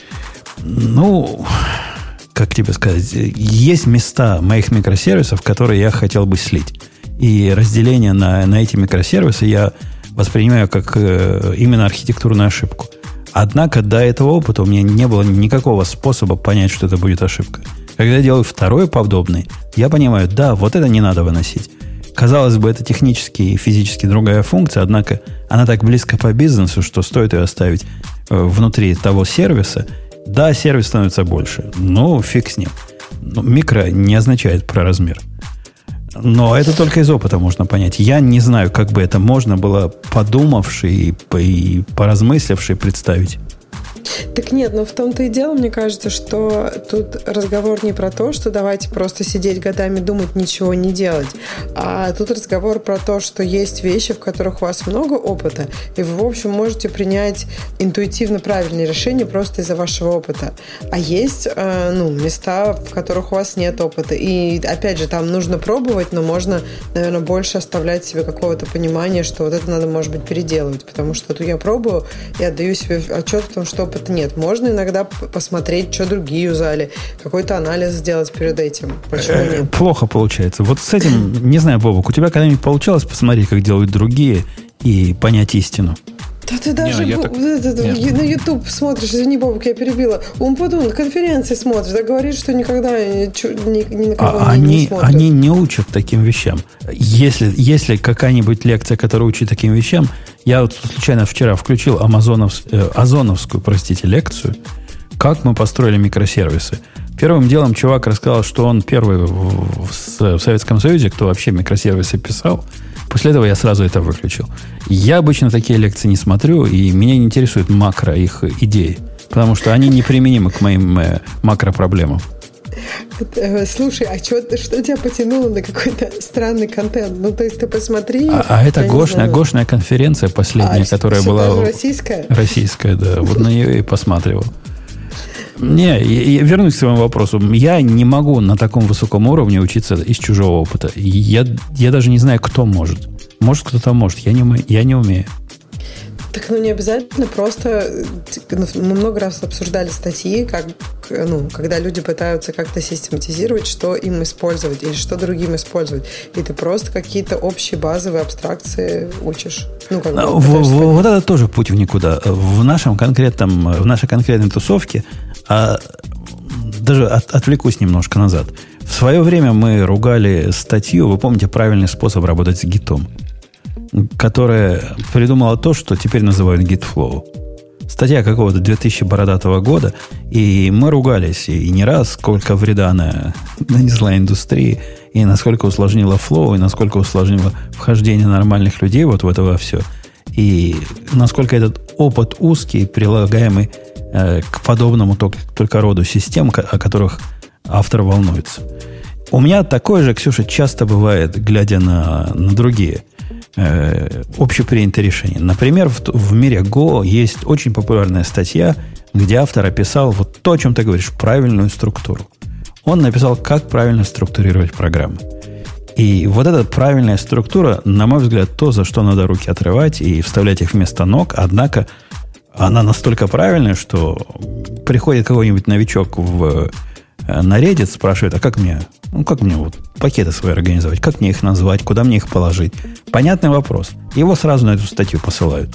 Ну, как тебе сказать, есть места моих микросервисов, которые я хотел бы слить. И разделение на, на эти микросервисы я воспринимаю как э, именно архитектурную ошибку. Однако до этого опыта у меня не было никакого способа понять, что это будет ошибка. Когда я делаю второй подобный, я понимаю, да, вот это не надо выносить. Казалось бы, это технически и физически другая функция, однако она так близко по бизнесу, что стоит ее оставить э, внутри того сервиса. Да, сервис становится больше, но фиг с ним. Но микро не означает про размер. Но это только из опыта можно понять. Я не знаю, как бы это можно было, подумавши и, и поразмысливши, представить. Так нет, но в том-то и дело, мне кажется, что тут разговор не про то, что давайте просто сидеть годами думать, ничего не делать, а тут разговор про то, что есть вещи, в которых у вас много опыта, и вы, в общем, можете принять интуитивно правильные решения просто из-за вашего опыта. А есть э, ну, места, в которых у вас нет опыта. И, опять же, там нужно пробовать, но можно, наверное, больше оставлять себе какого-то понимания, что вот это надо, может быть, переделывать. Потому что тут я пробую и отдаю себе отчет в том, что опыта нет. Можно иногда посмотреть, что другие юзали, какой-то анализ сделать перед этим. Почему нет? Плохо получается. Вот с этим, не знаю, Бобок, у тебя когда-нибудь получалось посмотреть, как делают другие, и понять истину? Да ты даже не, б... так... на YouTube смотришь, извини, Бобок, я перебила. Умпутун, на конференции смотришь, да говорит, что никогда ни, ни, ни на кого а не, они, не смотрят. Они не учат таким вещам. Если, если какая-нибудь лекция, которая учит таким вещам, я вот случайно вчера включил амазонов, э, озоновскую, простите, лекцию, как мы построили микросервисы. Первым делом чувак рассказал, что он первый в, в, в Советском Союзе, кто вообще микросервисы писал. После этого я сразу это выключил. Я обычно такие лекции не смотрю, и меня не интересует макро их идеи, потому что они неприменимы к моим э, макропроблемам. Слушай, а что, что тебя потянуло на какой-то странный контент? Ну, то есть ты посмотри... А, а это гошная, гошная конференция последняя, а, которая была... Российская? Российская, да. Вот на нее и посматривал. Не, я вернусь к своему вопросу. Я не могу на таком высоком уровне учиться из чужого опыта. Я, я даже не знаю, кто может. Может, кто-то может. Я не, умею, я не умею. Так, ну, не обязательно. Просто мы много раз обсуждали статьи, как, ну, когда люди пытаются как-то систематизировать, что им использовать или что другим использовать. И ты просто какие-то общие базовые абстракции учишь. Ну, как бы, в, в, вот это тоже путь в никуда. В нашем конкретном, в нашей конкретной тусовке, а, даже от, отвлекусь немножко назад. В свое время мы ругали статью, вы помните, правильный способ работать с гитом, которая придумала то, что теперь называют GitFlow. Статья какого-то две тысячи бородатого года, и мы ругались, и не раз, сколько вреда она нанесла индустрии, и насколько усложнила флоу, и насколько усложнило вхождение нормальных людей вот в это во все, и насколько этот опыт узкий, прилагаемый э, к подобному только, только роду систем, о которых автор волнуется. У меня такое же, Ксюша, часто бывает, глядя на, на другие э, общепринятые решения. Например, в, в мире Go есть очень популярная статья, где автор описал вот то, о чем ты говоришь, правильную структуру. Он написал, как правильно структурировать программы. И вот эта правильная структура, на мой взгляд, то, за что надо руки отрывать и вставлять их вместо ног. Однако она настолько правильная, что приходит какой-нибудь новичок в, на Reddit, спрашивает, а как мне, ну, как мне вот пакеты свои организовать, как мне их назвать, куда мне их положить. Понятный вопрос. Его сразу на эту статью посылают.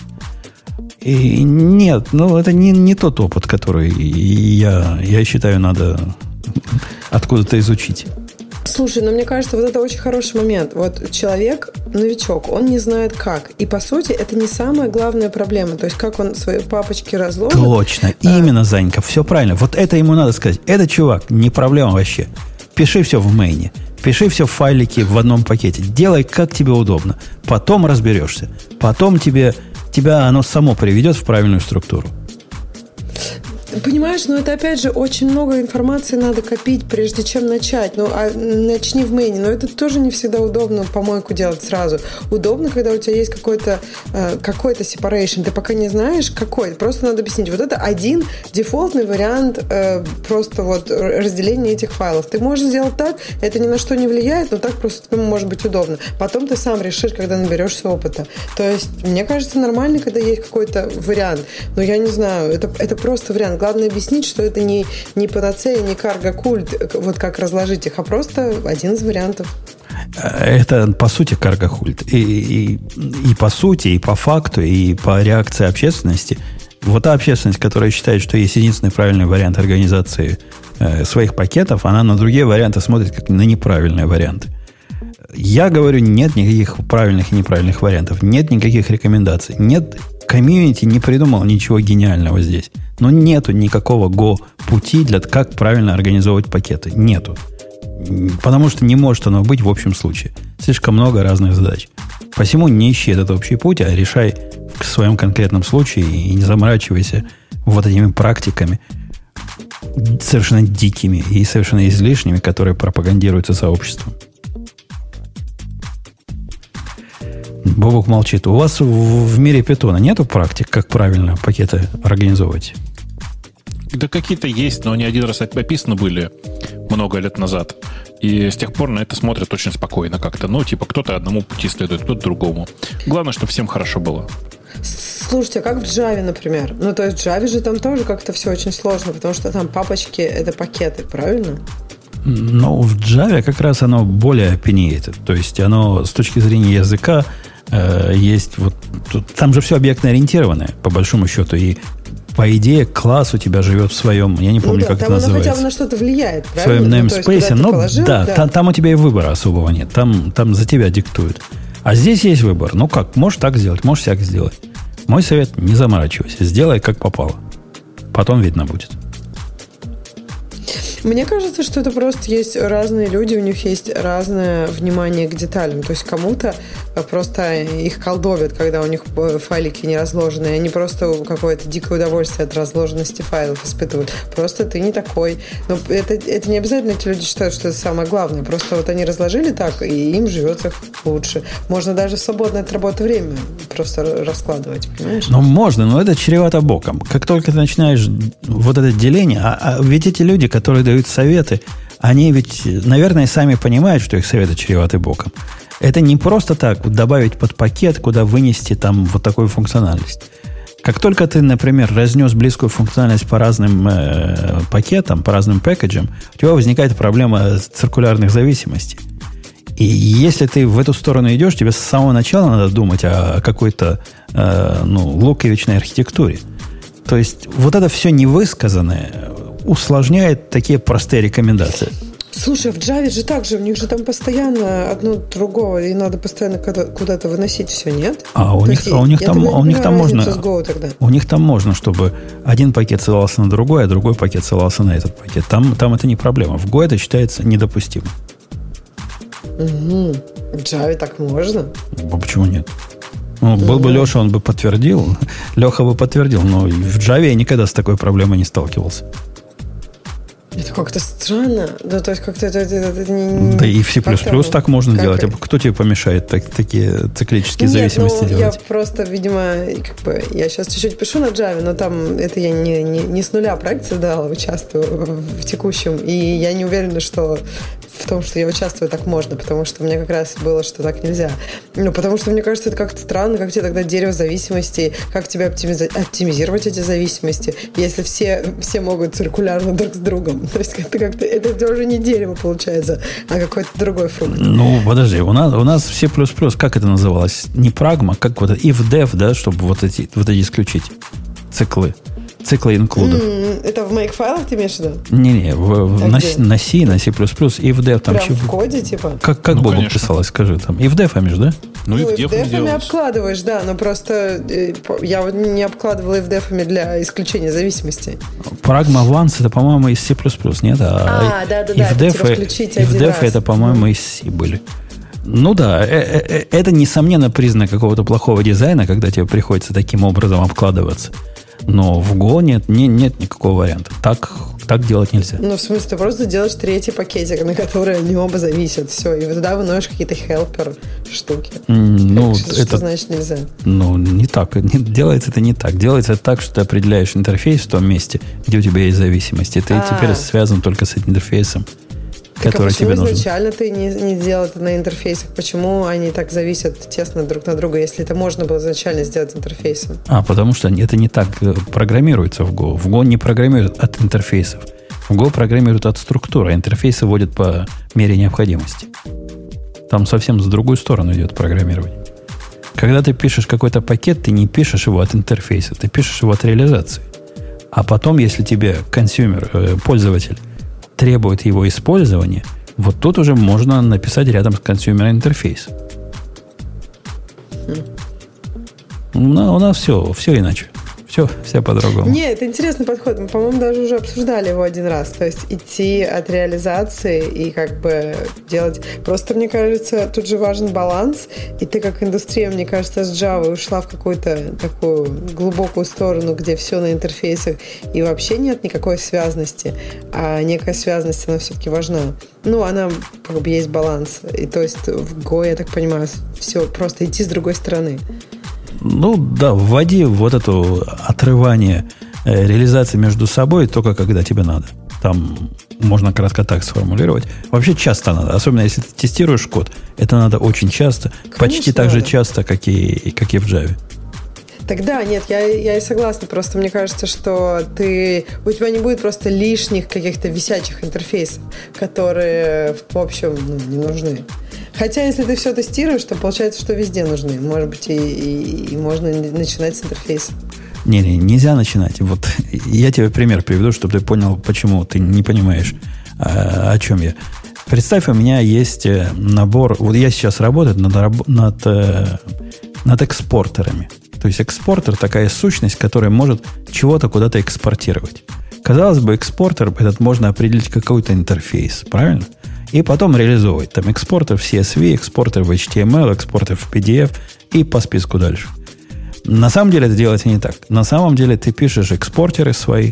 И нет, ну это не, не тот опыт, который я, я считаю, надо откуда-то изучить. Слушай, ну мне кажется, вот это очень хороший момент. Вот человек, новичок, он не знает как. И по сути это не самая главная проблема. То есть как он свои папочки разложит. Точно, а... именно, Занька, все правильно. Вот это ему надо сказать. Этот чувак, не проблема вообще. Пиши все в мейне. Пиши все в файлике в одном пакете. Делай, как тебе удобно. Потом разберешься. Потом тебе, тебя оно само приведет в правильную структуру. Понимаешь, но это опять же очень много информации надо копить, прежде чем начать. Ну, а начни в мейне. Но это тоже не всегда удобно помойку делать сразу. Удобно, когда у тебя есть какой-то, э, какой-то separation. Ты пока не знаешь, какой. Просто надо объяснить. Вот это один дефолтный вариант э, просто вот разделения этих файлов. Ты можешь сделать так, это ни на что не влияет, но так просто тебе может быть удобно. Потом ты сам решишь, когда наберешься опыта. То есть, мне кажется, нормально, когда есть какой-то вариант. Но я не знаю, это, это просто вариант. Главное объяснить, что это не, не панацея, не карго-культ, вот как разложить их, а просто один из вариантов. Это, по сути, карго-культ. И, и, и по сути, и по факту, и по реакции общественности. Вот та общественность, которая считает, что есть единственный правильный вариант организации э, своих пакетов, она на другие варианты смотрит как на неправильные варианты. Я говорю, нет никаких правильных и неправильных вариантов. Нет никаких рекомендаций. Нет, комьюнити не придумал ничего гениального здесь. Но нету никакого го-пути для как правильно организовывать пакеты. Нету. Потому что не может оно быть в общем случае. Слишком много разных задач. Посему не ищи этот общий путь, а решай в своем конкретном случае и не заморачивайся вот этими практиками совершенно дикими и совершенно излишними, которые пропагандируются сообществом. Бобок молчит. У вас в, в мире питона нету практик, как правильно пакеты организовывать? Да какие-то есть, но они один раз описаны были много лет назад. И с тех пор на это смотрят очень спокойно как-то. Ну, типа, кто-то одному пути следует, кто-то другому. Главное, чтобы всем хорошо было. Слушайте, а как в Java, например? Ну, то есть в Java же там тоже как-то все очень сложно, потому что там папочки — это пакеты, правильно? Ну, в Java как раз оно более opinionated. То есть оно с точки зрения языка э, есть вот... Тут, там же все объектно-ориентированное, по большому счету. И по идее класс у тебя живет в своем... Я не помню, ну, да, как это называется. Там оно хотя бы на что-то влияет, правильно? В своем namespace. Ну, положил, да, да. Там, там у тебя и выбора особого нет. Там, там за тебя диктуют. А здесь есть выбор. Ну как, можешь так сделать, можешь так сделать. Мой совет: не заморачивайся. Сделай, как попало. Потом видно будет. Мне кажется, что это просто есть разные люди, у них есть разное внимание к деталям. То есть кому-то просто их колдовят, когда у них файлики не разложены. Они просто какое-то дикое удовольствие от разложенности файлов испытывают. Просто ты не такой. Но это, это не обязательно эти люди считают, что это самое главное. Просто вот они разложили так, и им живется лучше. Можно даже в свободное от работы время просто раскладывать, понимаешь? Ну, можно, но это чревато боком. Как только ты начинаешь вот это деление, а, а ведь эти люди, которые дают советы, они ведь, наверное, сами понимают, что их советы чреваты боком. Это не просто так вот добавить под пакет, куда вынести там вот такую функциональность. Как только ты, например, разнес близкую функциональность по разным э, пакетам, по разным пэкэджам, у тебя возникает проблема циркулярных зависимостей. И если ты в эту сторону идешь, тебе с самого начала надо думать о какой-то э, ну, луковичной архитектуре. То есть вот это все невысказанное усложняет такие простые рекомендации. Слушай, в Java же так же, у них же там постоянно одно другого, и надо постоянно куда-то выносить все, нет? А у них, а у них там, у них там можно, у них там можно, чтобы один пакет ссылался на другой, а другой пакет ссылался на этот пакет. Там, там это не проблема. В Go это считается недопустимо. Угу. В Java так можно? А почему нет? Ну, был бы Леша, он бы подтвердил. Леха бы подтвердил, но в Java я никогда с такой проблемой не сталкивался. Это как-то странно. Да, то есть как-то это, это, это не... Да и в C++ так можно как делать. А кто тебе помешает так, такие циклические Нет, зависимости ну, делать? Я просто, видимо, как бы, я сейчас чуть-чуть пишу на Java, но там это я не, не, не с нуля проект создала, участвую в текущем. И я не уверена, что в том, что я участвую, так можно, потому что у меня как раз было, что так нельзя. Ну, потому что, мне кажется, это как-то странно, как тебе тогда дерево зависимостей, как тебе оптимиз... оптимизировать эти зависимости, если все, все могут циркулярно друг с другом. То есть это как-то это уже не дерево получается, а какой-то другой фрукт. Ну, подожди, у нас, у нас в C++, как это называлось? Не прагма, как вот это, if-def, да, чтобы вот эти, вот эти исключить циклы. Циклы инклюдов. Mm, это в make-файлах ты имеешь в виду? Не-не, в, а на, на C, на C++, if-def. Там прям чего? В коде, типа? Как, как ну, Бобок писалось, скажи там. If-def'ами же, да? Ну, ну if-def'ами обкладываешь, да, но просто я вот не обкладывала if-def'ами для исключения зависимости. Pragma once это, по-моему, из C++, нет? А, да-да-да, if-def это, по-моему, из C были. Ну да, это, несомненно, признак какого-то плохого дизайна, когда тебе приходится таким образом обкладываться. Но в Go нет, не, нет никакого варианта. Так, так делать нельзя. Ну, в смысле, ты просто делаешь третий пакетик, на который они оба зависят. Все, и туда выносишь какие-то хелпер штуки. Ну, что, это, что значит нельзя? Ну, не так. Не, делается это не так. Делается так, что ты определяешь интерфейс в том месте, где у тебя есть зависимость. И ты А-а-а. теперь связан только с этим интерфейсом, так, который а тебе нужен. Изначально ты не, не делал это на интерфейсах? Почему они так зависят тесно друг на друга, если это можно было изначально сделать интерфейсом? А, потому что это не так программируется в Go. В Go не программируют от интерфейсов. В Go программируют от структуры, а интерфейсы вводят по мере необходимости. Там совсем с другую сторону идет программирование. Когда ты пишешь какой-то пакет, ты не пишешь его от интерфейса, ты пишешь его от реализации. А потом, если тебе консюмер, э, пользователь, требует его использования, вот тут уже можно написать рядом с консюмером интерфейс. Mm. У нас, у нас все, все иначе. Все, все по-другому. Нет, это интересный подход. Мы, по-моему, даже уже обсуждали его один раз. То есть идти от реализации и как бы делать... Просто, мне кажется, тут же важен баланс. И ты как индустрия, мне кажется, с Java ушла в какую-то такую глубокую сторону, где все на интерфейсах и вообще нет никакой связности. А некая связность, она все-таки важна. Ну, она как бы есть баланс. И то есть в Go, я так понимаю, все просто идти с другой стороны. Ну да, вводи вот это отрывание э, реализации между собой только когда тебе надо. Там можно кратко так сформулировать. Вообще часто надо, особенно если ты тестируешь код. Это надо очень часто, конечно, почти так же часто, как и, как и в Java. Тогда нет, я, я и согласна. Просто мне кажется, что ты, у тебя не будет просто лишних каких-то висячих интерфейсов, которые, в общем, ну, не нужны. Хотя, если ты все тестируешь, то получается, что везде нужны. Может быть, и, и, и можно начинать с интерфейса. Не-не, нельзя начинать. Вот я тебе пример приведу, чтобы ты понял, почему ты не понимаешь, о, о чем я. Представь, у меня есть набор... Вот я сейчас работаю над, над, над экспортерами. То есть экспортер такая сущность, которая может чего-то куда-то экспортировать. Казалось бы, экспортер этот можно определить как какой-то интерфейс, правильно? И потом реализовывать. Там экспортер в си эс ви, экспортер в эйч ти эм эл, экспортер в пи ди эф и по списку дальше. На самом деле это делается не так. На самом деле ты пишешь экспортеры свои,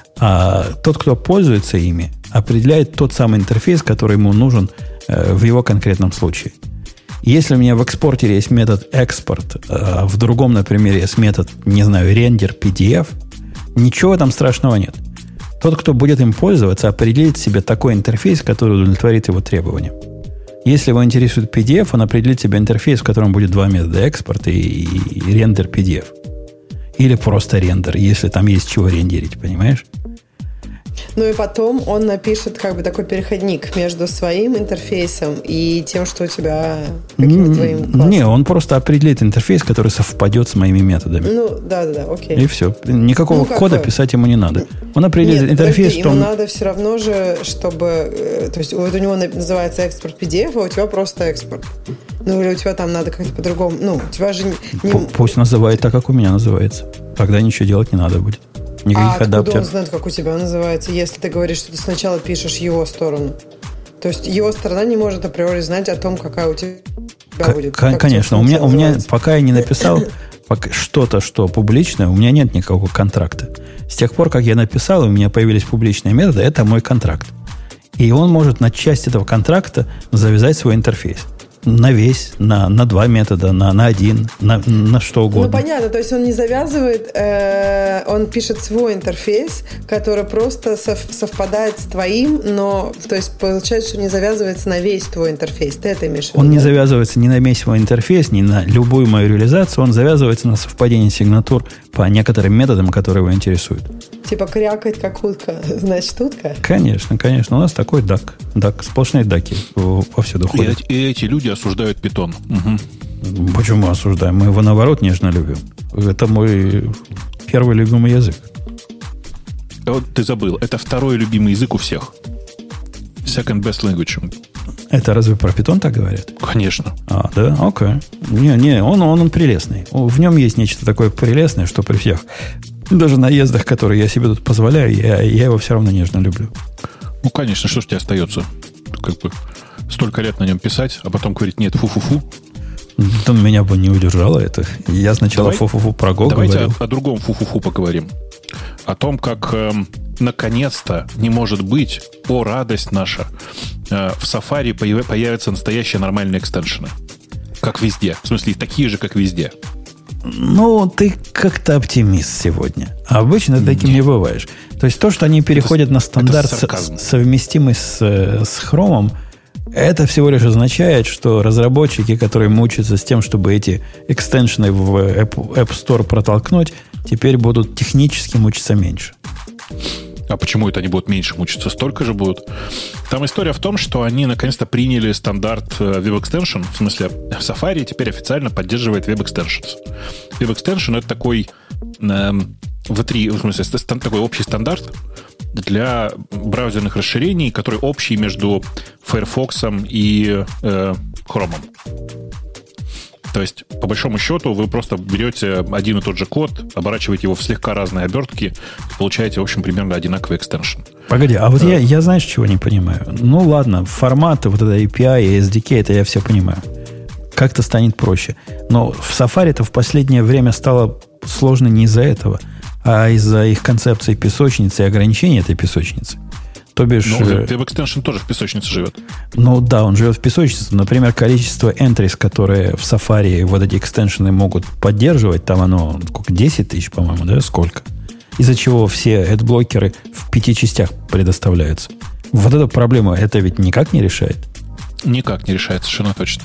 а тот, кто пользуется ими, определяет тот самый интерфейс, который ему нужен э, в его конкретном случае. Если у меня в экспортере есть метод экспорт, а в другом, например, есть метод, не знаю, рендер пи ди эф, ничего там страшного нет. Тот, кто будет им пользоваться, определит себе такой интерфейс, который удовлетворит его требованиям. Если его интересует пи ди эф, он определит себе интерфейс, в котором будет два метода: экспорт и, и рендер пи ди эф. Или просто рендер, если там есть чего рендерить, понимаешь? Ну и потом он напишет как бы такой переходник между своим интерфейсом и тем, что у тебя каким-то твоим классом. Не, он просто определит интерфейс, который совпадет с моими методами. Ну, да-да-да, окей. И все. Никакого ну, кода бы? писать ему не надо. Он определит Нет, интерфейс. Подожди, ему надо все равно же, чтобы... То есть вот у него называется экспорт пи ди эф, а у тебя просто экспорт. Ну или у тебя там надо как-то по-другому... Ну, у тебя же... Не... Пусть называет так, как у меня называется. Тогда ничего делать не надо будет. Никаких а откуда адаптеров. Он знает, как у тебя называется, если ты говоришь, что ты сначала пишешь его сторону? То есть его сторона не может априори знать о том, какая у тебя К- будет. Конечно, у меня, у меня, пока я не написал что-то, что публичное, у меня нет никакого контракта. С тех пор, как я написал, и у меня появились публичные методы, это мой контракт. И он может на часть этого контракта завязать свой интерфейс. На весь, на, на два метода, на, на один, на, на что угодно. Ну, понятно, то есть он не завязывает, э, он пишет свой интерфейс, который просто сов, совпадает с твоим, но, то есть получается, что не завязывается на весь твой интерфейс. Ты это имеешь в виду? Он не завязывается ни на весь мой интерфейс, ни на любую мою реализацию, он завязывается на совпадение сигнатур по некоторым методам, которые его интересуют. Типа крякает, как утка, значит, утка? Конечно, конечно. У нас такой дак. Дак, сплошные даки повсюду ходят. И, и эти люди осуждают Python. Угу. Почему осуждаем? Мы его, наоборот, нежно любим. Это мой первый любимый язык. Вот ты забыл. Это второй любимый язык у всех. Second best language. Это разве про Python так говорят? Конечно. А, да? Окей. Не, не, он, он, он прелестный. В нем есть нечто такое прелестное, что при всех даже наездах, которые я себе тут позволяю, я, я его все равно нежно люблю. Ну, конечно, что ж тебе остается? Как бы столько лет на нем писать, а потом говорить, нет, фу-фу-фу. Да, меня бы не удержало это. Я сначала Давай, фу-фу-фу про Go давайте говорил. о, о другом фу-фу-фу поговорим. О том, как э, наконец-то, не может быть, о, радость наша, э, в Safari появ, появятся настоящие нормальные экстеншены. Как везде. В смысле, такие же, как везде. Ну, ты как-то оптимист сегодня. А обычно ты таким не бываешь. То есть то, что они переходят это, на стандарт, со- совместимый с, с Chrome, это всего лишь означает, что разработчики, которые мучаются с тем, чтобы эти экстеншены в App, App Store протолкнуть, теперь будут технически мучиться меньше. А почему это они будут меньше мучиться? Столько же будут. Там история в том, что они наконец-то приняли стандарт Web Extension. В смысле, Safari теперь официально поддерживает Web Extensions. Web Extension — это такой э, ви три, в смысле, такой общий стандарт для браузерных расширений, который общий между Firefox и э, Chrome. То есть, по большому счету, вы просто берете один и тот же код, оборачиваете его в слегка разные обертки, и получаете, в общем, примерно одинаковый экстеншн. Погоди, а вот да. я, я, знаешь, чего не понимаю? Ну, ладно, форматы, вот это эй пи ай и эс ди кей, это я все понимаю. Как-то станет проще. Но в Safari-то в последнее время стало сложно не из-за этого, а из-за их концепции песочницы и ограничения этой песочницы. То бишь... Ну, Web Extension тоже в песочнице живет. Ну да, он живет в песочнице. Например, количество entries, которые в Safari вот эти экстеншены могут поддерживать, там оно сколько, десять тысяч, по-моему, да? Сколько? Из-за чего все адблокеры в пяти частях предоставляются. Вот эту проблему это ведь никак не решает? Никак не решает, совершенно точно.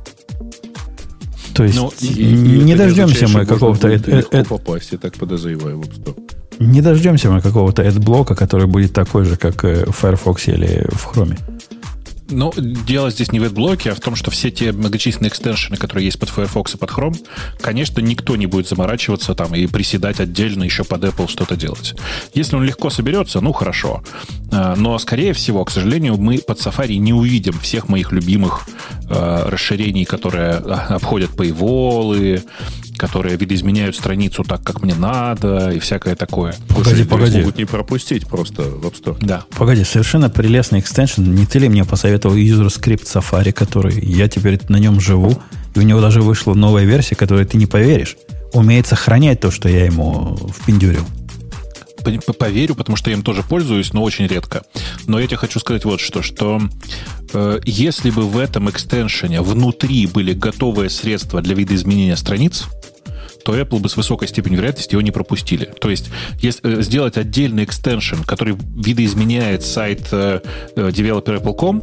То есть ну, и, не и дождемся мы какого-то... Легко попасть, я так подозреваю, в App Store. Не дождемся мы какого-то адблока, который будет такой же, как в Firefox или в Chrome. Ну, дело здесь не в адблоке, а в том, что все те многочисленные экстеншены, которые есть под Firefox и под Chrome, конечно, никто не будет заморачиваться там и приседать отдельно еще под Apple что-то делать. Если он легко соберется, ну, хорошо. Но, скорее всего, к сожалению, мы под Safari не увидим всех моих любимых э, расширений, которые обходят paywall, которые видоизменяют страницу так, как мне надо, и всякое такое. Погоди, Слушай, погоди. Могут не пропустить просто в App Store. Да. Погоди, совершенно прелестный экстеншн. Не ты ли мне посоветовал user-скрипт Safari, который я теперь на нем живу, и у него даже вышла новая версия, которую ты не поверишь, умеет сохранять то, что я ему впендюрил. Поверю, потому что я им тоже пользуюсь, но очень редко. Но я тебе хочу сказать вот что, что э, если бы в этом экстеншене внутри были готовые средства для видоизменения страниц, то Apple бы с высокой степенью вероятности его не пропустили. То есть если, э, сделать отдельный экстеншн, который видоизменяет сайт э, developer apple точка ком,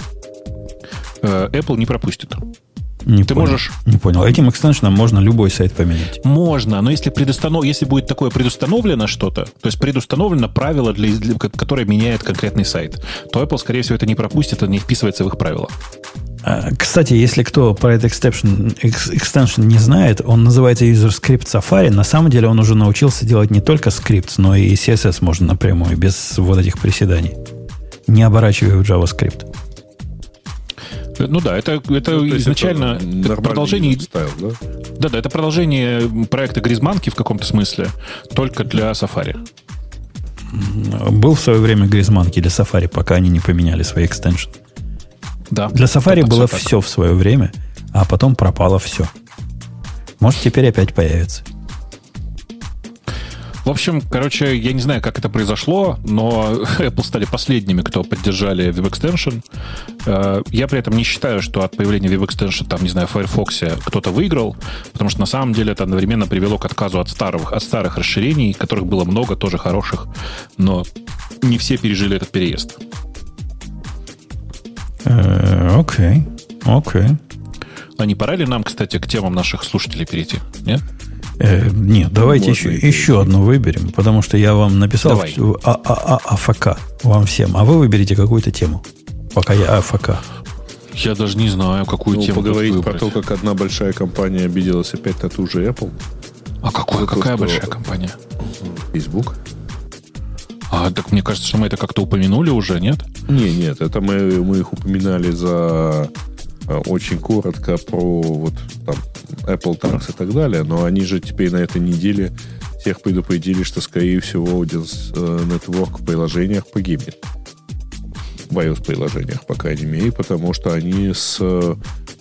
э, Apple не пропустит. Не Ты понял, можешь... Не понял. Этим экстеншеном можно любой сайт поменять. Можно, но если, предустанов... если будет такое предустановлено что-то, то есть предустановлено правило, для... Для... которое меняет конкретный сайт, то Apple, скорее всего, это не пропустит, это не вписывается в их правила. Кстати, если кто про этот extension, extension не знает, он называется user-скрипт Safari. На самом деле он уже научился делать не только скрипт, но и си эс эс можно напрямую, без вот этих приседаний, не оборачивая в JavaScript. Ну да, это, это ну, изначально это продолжение... Стайл, да? Да, да, это продолжение проекта Гризманки в каком-то смысле, только для Safari. Был в свое время Гризманки для Safari, пока они не поменяли свои экстеншены. Да. Для Safari было все, все в свое время, а потом пропало все. Может, теперь опять появится. В общем, короче, я не знаю, как это произошло, но Apple стали последними, кто поддержали Web Extension. Я при этом не считаю, что от появления Web Extension, там, не знаю, в Firefox кто-то выиграл, потому что на самом деле это одновременно привело к отказу от старых, от старых расширений, которых было много, тоже хороших, но не все пережили этот переезд. Окей, окей. А не пора ли нам, кстати, к темам наших слушателей перейти? Нет? Э, нет, давайте еще, еще одну выберем, потому что я вам написал Давай. а, а, а, АФК вам всем, а вы выберите какую-то тему, пока я АФК. Я даже не знаю, какую ну, тему поговорить выбрать. про то, как одна большая компания обиделась опять на ту же Apple. А какой, то, какая что... большая компания? Facebook. А, так мне кажется, что мы это как-то упомянули уже, нет? Не, нет, это мы, мы их упоминали за очень коротко про вот там Apple Tax и так далее, но они же теперь на этой неделе всех предупредили, что, скорее всего, Audience Network в приложениях погибнет. В iOS-приложениях, по крайней мере, потому что они с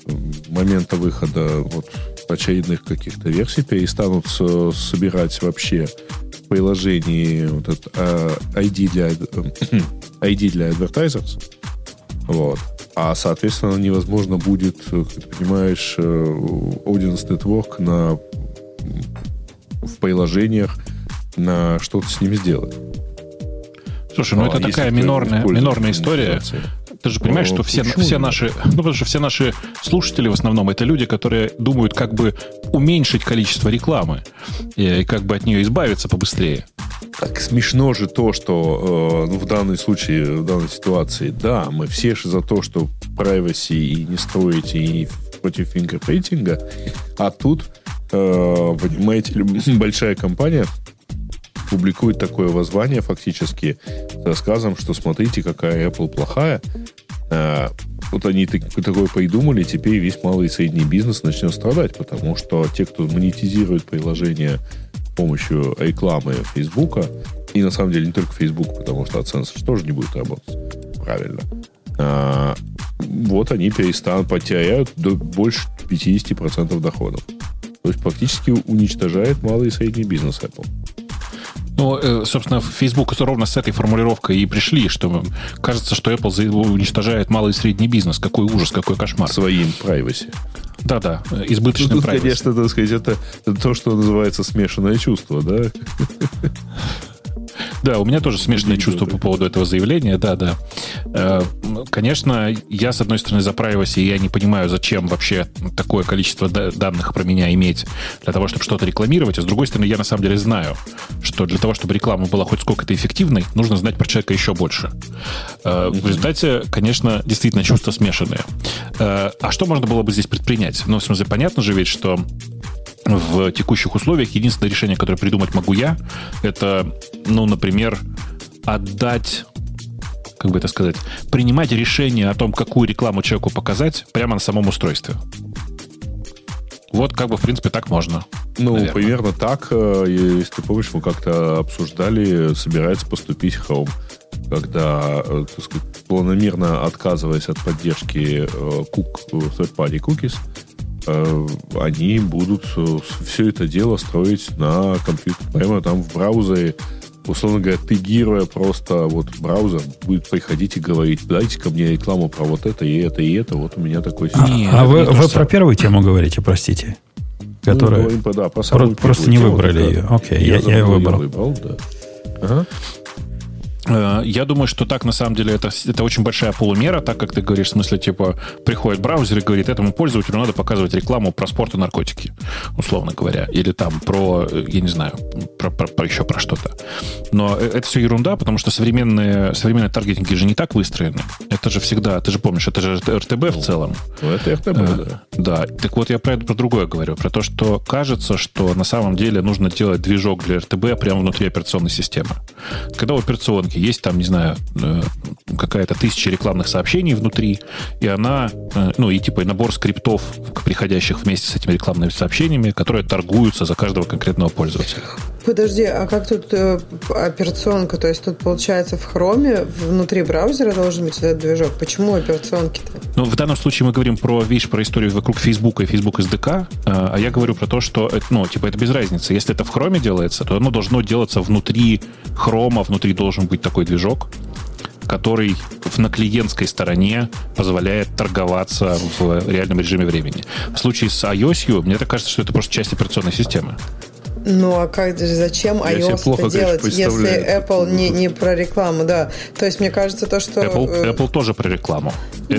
момента выхода вот, очередных каких-то версий перестанут с, собирать вообще в приложении вот этот, а, ай ди для, ай ди для advertisers. Вот. А, соответственно, невозможно будет, как ты понимаешь, Audience Network на, в приложениях на что-то с ним сделать. Слушай, ну а, это такая минорная, минорная история. Ты же понимаешь, что все, все наши, ну, потому что все наши слушатели в основном это люди, которые думают, как бы уменьшить количество рекламы и как бы от нее избавиться побыстрее. Так смешно же то, что э, ну, в данном случае, в данной ситуации, да, мы все же за то, что privacy и не строить, и против фингерпринтинга, а тут, э, понимаете, большая компания публикует такое воззвание фактически с рассказом, что смотрите, какая Apple плохая. А, вот они так, такое придумали, теперь весь малый и средний бизнес начнет страдать, потому что те, кто монетизирует приложение с помощью рекламы Фейсбука, и на самом деле не только Facebook, потому что AdSense тоже не будет работать правильно, а, вот они перестанут, потеряют до больше пятьдесят процентов доходов. То есть практически уничтожает малый и средний бизнес Apple. Ну, собственно, в Facebook ровно с этой формулировкой и пришли, что кажется, что Apple уничтожает малый и средний бизнес. Какой ужас, какой кошмар. Своим privacy. Да-да, избыточным ну, тут, privacy. Конечно, так сказать, это, это то, что называется смешанное чувство, да? Да, у меня тоже смешанные чувства по поводу этого заявления, да-да. Конечно, я, с одной стороны, за privacy, я не понимаю, зачем вообще такое количество данных про меня иметь для того, чтобы что-то рекламировать, а с другой стороны, я на самом деле знаю, что для того, чтобы реклама была хоть сколько-то эффективной, нужно знать про человека еще больше. В результате, конечно, действительно чувства смешанные. А что можно было бы здесь предпринять? Ну, в смысле, понятно же ведь, что в текущих условиях единственное решение, которое придумать могу я, это, ну, например, отдать, как бы это сказать, принимать решение о том, какую рекламу человеку показать прямо на самом устройстве. Вот, как бы, в принципе, так можно. Ну, наверное. Примерно так. Если ты помнишь, мы как-то обсуждали, собирается поступить Chrome, когда, так сказать, планомерно отказываясь от поддержки кук, third-party cookies, они будут все это дело строить на компьютере, прямо там в браузере. Условно говоря, тегируя просто вот браузер, будет приходить и говорить: дайте ко мне рекламу про вот это и это и это, вот у меня такой... А, Нет, а вы, вы про первую тему говорите, простите? Которая... Ну, говорим, да, про про, просто не тему, выбрали ее. Окей, я, я, я выбрал. выбрал да. Ага. Я думаю, что так, на самом деле, это, это очень большая полумера, так как ты говоришь, в смысле, типа, приходит браузер и говорит, этому пользователю надо показывать рекламу про спорт и наркотики, условно говоря, или там про, я не знаю, про, про, про еще про что-то. Но это все ерунда, потому что современные, современные таргетинги же не так выстроены. Это же всегда, ты же помнишь, это же эр тэ бэ в целом. Ну, это эр тэ бэ, а, да. Да, так вот я про, про другое говорю, про то, что кажется, что на самом деле нужно делать движок для эр тэ бэ прямо внутри операционной системы. Когда у операционки есть там, не знаю, какая-то тысяча рекламных сообщений внутри, и она, ну, и типа набор скриптов, приходящих вместе с этими рекламными сообщениями, которые торгуются за каждого конкретного пользователя. Подожди, а как тут э, операционка? То есть тут, получается, в Chrome внутри браузера должен быть этот движок? Почему операционки-то? Ну, в данном случае мы говорим про, видишь, про историю вокруг Facebook и Facebook эс ди кей, а я говорю про то, что, ну, типа, это без разницы. Если это в Chrome делается, то оно должно делаться внутри Chrome, внутри должен быть такой движок, который на клиентской стороне позволяет торговаться в реальном режиме времени. В случае с iOS, мне так кажется, что это просто часть операционной системы. Ну, а как, зачем iOS это делать, если Apple не, не про рекламу, да. То есть, мне кажется, то, что... Apple, Apple тоже про рекламу.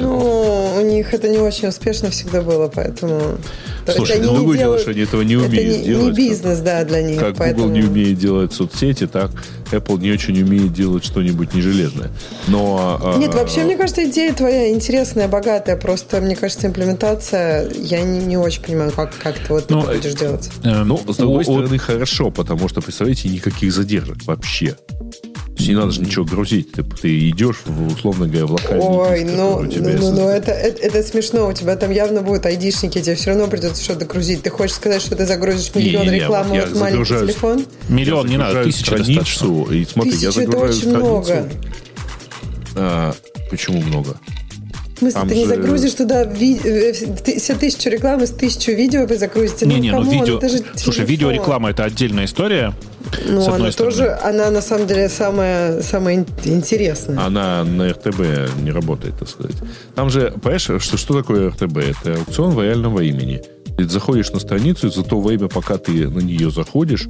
Ну, у них это не очень успешно всегда было, поэтому... Слушай, ну, другое дело, что они этого не умеют это делать. не бизнес, да, для них. Как поэтому... Google не умеет делать соцсети, так Apple не очень умеет делать что-нибудь нежелезное. Но... Нет, вообще, мне кажется, идея твоя интересная, богатая. Просто, мне кажется, имплементация... Я не, не очень понимаю, как, как ты вот ну, это будешь делать. Э, ну, с другой стороны, хорошо, потому что, представляете, никаких задержек вообще. То есть не надо же ничего грузить. Ты, ты идешь, в, условно говоря, в локальный Ой, диск, ну, у тебя ну, ну это, это, это смешно. У тебя там явно будут айдишники, тебе все равно придется что-то грузить. Ты хочешь сказать, что ты загрузишь миллион не, не, рекламы вот в маленький телефон? Миллион не надо, тысяча достаточно. И смотри, тысяча я загружаю это очень страницу. много. А, почему много? смысле, там ты же... не загрузишь туда ви... все тысячу рекламы с тысячу видео вы загрузите? Не, ну, не, камон, ну видео... это же Слушай, видеореклама — это отдельная история. Ну, она тоже, она на самом деле самая, самая интересная. Она на эр тэ бэ не работает, так сказать. Там же, понимаешь, что, что такое эр тэ бэ? Это аукцион лояльного имени. Ты заходишь на страницу, и за то время, пока ты на нее заходишь,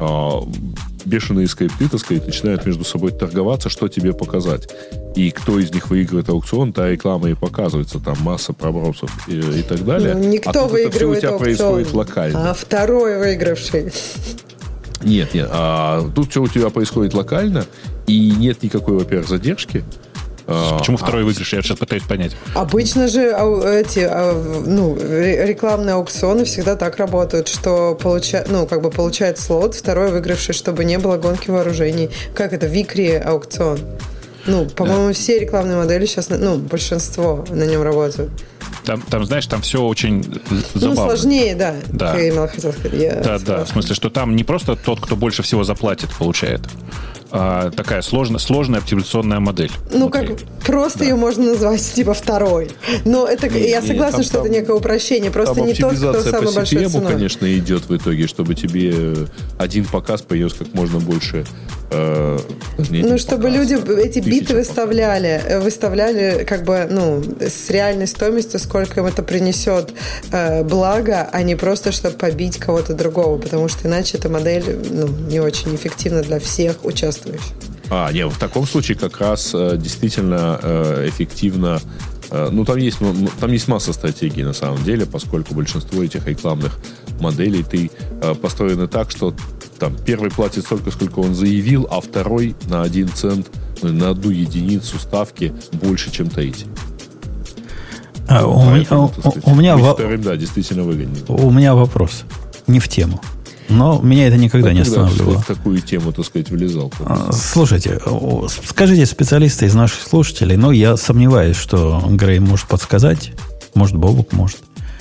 бешеные скрипты, так сказать, начинают между собой торговаться, что тебе показать. И кто из них выигрывает аукцион, та реклама и показывается. Там масса пробросов и, и так далее. Ну, никто а выигрывает это все у тебя аукцион, происходит локально. А второй выигравший. Нет, нет. А тут все у тебя происходит локально, и нет никакой, во-первых, задержки. Почему второй а, выигрыш? Я сейчас пытаюсь понять. Обычно же эти ну, рекламные аукционы всегда так работают, что получа, ну, как бы получает слот второй выигравший, чтобы не было гонки вооружений. Как это? Викри аукцион. Ну, по-моему, да. Все рекламные модели сейчас, ну, большинство на нем работают. Там, там, знаешь, там все очень забавно. Ну, сложнее, да. Да, я имела, хотела сказать. Я да, да. В смысле, что там не просто тот, кто больше всего заплатит, получает. А, такая сложная, сложная оптимизационная модель. Ну, внутри. как просто да. Ее можно назвать типа второй. Но это, не, я согласна, не, там, что там, это некое упрощение. Просто не тот, кто самый большой ценой. Конечно, идет в итоге, чтобы тебе один показ принес как можно больше. Э, ну, чтобы показ, люди эти биты выставляли, выставляли как бы, ну, с реальной стоимостью, сколько им это принесет э, благо, а не просто, чтобы побить кого-то другого, потому что иначе эта модель, ну, не очень эффективна для всех участников. А, нет, в таком случае как раз э, действительно э, эффективно. Э, ну, там есть, ну, там есть масса стратегий на самом деле, поскольку большинство этих рекламных моделей ты э, построены так, что там первый платит столько, сколько он заявил, а второй на один цент, ну, на одну единицу ставки больше, чем третий. А, у, Поэтому, у, сказать, у меня во... вторым, да, действительно выгоднее. У меня вопрос. Не в тему. Но меня это никогда а не останавливало. В такую тему, так сказать, влезал. Слушайте, скажите, специалисты из наших слушателей, но я сомневаюсь, что Грей может подсказать. Может, Бобук может.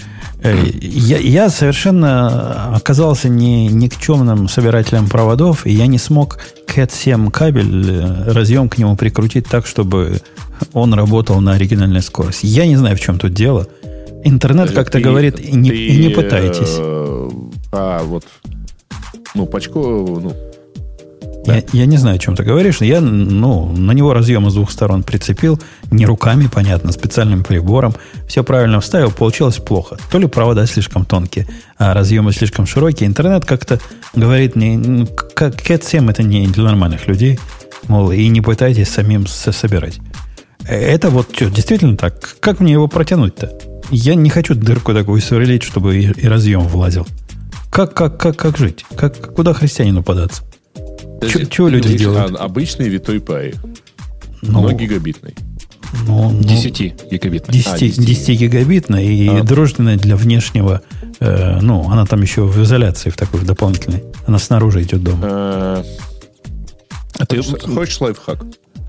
Я, я совершенно оказался не, никчемным собирателем проводов, и я не смог кэт семь кабель, разъем к нему прикрутить так, чтобы он работал на оригинальной скорости. Я не знаю, в чем тут дело. Интернет как-то ты, говорит, ты, и, не, и не пытайтесь. А, вот... Ну, Пачко, ну... Да. Я, я не знаю, о чем ты говоришь. Я, ну, на него разъемы с двух сторон прицепил. Не руками, понятно, специальным прибором. Все правильно вставил. Получилось плохо. То ли провода слишком тонкие, а разъемы слишком широкие. Интернет как-то говорит, не, как кэт семь это не для нормальных людей. Мол, и не пытайтесь самим собирать. Это вот что, действительно так? Как мне его протянуть-то? Я не хочу дырку такую сверлить, чтобы и, и разъем влазил. Как, как, как, как жить? Как, куда христианину податься? Чего люди делают? Обычный витой пай. Ну, но гигабитный. Ну, десять гигабитный. десять гигабитный и а. дружественная для внешнего. Э, ну, она там еще в изоляции, в такой в дополнительной. Она снаружи идет дома. А, а ты хочешь лайфхак?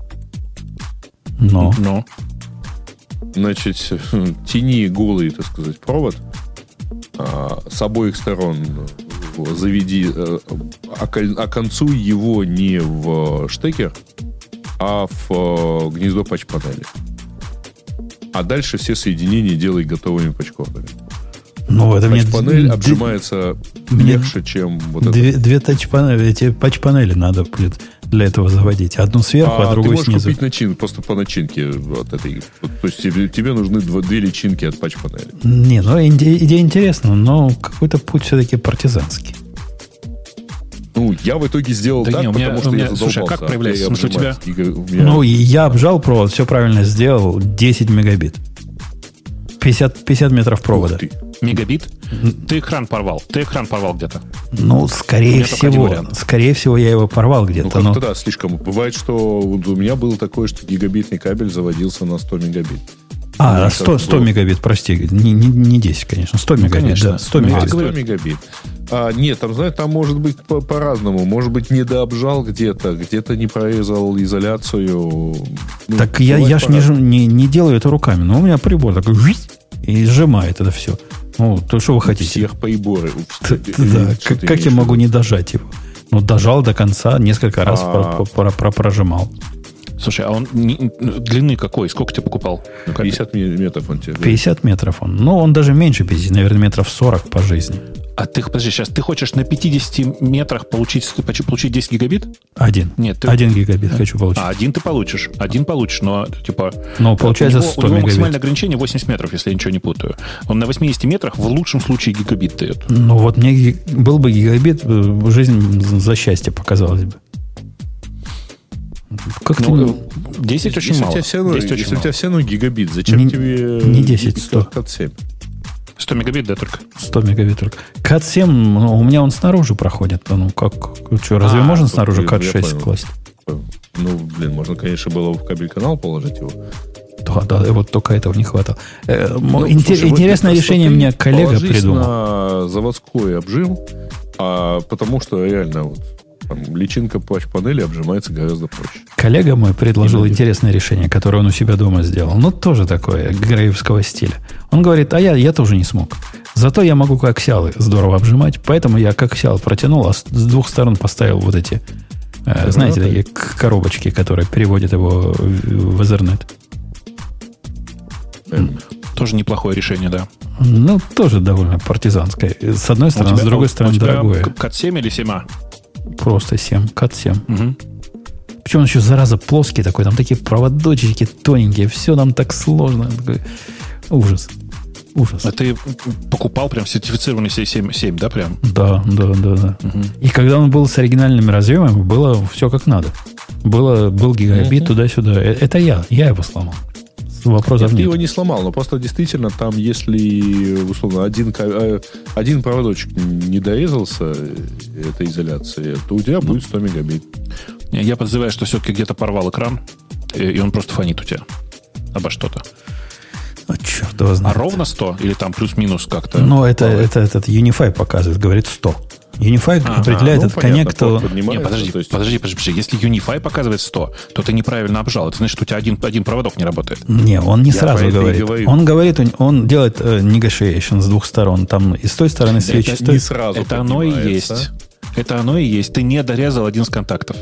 Но. Но. Значит, тяни голый, так сказать, провод. С обоих сторон заведи, оконцуй его не в штекер, а в гнездо патч-панели. А дальше все соединения делай готовыми патч-кордами. Ну, это патч-панель мне... обжимается мне... легче, чем вот две, это. Две тач-панели, эти патч-панели надо для этого заводить. Одну сверху, а, а другую снизу. Ты можешь купить начин, просто по начинке от этой. То есть тебе, тебе нужны два, две личинки от патч-панели. Не, ну идея, идея интересная, но какой-то путь все-таки партизанский. Ну, я в итоге сделал да так, не, у меня, потому что у меня, я задолбался. Слушай, а как проявляется? В смысле, у тебя... И, меня... Ну, я обжал провод, все правильно сделал, десять мегабит. пятьдесят, пятьдесят метров провода. Мегабит? Ты экран порвал. Ты экран порвал где-то. Ну, скорее всего. Скорее всего, я его порвал где-то. Ну, как-то но... да, слишком. Бывает, что у меня было такое, что гигабитный кабель заводился на сто мегабит. А, сто, сто мегабит, прости. Не, не, не десять, конечно. сто ну, мегабит, конечно. Да. сто мегабит. А, сто мегабит. А, нет, там, знаешь, там может быть по- по-разному. Может быть, недообжал где-то, где-то не прорезал изоляцию. Ну, так я, я ж не, не, не делаю это руками. Но у меня прибор такой и сжимает это все. Ну, то что вы хотите? Всех приборы. Да, как я могу не дожать его? Ну, дожал до конца, несколько раз прожимал. Слушай, а он не, длины какой? Сколько ты покупал? пятьдесят метров он тебе. пятьдесят метров он. Ну, он даже меньше пятьдесят, наверное, метров сорок по жизни. А ты, подожди, сейчас ты хочешь на пятидесяти метрах получить, получить десять гигабит? Один. Нет, ты... Один гигабит хочу получить. А, один ты получишь. Один получишь, но типа... Но получается у него, сто у него мегабит. максимальное ограничение восемьдесят метров, если я ничего не путаю. Он на восьмидесяти метрах в лучшем случае гигабит дает. Ну вот мне был бы гигабит, жизнь за счастье показалась бы. Как ну, ты... десять очень если мало. У тебя все равно, десять если очень у тебя мало. все равно гигабит, зачем не, тебе... Не десять, сто. кат семь? сто мегабит, да, только? сто мегабит только. кат семь, ну, у меня он снаружи проходит. Ну, как, что, разве а, можно снаружи кат шесть класть? Ну, блин, можно, конечно, было в кабель-канал положить его. Да, да, вот только этого не хватало. Ну, Интер, слушай, интересное вот решение мне коллега придумал. На заводской обжим, а потому что реально вот, там, личинка плащ-панели обжимается гораздо проще. Коллега мой предложил интересное решение, которое он у себя дома сделал. Ну, тоже такое, греевского стиля. Он говорит, а я, я тоже не смог. Зато я могу коаксиалы здорово обжимать, поэтому я коаксиал протянул, а с двух сторон поставил вот эти, э, знаете, такие коробочки, которые переводят его в Ethernet. Тоже неплохое решение, да. Ну, тоже довольно партизанское. С одной стороны, тебя, с другой стороны, у тебя дорогое. кат семь или семь а? Просто семь, кат семь. Угу. Причем он еще, зараза, плоский такой, там такие проводочки тоненькие, все там так сложно. Такой... Ужас. Ужас. А ты покупал прям сертифицированный семь, семь, да, прям? Да, да, да, да. Угу. И когда он был с оригинальными разъемами, было все как надо. Было, был гигабит угу. туда-сюда. Это я, я его сломал. Вопросов нет. Ты нет. его не сломал, но просто действительно там, если, условно, один, один проводочек не дорезался этой изоляции, то у тебя ну, будет сто мегабит. Я подозреваю, что все-таки где-то порвал экран, и он просто фонит у тебя обо что-то. Ну, черт его знает. А ровно сто? Или там плюс-минус как-то? Ну, это, это этот Unify показывает, говорит сто. Unify ага, определяет ну, этот коннект, то... Не, подожди, есть... подожди, подожди, если Unify показывает сто, то ты неправильно обжал. Это значит, что у тебя один, один проводок не работает. Не, он не Я сразу говорит. Он говорит, он делает uh, negotiation с двух сторон. Там и с той стороны свечи. Это, не сразу это оно и есть. Это оно и есть. Ты не дорезал один из контактов.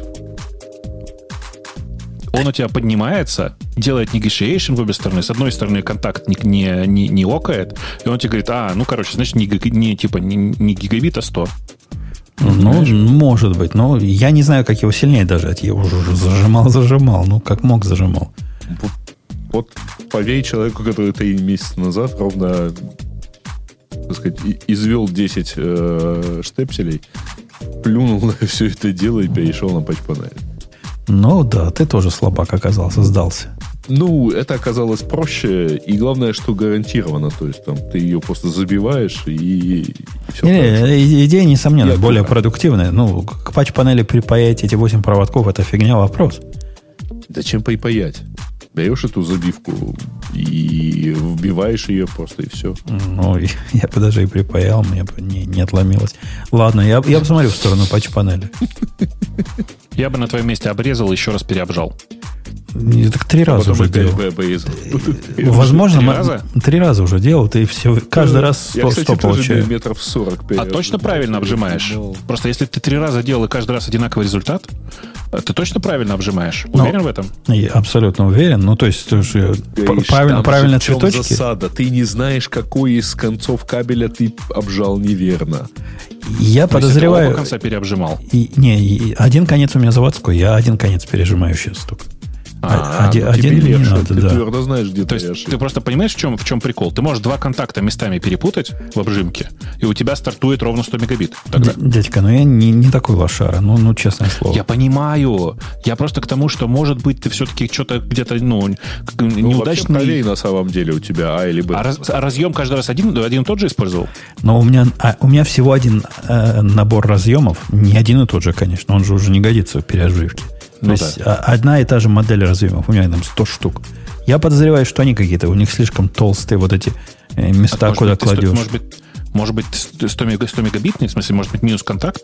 Он у тебя поднимается, делает negotiation в обе стороны. С одной стороны контакт не, не, не, не окает, и он тебе говорит, а, ну, короче, значит, не, не, типа, не, не гигабит, а сто. Ну, Понимаешь? Может быть. Но я не знаю, как его сильнее дожать. Я уже, уже зажимал, зажимал. Ну, как мог, зажимал. Вот поверь человеку, который три месяца назад ровно, так сказать, извел десять э, штепселей, плюнул на все это дело и перешел на патч-панель. Ну, да, ты тоже слабак оказался, сдался. Ну, это оказалось проще, и главное, что гарантированно. То есть, там, ты ее просто забиваешь, и, и все. Не, не, идея, несомненно, Я более думаю. продуктивная. Ну, к патч-панели припаять эти восемь проводков, это фигня вопрос. Зачем припаять? Берешь эту забивку и вбиваешь ее просто, и все. Ну, я бы даже и припаял, мне бы не, не отломилось. Ладно, я, я посмотрю в сторону патч-панели. Я бы на твоем месте обрезал и еще раз переобжал. Я так три раза уже делал. Возможно, три раза? три раза уже делал, ты все, каждый раз сто, сто получаешь. метров сорок. А точно правильно обжимаешь? Просто если ты три раза делал и каждый раз одинаковый результат, ты точно правильно обжимаешь? Уверен Но, в этом? Я абсолютно уверен. Ну, то есть, слушай, Говоришь, правильно, правильно цветочки. Засада. Ты не знаешь, какой из концов кабеля ты обжал неверно. Я То подозреваю... Оба конца переобжимал. И, не, и один конец у меня заводской, я один конец пережимаю сейчас только. А, один ну, один тебе не легче, надо, ты да. твердо знаешь, где То ты есть ты просто понимаешь, в чем, в чем прикол? Ты можешь два контакта местами перепутать в обжимке, и у тебя стартует ровно сто мегабит. Тогда. Дядька, ну я не, не такой лошара, ну, ну, честное слово. Я понимаю. Я просто к тому, что, может быть, ты все-таки что-то где-то, ну, ну неудачный... правее на самом деле у тебя А или Б. А, раз, а разъем каждый раз один, один и тот же использовал? Но у меня, а, у меня всего один э, набор разъемов, не один и тот же, конечно, он же уже не годится в переоживке. Ну, То да. есть одна и та же модель разъемов, у меня там сто штук. Я подозреваю, что они какие-то, у них слишком толстые вот эти места, а куда быть, кладешь. Может быть, может быть сто мегабитный, в смысле, может быть, минус контакт?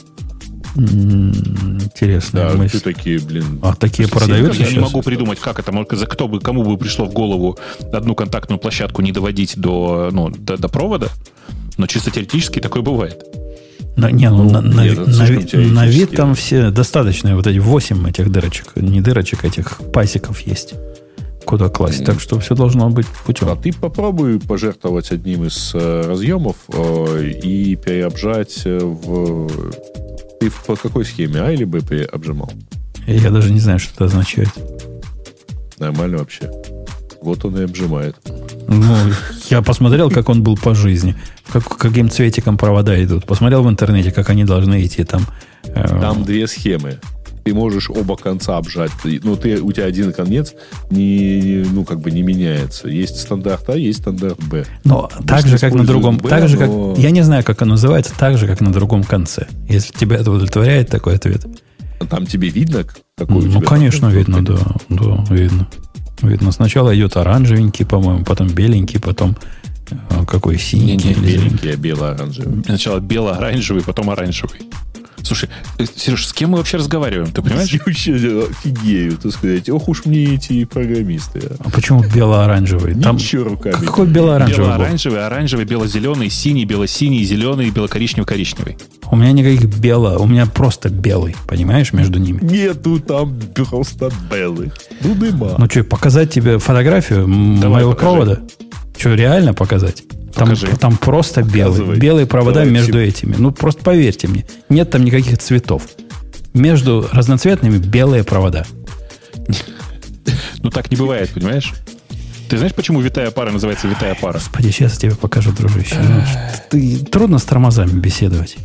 Интересно. Да, мы... ты такие, блин. А такие продаются Я сейчас? не могу придумать, как это. Кто бы, кому бы пришло в голову одну контактную площадку не доводить до, ну, до, до провода, но чисто теоретически такое бывает. На, не, ну, на, на, нет, на, на, на вид там все достаточные, вот эти восемь этих дырочек, не дырочек, этих пасеков есть, куда класть. Mm. Так что все должно быть путем. А ты попробуй пожертвовать одним из э, разъемов э, и переобжать в... Ты по какой схеме, А или Б переобжимал? Я даже не знаю, что это означает. Нормально вообще. Вот он и обжимает. Ну, я посмотрел, как он был по жизни. Как, каким цветиком провода идут. Посмотрел в интернете, как они должны идти там. Э... Там две схемы. Ты можешь оба конца обжать. Ну, ты, у тебя один конец не, ну, как бы не меняется. Есть стандарт А, есть стандарт Б. Но так же, как на другом... Б, так же, но... как, я не знаю, как оно называется, так же, как на другом конце. Если тебя это удовлетворяет, такой ответ. Там тебе видно, какой ну, у тебя... Ну, конечно, видно, да. Да, видно. Видно. Сначала идет оранжевенький, по-моему, потом беленький, потом э, какой синенький. Не, не беленький, а бело-оранжевый. Сначала бело-оранжевый, потом оранжевый. Слушай, Сереж, с кем мы вообще разговариваем? Ты понимаешь? Я вообще офигею, так сказать. Ох уж мне эти программисты. А почему бело-оранжевый? Там... Ничего руками. Какой бело-оранжевый? Бело-оранжевый, оранжевый, бело-зеленый, синий, бело-синий, зеленый, бело-коричневый-коричневый. У меня никаких бело, у меня просто белый, понимаешь, между ними. Нету там просто белых. Ну, нема. Ну что, показать тебе фотографию Давай, моего покажи. провода? Что, реально показать? Там, там просто белый. Показывай. Белые провода Давай, между всем. этими. Ну, просто поверьте мне. Нет там никаких цветов. Между разноцветными белые провода. Ну, так не бывает, понимаешь? Ты знаешь, почему витая пара называется витая пара? Господи, сейчас я тебе покажу, дружище. Ты, трудно с тормозами беседовать.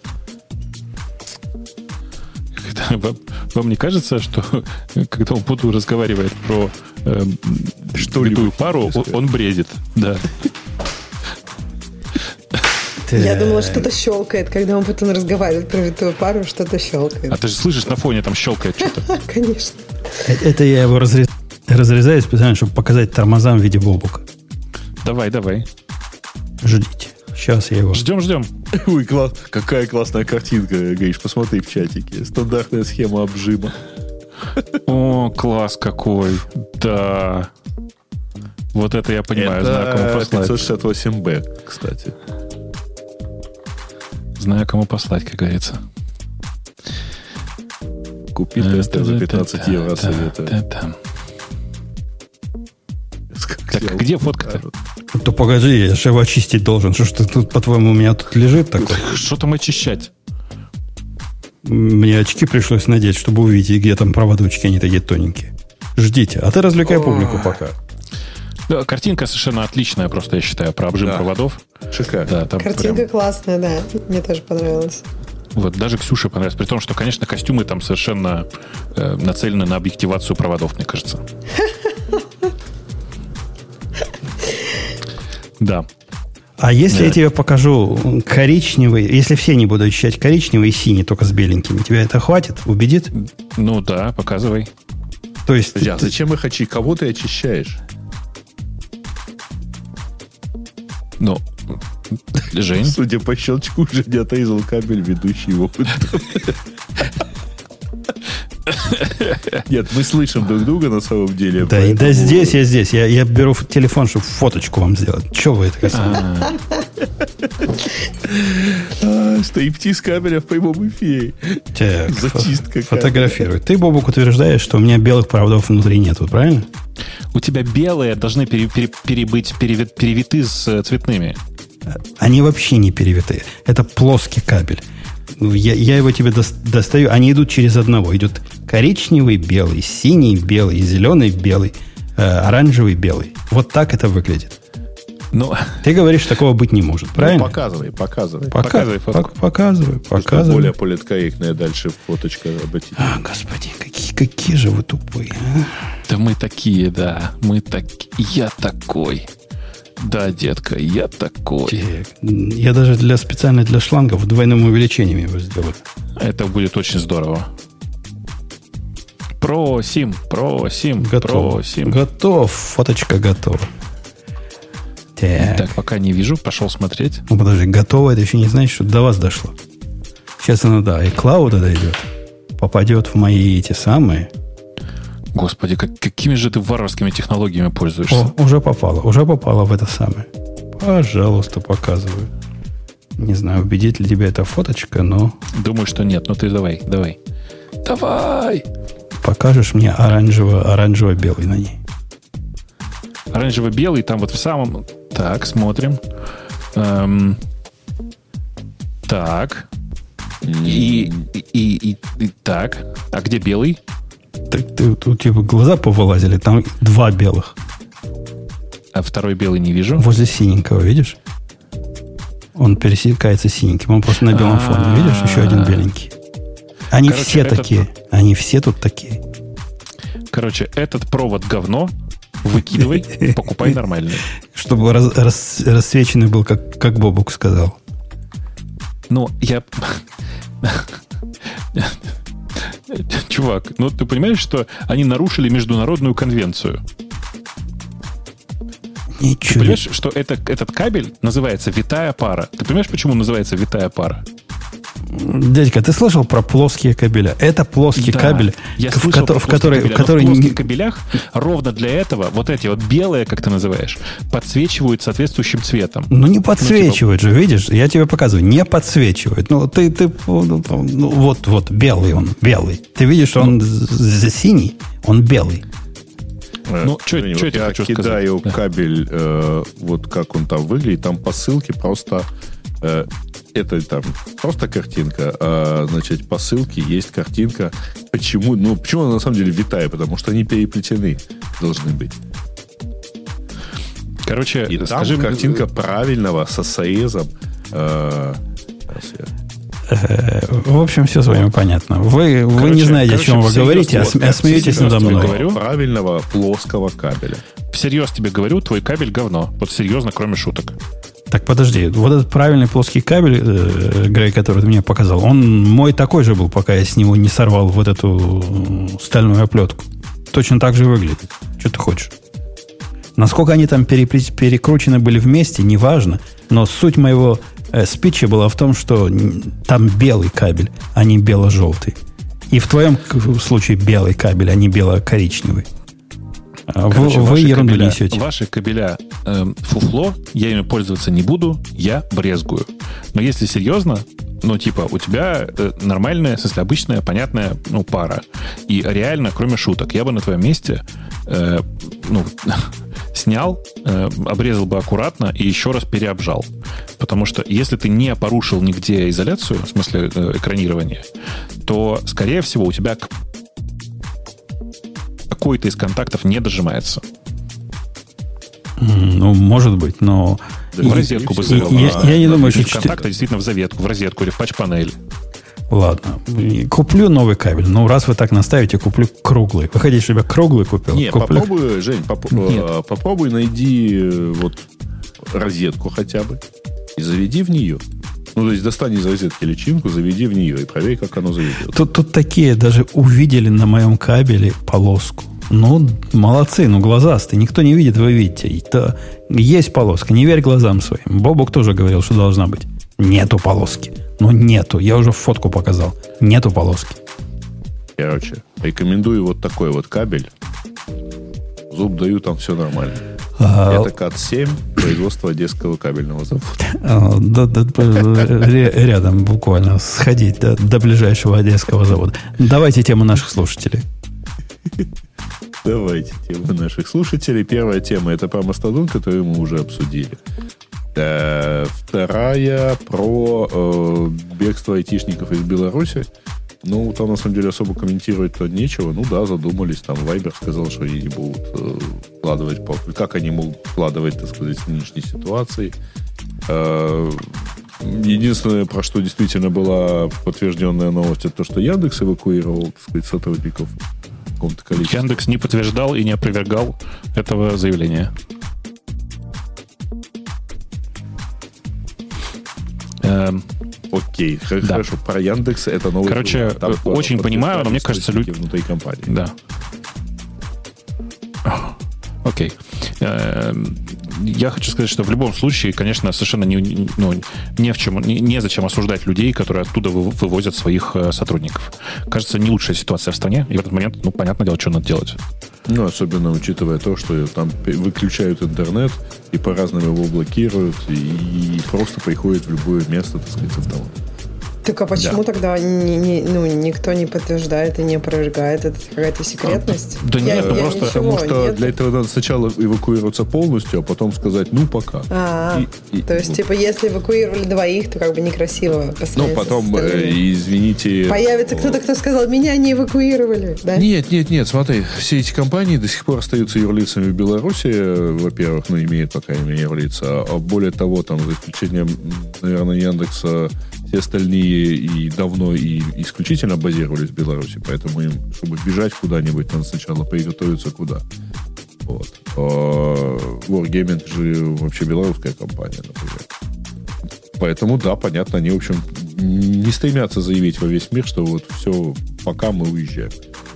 Вам, вам не кажется, что когда он Путу разговаривает про э, витую пару, он, он бредит? Да. Я думала, что-то щелкает, когда он потом разговаривает про витую пару, что-то щелкает. А ты же слышишь, на фоне там щелкает что-то. Конечно. Это я его разрез... разрезаю специально, чтобы показать тормозам в виде бобука. Давай, давай. Ждите. Сейчас я его... Ждем, ждем. Ой, класс. Какая классная картинка, Гриш, посмотри в чатике. Стандартная схема обжима. О, класс какой. Да. Вот это я понимаю. Это знаю, кому послать. пятьсот шестьдесят восемь бэ, кстати. Знаю, кому послать, как говорится. Купи тестер за пятнадцать евро, советую. Так, где фотка-то? То погоди, я же его очистить должен. Что ж ты тут, по-твоему, у меня тут лежит такой? Что там очищать? Мне очки пришлось надеть, чтобы увидеть, где там проводочки, они такие тоненькие. Ждите, а ты развлекай публику пока. Да, картинка совершенно отличная, просто я считаю, про обжим да. проводов. Шикарно. Да, там картинка прям... классная, да. Мне тоже понравилась. Вот, даже Ксюше понравилось. При том, что, конечно, костюмы там совершенно э, нацелены на объективацию проводов, мне кажется. Да. А если я тебе покажу коричневый, если все не будут ощущать коричневый и синий, только с беленькими, тебя это хватит? Убедит? Ну да, показывай. То есть... Подожди, а зачем их очищать? Кого ты очищаешь? Ну, Жень. Судя по щелчку, Женя отрезал кабель, ведущий его. Нет, мы слышим друг друга на самом деле. Да, поэтому... да здесь, я здесь. Я, я беру телефон, чтобы фоточку вам сделать. Чего вы это касаетесь? Стриптиз камера в прямом эфире. Зачистка фотографируй. Ты, Бобук, утверждаешь, что у меня белых проводов внутри нету, правильно? У тебя белые должны пере, пере, пере, быть перевит, перевиты с цветными. Они вообще не перевитые. Это плоский кабель. Я, я его тебе достаю. Они идут через одного. Идет коричневый, белый, синий, белый, зеленый, белый, э, оранжевый, белый. Вот так это выглядит. Но... Ты говоришь, такого быть не может, правильно? Ну, показывай, показывай. Пока, показывай фотку. Показывай, показывай. Более политкорректная дальше фоточка. Обратите. А, господи, какие, какие же вы тупые. А? Да мы такие, да. Мы такие. Я такой. Да, детка, я такой. Я даже для специально для шлангов двойным увеличением его сделаю. Это будет очень здорово. Просим, просим, готов. просим. Готов, фоточка готова. Так. так, пока не вижу, пошел смотреть. Ну, подожди, готово, это еще не значит, что до вас дошло. Сейчас оно, да, и клауда дойдет. Попадет в мои эти самые. Господи, как, какими же ты варварскими технологиями пользуешься? О, уже попало, уже попало в это самое. Пожалуйста, показываю. Не знаю, убедит ли тебя эта фоточка, но... Думаю, что нет. Ну ты давай, давай. Давай! Покажешь мне оранжево, оранжево-белый на ней. Оранжево-белый, там вот в самом... Так, смотрим. Эм... Так. И, и, и, и, и так. А где белый? Так ты, тут типа глаза повылазили, там два белых. А второй белый не вижу. Возле синенького, видишь? Он пересекается синеньким. Он просто на белом фоне. Видишь, еще один беленький. Они Короче, все этот... такие. Они все тут такие. Короче, этот провод говно. Выкидывай, покупай нормальный. Чтобы раз, раз, рассвеченный был, как, как Бобук сказал. Ну, я... Чувак, ну ты понимаешь, что они нарушили международную конвенцию? Ничего. Ты понимаешь, что это, этот кабель называется витая пара? Ты понимаешь, почему называется витая пара? Дядька, ты слышал про плоские кабеля? Это плоский да, кабель, я в, слышал ко- про в который... кабеля, В который в плоских не... кабелях ровно для этого вот эти вот белые, как ты называешь, подсвечивают соответствующим цветом. Ну, не подсвечивают ну, типа... же, видишь? Я тебе показываю, не подсвечивают. Ну, ты, ты ну, вот, вот, белый он, белый. Ты видишь, что он ну... синий, он белый. Ну, что вот я тебе хочу сказать? кидаю да. кабель, э, вот как он там выглядит, там по ссылке просто... Э, это там просто картинка, а, значит, по ссылке есть картинка. Почему? Ну, почему она на самом деле витая? Потому что они переплетены должны быть. Короче, и скажи там картинка правильного со срезом. Э, В общем, все с вами понятно. Вы, короче, вы не знаете, короче, о чем вы говорите, а, а смеетесь надо мной. Говорю, правильного плоского кабеля. Всерьез тебе говорю, твой кабель говно. Вот серьезно, кроме шуток. Так, подожди. Вот этот правильный плоский кабель, э, Грей, который ты мне показал, он мой такой же был, пока я с него не сорвал вот эту стальную оплетку. Точно так же выглядит. Что ты хочешь? Насколько они там перепле- перекручены были вместе, неважно. Но суть моего э, спича была в том, что там белый кабель, а не бело-желтый. И в твоем случае белый кабель, а не бело-коричневый. Короче, вы ваши ерунду кабеля, несете. Ваши кабеля э, фуфло, я ими пользоваться не буду, я брезгую. Но если серьезно, ну, типа, у тебя э, нормальная, в смысле, обычная, понятная, ну, пара. И реально, кроме шуток, я бы на твоем месте э, ну, снял, э, обрезал бы аккуратно и еще раз переобжал. Потому что если ты не порушил нигде изоляцию, в смысле э, экранирование, то, скорее всего, у тебя какой-то из контактов не дожимается. Ну, может быть, но... Да, в розетку бы завел. Я, я, я не думаю, что... Контакта действительно в заветку, в розетку или в патч-панель. Ладно. Куплю новый кабель. Ну, раз вы так наставите, куплю круглый. Вы хотите, чтобы я круглый купил? Нет, куплю... попробуй, Жень, поп... Нет. попробуй найди вот розетку хотя бы и заведи в нее. Ну, то есть достань из розетки личинку, заведи в нее и проверь, как оно заведет. Тут, тут такие даже увидели на моем кабеле полоску. Ну, молодцы, ну, глазастые. Никто не видит, вы видите. Это есть полоска, не верь глазам своим. Бобук тоже говорил, что должна быть. Нету полоски. Ну, нету. Я уже фотку показал. Нету полоски. Короче, рекомендую вот такой вот кабель. Зуб даю, там все нормально. А... Это кат семь, производство Одесского кабельного завода. А, да, да, рядом буквально сходить до, до ближайшего Одесского завода. Давайте тему наших слушателей. Давайте тему наших слушателей. Первая тема — это про Мастодон, которую мы уже обсудили. А, вторая про э, бегство айтишников из Беларуси. Ну, там, на самом деле, особо комментировать-то нечего. Ну, да, задумались. Там Вайбер сказал, что они не будут э, вкладывать... Как они могут вкладывать, так сказать, в нынешней ситуации. Э, единственное, про что действительно была подтвержденная новость, это то, что Яндекс эвакуировал, так сказать, сотрудников в каком-то количестве. Яндекс не подтверждал и не опровергал этого заявления. Эм... Окей, да. Хорошо. Про Яндекс это новый... Короче, там, очень понимаю, но мне кажется, люди... внутри компании. Да. Окей. Я хочу сказать, что в любом случае, конечно, совершенно не, ну, не в чем, не, незачем осуждать людей, которые оттуда вывозят своих сотрудников. Кажется, не лучшая ситуация в стране, и в этот момент, ну, понятное дело, что надо делать. Ну, особенно учитывая то, что там выключают интернет и по-разному его блокируют, и просто приходит в любое место, так сказать, автомат. Так а почему да. тогда не, не, ну, никто не подтверждает и не опровергает? Это какая-то секретность? А, да я, нет, я просто ничего, потому что нет. для этого надо сначала эвакуироваться полностью, а потом сказать, ну, пока. А, и, и, то есть, вот. типа, если эвакуировали двоих, то как бы некрасиво. Ну, потом, э, извините... Появится кто-то, кто сказал, меня не эвакуировали, да? Нет, нет, нет, смотри, все эти компании до сих пор остаются юрлицами в Беларуси, во-первых, ну, имеют, по крайней мере, юрлица, а более того, там, за исключением, наверное, Яндекса, все остальные и давно, и исключительно базировались в Беларуси, поэтому им, чтобы бежать куда-нибудь, надо сначала приготовиться куда. Вот. А Wargaming же вообще белорусская компания, например. Поэтому, да, понятно, они, в общем, не стремятся заявить во весь мир, что вот все, пока мы уезжаем.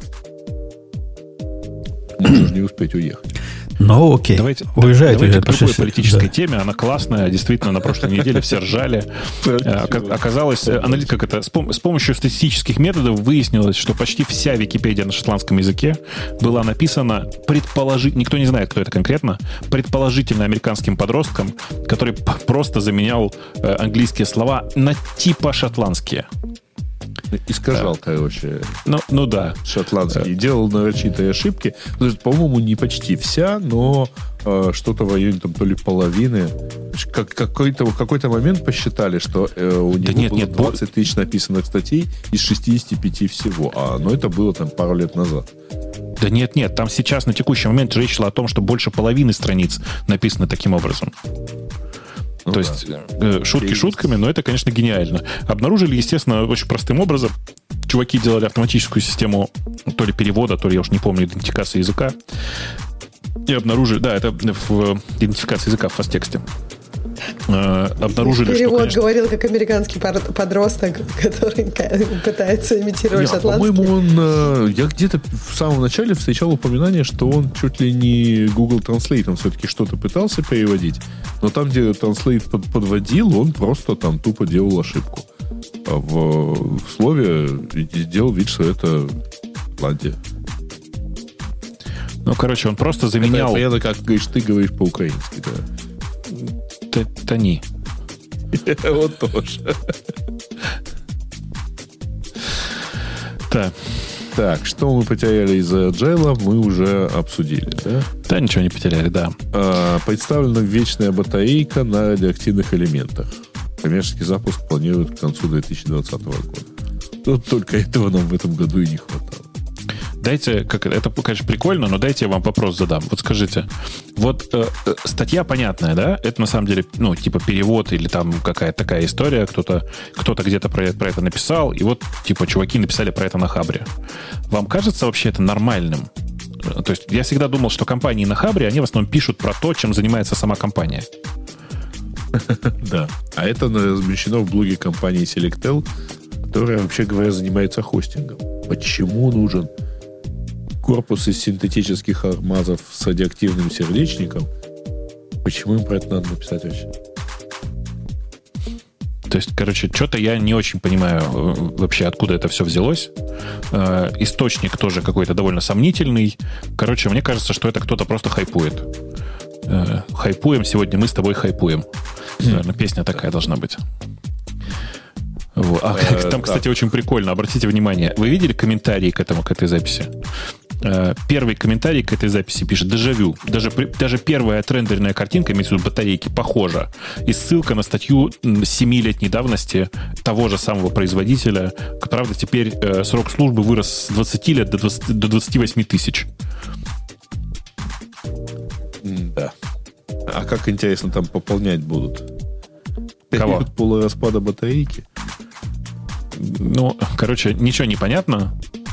Можно же не успеть уехать. Ну, окей. Давайте, уезжает, давайте уезжает, к любой политической да. теме. Она классная. Действительно, на прошлой неделе все ржали. Оказалось, как это, с помощью статистических методов выяснилось, что почти вся Википедия на шотландском языке была написана предположительно, никто не знает, кто это конкретно, предположительно американским подростком, который просто заменял английские слова на типа шотландские. Искажал, да. короче. Ну, ну да. Шотландский. Делал нарочитые ошибки. По-моему, не почти вся, но э, что-то в районе там, то ли половины. Как, какой-то, в какой-то момент посчитали, что э, у него да нет, было нет, двадцать тысяч написанных статей из шестидесяти пяти всего. А, но это было там пару лет назад. Да нет, нет. Там сейчас на текущий момент речь шла о том, что больше половины страниц написаны таким образом. Ну, То да. есть э, шутки шутками, но это, конечно, гениально. Обнаружили, естественно, очень простым образом. Чуваки делали автоматическую систему то ли перевода, то ли, я уж не помню, идентификации языка. И обнаружили... Да, это в идентификации языка в фасттексте. Э, обнаружили, Перевод что, конечно... говорил, как американский подросток, который пытается имитировать Нет, шотландский. По-моему, он... Я где-то в самом начале встречал упоминание, что он чуть ли не Google Translate все-таки что-то пытался переводить, но там, где Translate под, подводил, он просто там тупо делал ошибку. А в, в слове делал вид, что это Шотландия. Ну, короче, он просто заменял... Это понятно, как говоришь, ты говоришь по-украински, да. Тони. Вот тоже. Так. Так, что мы потеряли из-за Agile, мы уже обсудили, да? Да, ничего не потеряли, да. А, представлена вечная батарейка на радиоактивных элементах. Коммерческий запуск планируют к концу две тысячи двадцатого года. Вот только этого нам в этом году и не хватало. Дайте, как это, конечно, прикольно, но дайте я вам вопрос задам. Вот скажите, вот э, статья понятная, да? Это на самом деле, ну, типа перевод или там какая-то такая история, кто-то, кто-то где-то про, про это написал, и вот, типа, чуваки написали про это на Хабре. Вам кажется вообще это нормальным? То есть я всегда думал, что компании на Хабре, они в основном пишут про то, чем занимается сама компания. Да. А это размещено в блоге компании Selectel, которая, вообще говоря, занимается хостингом. Почему нужен корпус из синтетических алмазов с радиоактивным сердечником? Почему им про это надо написать вообще? То есть, короче, что-то я не очень понимаю вообще, откуда это все взялось. Э, источник тоже какой-то довольно сомнительный. Короче, мне кажется, что это кто-то просто хайпует. Э, хайпуем, сегодня мы с тобой хайпуем. Наверное, песня такая должна быть. Вот. А, там, кстати, очень прикольно. Обратите внимание. Вы видели комментарии к этому, к этой записи? Первый комментарий к этой записи пишет «Дежавю». Даже, даже первая отрендеренная картинка, имеется в виду батарейки, похожа. И ссылка на статью семилетней давности того же самого производителя. Правда, теперь э, срок службы вырос с двадцати лет до, двадцати, до двадцати восьми тысяч. Да. А как, интересно, там пополнять будут? Кого? Период полураспада батарейки? Ну, короче, ничего не понятно.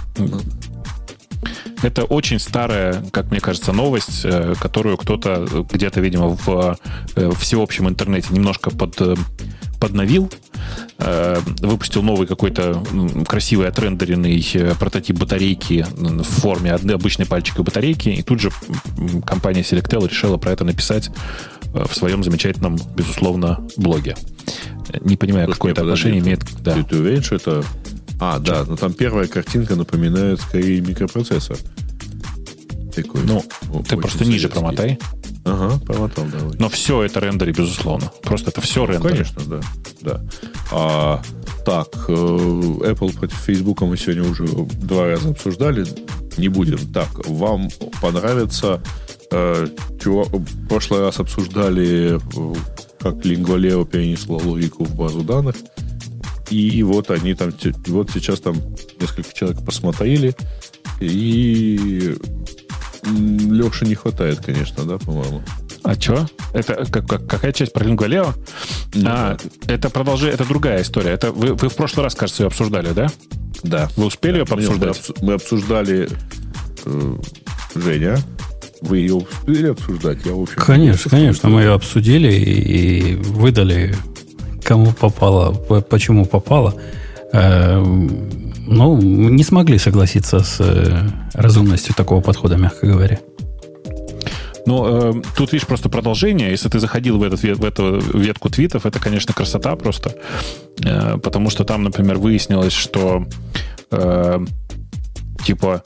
Это очень старая, как мне кажется, новость, которую кто-то где-то, видимо, в всеобщем интернете немножко под, подновил. Выпустил новый какой-то красивый отрендеренный прототип батарейки в форме обычной пальчиковой батарейки. И тут же компания Selectel решила про это написать в своем замечательном, безусловно, блоге. Не понимаю, какое это отношение имеет... Да. Ты, ты уверен, что это... А, да, но там первая картинка напоминает скорее микропроцессор. такой. Ну, ты просто советский. Ниже промотай. Ага, промотал, давай. Но все это рендери, безусловно. Просто это все ну, рендери. Конечно, да. да. А, так, Apple против Facebook мы сегодня уже два раза обсуждали. Не будем. Так, вам понравится... Э, чувак, в прошлый раз обсуждали, как Lingua перенесла логику в базу данных. И вот они там... Вот сейчас там несколько человек посмотрели. И... Леша не хватает, конечно, да, по-моему. А что? Это как, как, какая часть про Lingua? Ну, а, да. это продолжение, это другая история. Это вы, вы в прошлый раз, кажется, ее обсуждали, да? Да. Вы успели ее пообсуждать? Мы обсуждали э, Женя. Вы ее успели обсуждать? Я, в общем, конечно, конечно, мы ее обсудили и выдали, кому попало, почему попало. Э, ну, не смогли согласиться с э, разумностью такого подхода, мягко говоря. Ну, э, тут, видишь, просто продолжение. Если ты заходил в, этот, в эту ветку твитов, это, конечно, красота просто. Э, потому что там, например, выяснилось, что э, типа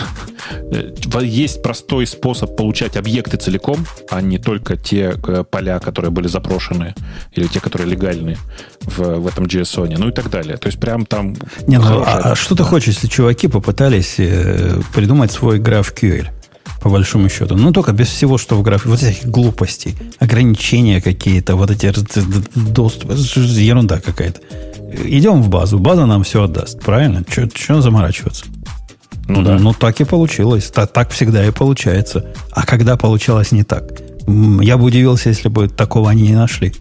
есть простой способ получать объекты целиком, а не только те поля, которые были запрошены, или те, которые легальны в, в этом джей эс о. Ну и так далее. То есть прям там... Не, ну, а, а что ты хочешь, если чуваки попытались э, придумать свой GraphQL? По большому счету. Ну, только без всего, что в графе. Вот этих глупостей, ограничения какие-то, вот эти доступы. Ерунда какая-то. Идем в базу. База нам все отдаст. Правильно? Чего заморачиваться? Ну, да. Ну, так и получилось. Так, так всегда и получается. А когда получалось не так? Я бы удивился, если бы такого они не нашли.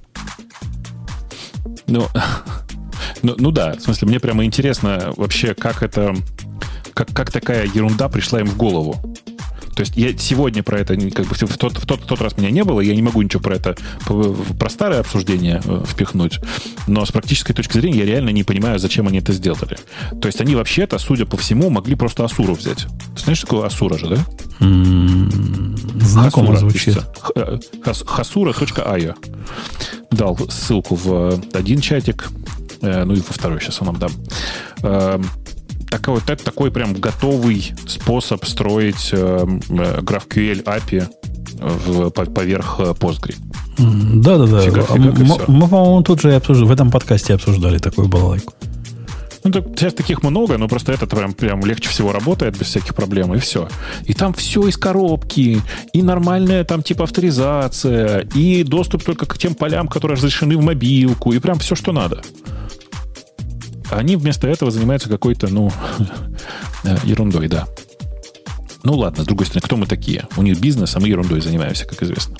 Ну, ну, ну да. В смысле, мне прямо интересно вообще, как это... Как, как такая ерунда пришла им в голову. То есть я сегодня про это, как бы в тот, в тот, в тот раз меня не было, я не могу ничего про это, про старое обсуждение впихнуть, но с практической точки зрения я реально не понимаю, зачем они это сделали. То есть они вообще-то, судя по всему, могли просто Асуру взять. Ты знаешь, что такое Асура же, да? Mm, знакомо звучит. Хасура точка ай о. Дал ссылку в один чатик, ну и во второй сейчас я вам дам. Такой, это такой прям готовый способ строить э, GraphQL эй пи ай в, поверх Postgre. Да-да-да. Фига, фига, мы, мы, по-моему, тут же обсуждали, в этом подкасте обсуждали такую балалайку. Ну, так, сейчас таких много, но просто этот прям, прям легче всего работает без всяких проблем, и все. И там все из коробки, и нормальная там типа авторизация, и доступ только к тем полям, которые разрешены в мобилку, и прям все, что надо. Они вместо этого занимаются какой-то, ну, ерундой, да. Ну, ладно, с другой стороны, кто мы такие? У них бизнес, а мы ерундой занимаемся, как известно.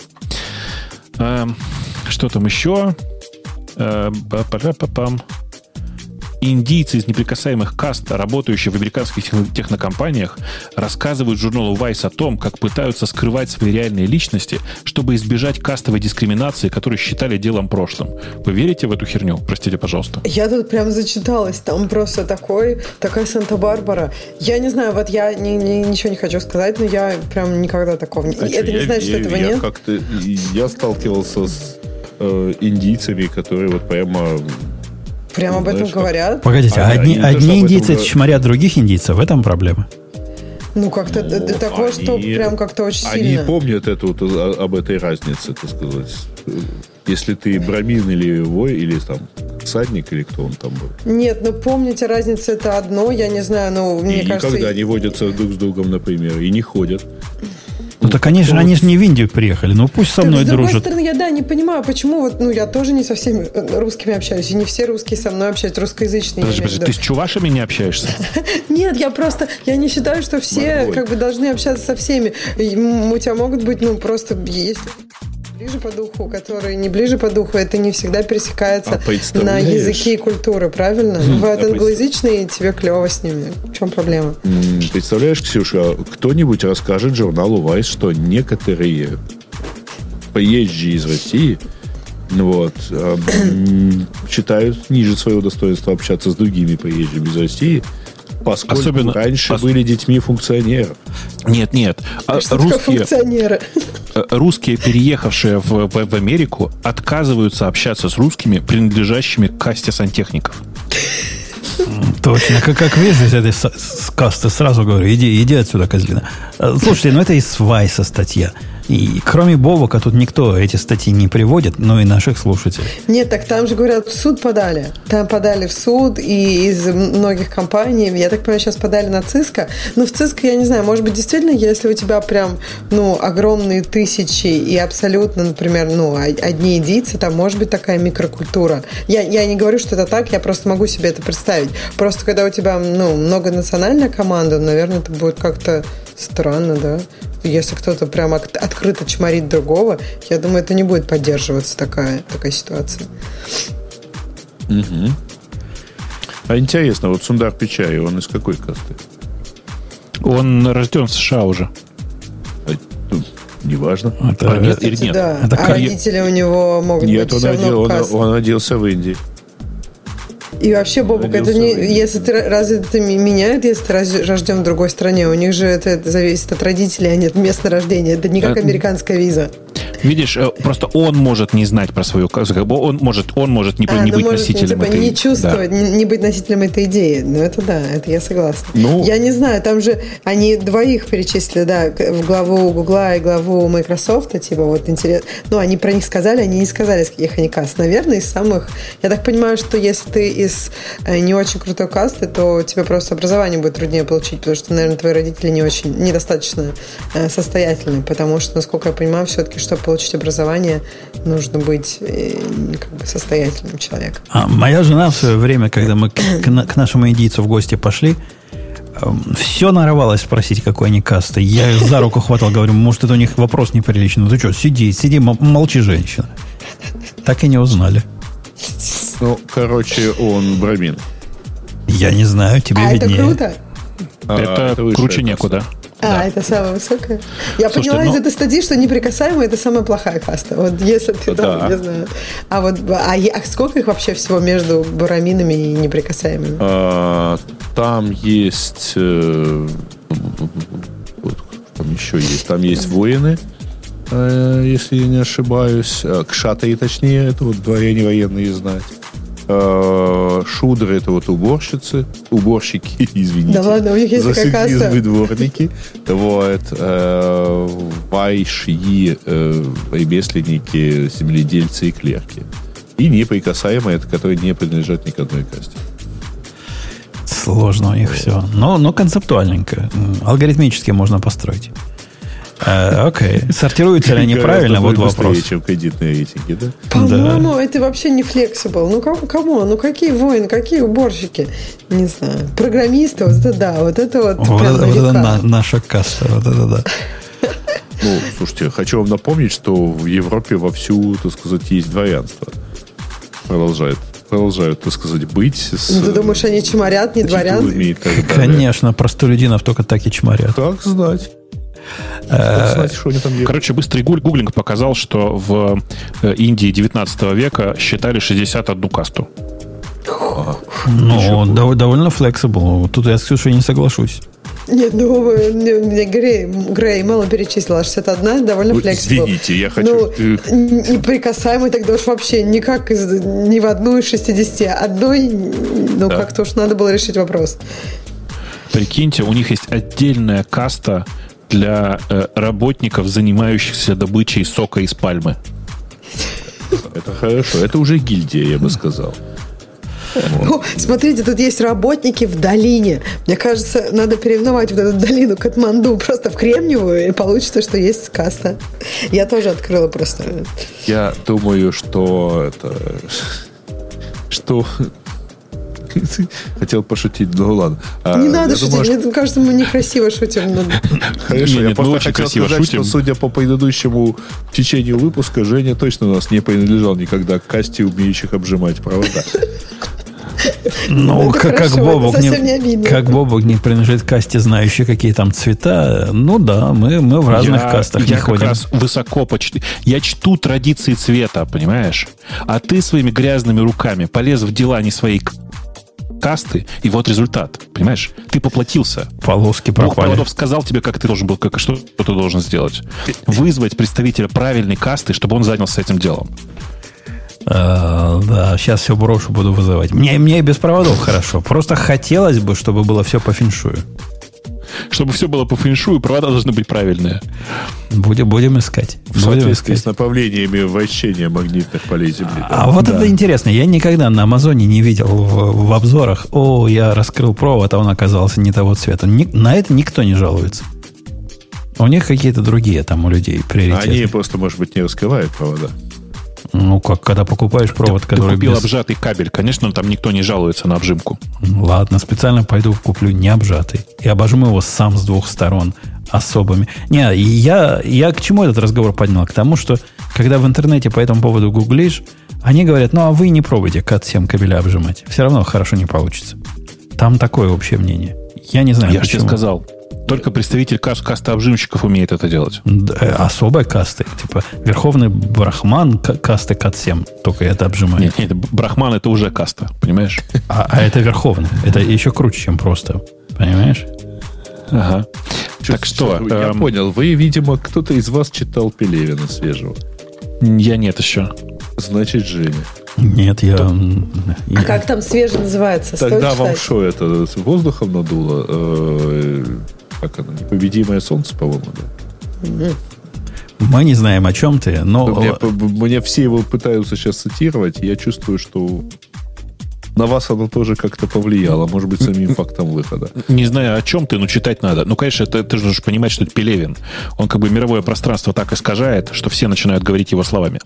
А, что там еще? А, па-па-па-пам. Индийцы из неприкасаемых каст, работающие в американских технокомпаниях, рассказывают журналу Vice о том, как пытаются скрывать свои реальные личности, чтобы избежать кастовой дискриминации, которую считали делом прошлым. Вы верите в эту херню? Простите, пожалуйста. Я тут прям зачиталась. Там просто такой, такая Санта-Барбара. Я не знаю, вот я не, не, ничего не хочу сказать, но я прям никогда такого не... А это что, не я, значит, я, что этого я нет. Как-то, я сталкивался с э, индийцами, которые вот прямо... Прям об этом говорят? Погодите, а одни, одни индийцы этом... чморят других индийцев, в этом проблема? Ну, как-то ну, до такого, они, что прям как-то очень они сильно. Они помнят это, вот, об этой разнице, так сказать. Если ты брамин или вой, или там всадник, или кто он там был. Нет, ну помните, разница это одно, я не знаю, ну, мне и кажется... И никогда не водятся друг с другом, например, и не ходят. Ну, так они же, они же не в Индию приехали, ну пусть со мной так, дружат. С другой стороны, я, да, не понимаю, почему вот, ну, я тоже не со всеми русскими общаюсь, и не все русские со мной общаются, русскоязычные. Подожди, подожди, ты с чувашами не общаешься? Нет, я просто, я не считаю, что все как бы должны общаться со всеми. У тебя могут быть, ну, просто, если ближе по духу, которые не ближе по духу, это не всегда пересекается а на языки и культуры, правильно? Mm, Бывают а англоязычные, и тебе клево с ними. В чем проблема? Mm, представляешь, Ксюша, кто-нибудь расскажет журналу Vice, что некоторые приезжие из России вот, считают ниже своего достоинства общаться с другими приезжими из России, поскольку Особенно, раньше ос... были детьми функционеров. Нет, нет. А что русские, функционеры? Русские, переехавшие в, в, в Америку, отказываются общаться с русскими, принадлежащими к касте сантехников. Точно. Как, как вижу из этой с, с касты, сразу говорю, иди, иди отсюда, козлина. Слушайте, ну это из Свайса статья. И кроме Бобока тут никто эти статьи не приводит, но и наших слушателей. Нет, так там же говорят, в суд подали. Там подали в суд, и из многих компаний, я так понимаю, сейчас подали на Cisco. Но в Cisco, я не знаю, может быть, действительно, если у тебя прям, ну, огромные тысячи и абсолютно, например, ну, одни единицы, там может быть такая микрокультура. Я, я не говорю, что это так, я просто могу себе это представить. Просто когда у тебя, ну, многонациональная команда, наверное, это будет как-то странно, да? Если кто-то прям от, открыто чморит другого, я думаю, это не будет поддерживаться такая, такая ситуация. Угу. А интересно, вот Сундар Пичай, он из какой касты? Он рожден в США уже. А, ну, неважно. Это, а, нет, Кстати, или нет? Да. Это а карь... родители у него могут нет, быть он все родил, равно он, касты. он родился в Индии. И вообще, Бобок, это не, если ты, разве это меняет, если ты рожден в другой стране? У них же это, это зависит от родителей, а не от места рождения. Это не как американская виза. Видишь, просто он может не знать про свою... Он может, он может не, а, не быть может, носителем типа, этой... не чувствовать, да. не, не быть носителем этой идеи. Ну, это да, это я согласна. Ну, я не знаю, там же они двоих перечислили, да, в главу Гугла и главу Microsoft, типа, вот интересно. Ну, они про них сказали, они не сказали, из каких они каст. Наверное, из самых... Я так понимаю, что если ты из не очень крутой касты, то тебе просто образование будет труднее получить, потому что, наверное, твои родители не очень, недостаточно состоятельны, потому что, насколько я понимаю, все-таки, чтобы получить образование, нужно быть как бы состоятельным человеком. А моя жена в свое время, когда мы к, к нашему индийцу в гости пошли, все нарывалось спросить, какой они касты. Я их за руку хватал, говорю, может, это у них вопрос неприличный. Ну ты что, сиди, сиди, молчи, женщина. Так и не узнали. Ну, короче, он брамин. Я не знаю, тебе а виднее. Это круто? А, это, это круче некуда. А, да. Это самая высокая? Я Слушайте, поняла но... из этой статьи, что неприкасаемая – это самая плохая каста. Вот если ты там, да. не знаю. А вот а, а сколько их вообще всего между браминами и неприкасаемыми? А, там есть... Э, вот, там еще есть. Там есть воины, э, если я не ошибаюсь. Кшатаи, точнее, это вот дворяне военные знать. Шудры — это вот уборщицы, уборщики, извините. Да ладно, у них есть такая каста. Дворники. Вот. Вайши, ремесленники, земледельцы и клерки. И неприкасаемые — это которые не принадлежат ни к одной касте. Сложно у них все. Но, но концептуальненько. Алгоритмически можно построить. Окей. Okay. Сортируются ли они правильно? Вот вопрос. Чем кредитные рейтинги, да? По-моему, да. это вообще не flexible. Ну, кому? Ну, какие воины, какие уборщики? Не знаю. Программисты, вот это да. Вот это вот, вот прям это, вот это на, наша каста. Вот это да. Ну, слушайте, хочу вам напомнить, что в Европе вовсю, так сказать, есть дворянство. Продолжает. Продолжают, так сказать, быть. С, ну, ты думаешь, они чморят, не дворян? Конечно, простолюдинов только так и чморят. Как знать. Знать, что они там делают. Короче, быстрый гуглинг показал, что в Индии девятнадцатого века считали шестьдесят одну касту. А, ну, дов- довольно flexible. Тут я с Ксюшей не соглашусь. Нет, ну, мне Грей, Грей мало перечислила, шестьдесят один довольно ну, flexible. Извините, я хочу... Ну, неприкасаемый тогда уж вообще никак из, ни в одну из шестидесяти. Одной, ну, да. Как-то уж надо было решить вопрос. Прикиньте, у них есть отдельная каста для э, работников, занимающихся добычей сока из пальмы. Это хорошо. Это уже гильдия, я бы сказал. Вот. О, смотрите, тут есть работники в долине. Мне кажется, надо переименовать вот эту долину Катманду просто в Кремниевую, и получится, что есть каста. Я тоже открыла просто. Я думаю, что это... Что... Хотел пошутить, ну ладно. Не а, надо шутить, думаю, мне кажется, мы некрасиво шутим. Но... Хорошо, нет, я просто хотел сказать, шутим. Что, судя по предыдущему течению выпуска, Женя точно у нас не принадлежал никогда к касте, умеющих обжимать провода. Ну, как, как, Бобок не, как Бобок не принадлежит касте, знающей, какие там цвета, ну да, мы, мы в разных я, кастах я не ходим. Я как раз высоко почти... Я чту традиции цвета, понимаешь? А ты своими грязными руками полез в дела не своей касты, и вот результат. Понимаешь? Ты поплатился. Полоски пропали. Бог проводов сказал тебе, как ты должен был, как, что ты должен сделать. Вызвать представителя правильной касты, чтобы он занялся этим делом. А, да, сейчас все брошу, буду вызывать. Мне, мне и без проводов хорошо. Просто хотелось бы, чтобы было все по феншую. Чтобы все было по фэншую, провода должны быть правильные. Будем, будем искать. В соответствии с направлениями вращения магнитных полей Земли. Да. А вот да. это интересно. Я никогда на Амазоне не видел в, в обзорах: о, я раскрыл провод, а он оказался не того цвета. Ни, на это никто не жалуется. У них какие-то другие там у людей приоритеты. Они просто, может быть, не раскрывают провода. Ну, как когда покупаешь провод, ты, который... Ты купил без... обжатый кабель. Конечно, там никто не жалуется на обжимку. Ладно, специально пойду куплю не обжатый. И обожму его сам с двух сторон особыми. Не, я, я к чему этот разговор поднял? К тому, что когда в интернете по этому поводу гуглишь, они говорят: ну, а вы не пробуйте кат семь кабеля обжимать. Все равно хорошо не получится. Там такое общее мнение. Я не знаю, Я же тебе сказал. Только представитель каст, каста обжимщиков умеет это делать. Да, особой касты. Типа Верховный Брахман касты кат семь. Только это обжимает. Нет, нет, Брахман это уже каста, понимаешь? А, а это Верховный. Это еще круче, чем просто. Понимаешь? Ага. Чё, так что... Я эм... понял. Вы, видимо, кто-то из вас читал Пелевина свежего. Я нет еще. Значит, Женя. Нет, я... А как там свежий называется? Тогда вам что, это с воздухом надуло? Э-э- как оно? Непобедимое солнце, по-моему, да? Мы не знаем, о чем ты, но... Мне, мне все его пытаются сейчас цитировать, и я чувствую, что на вас оно тоже как-то повлияло. Может быть, самим фактом выхода. Не знаю, о чем ты, но читать надо. Ну, конечно, ты, ты же должен понимать, что это Пелевин. Он как бы мировое пространство так искажает, что все начинают говорить его словами.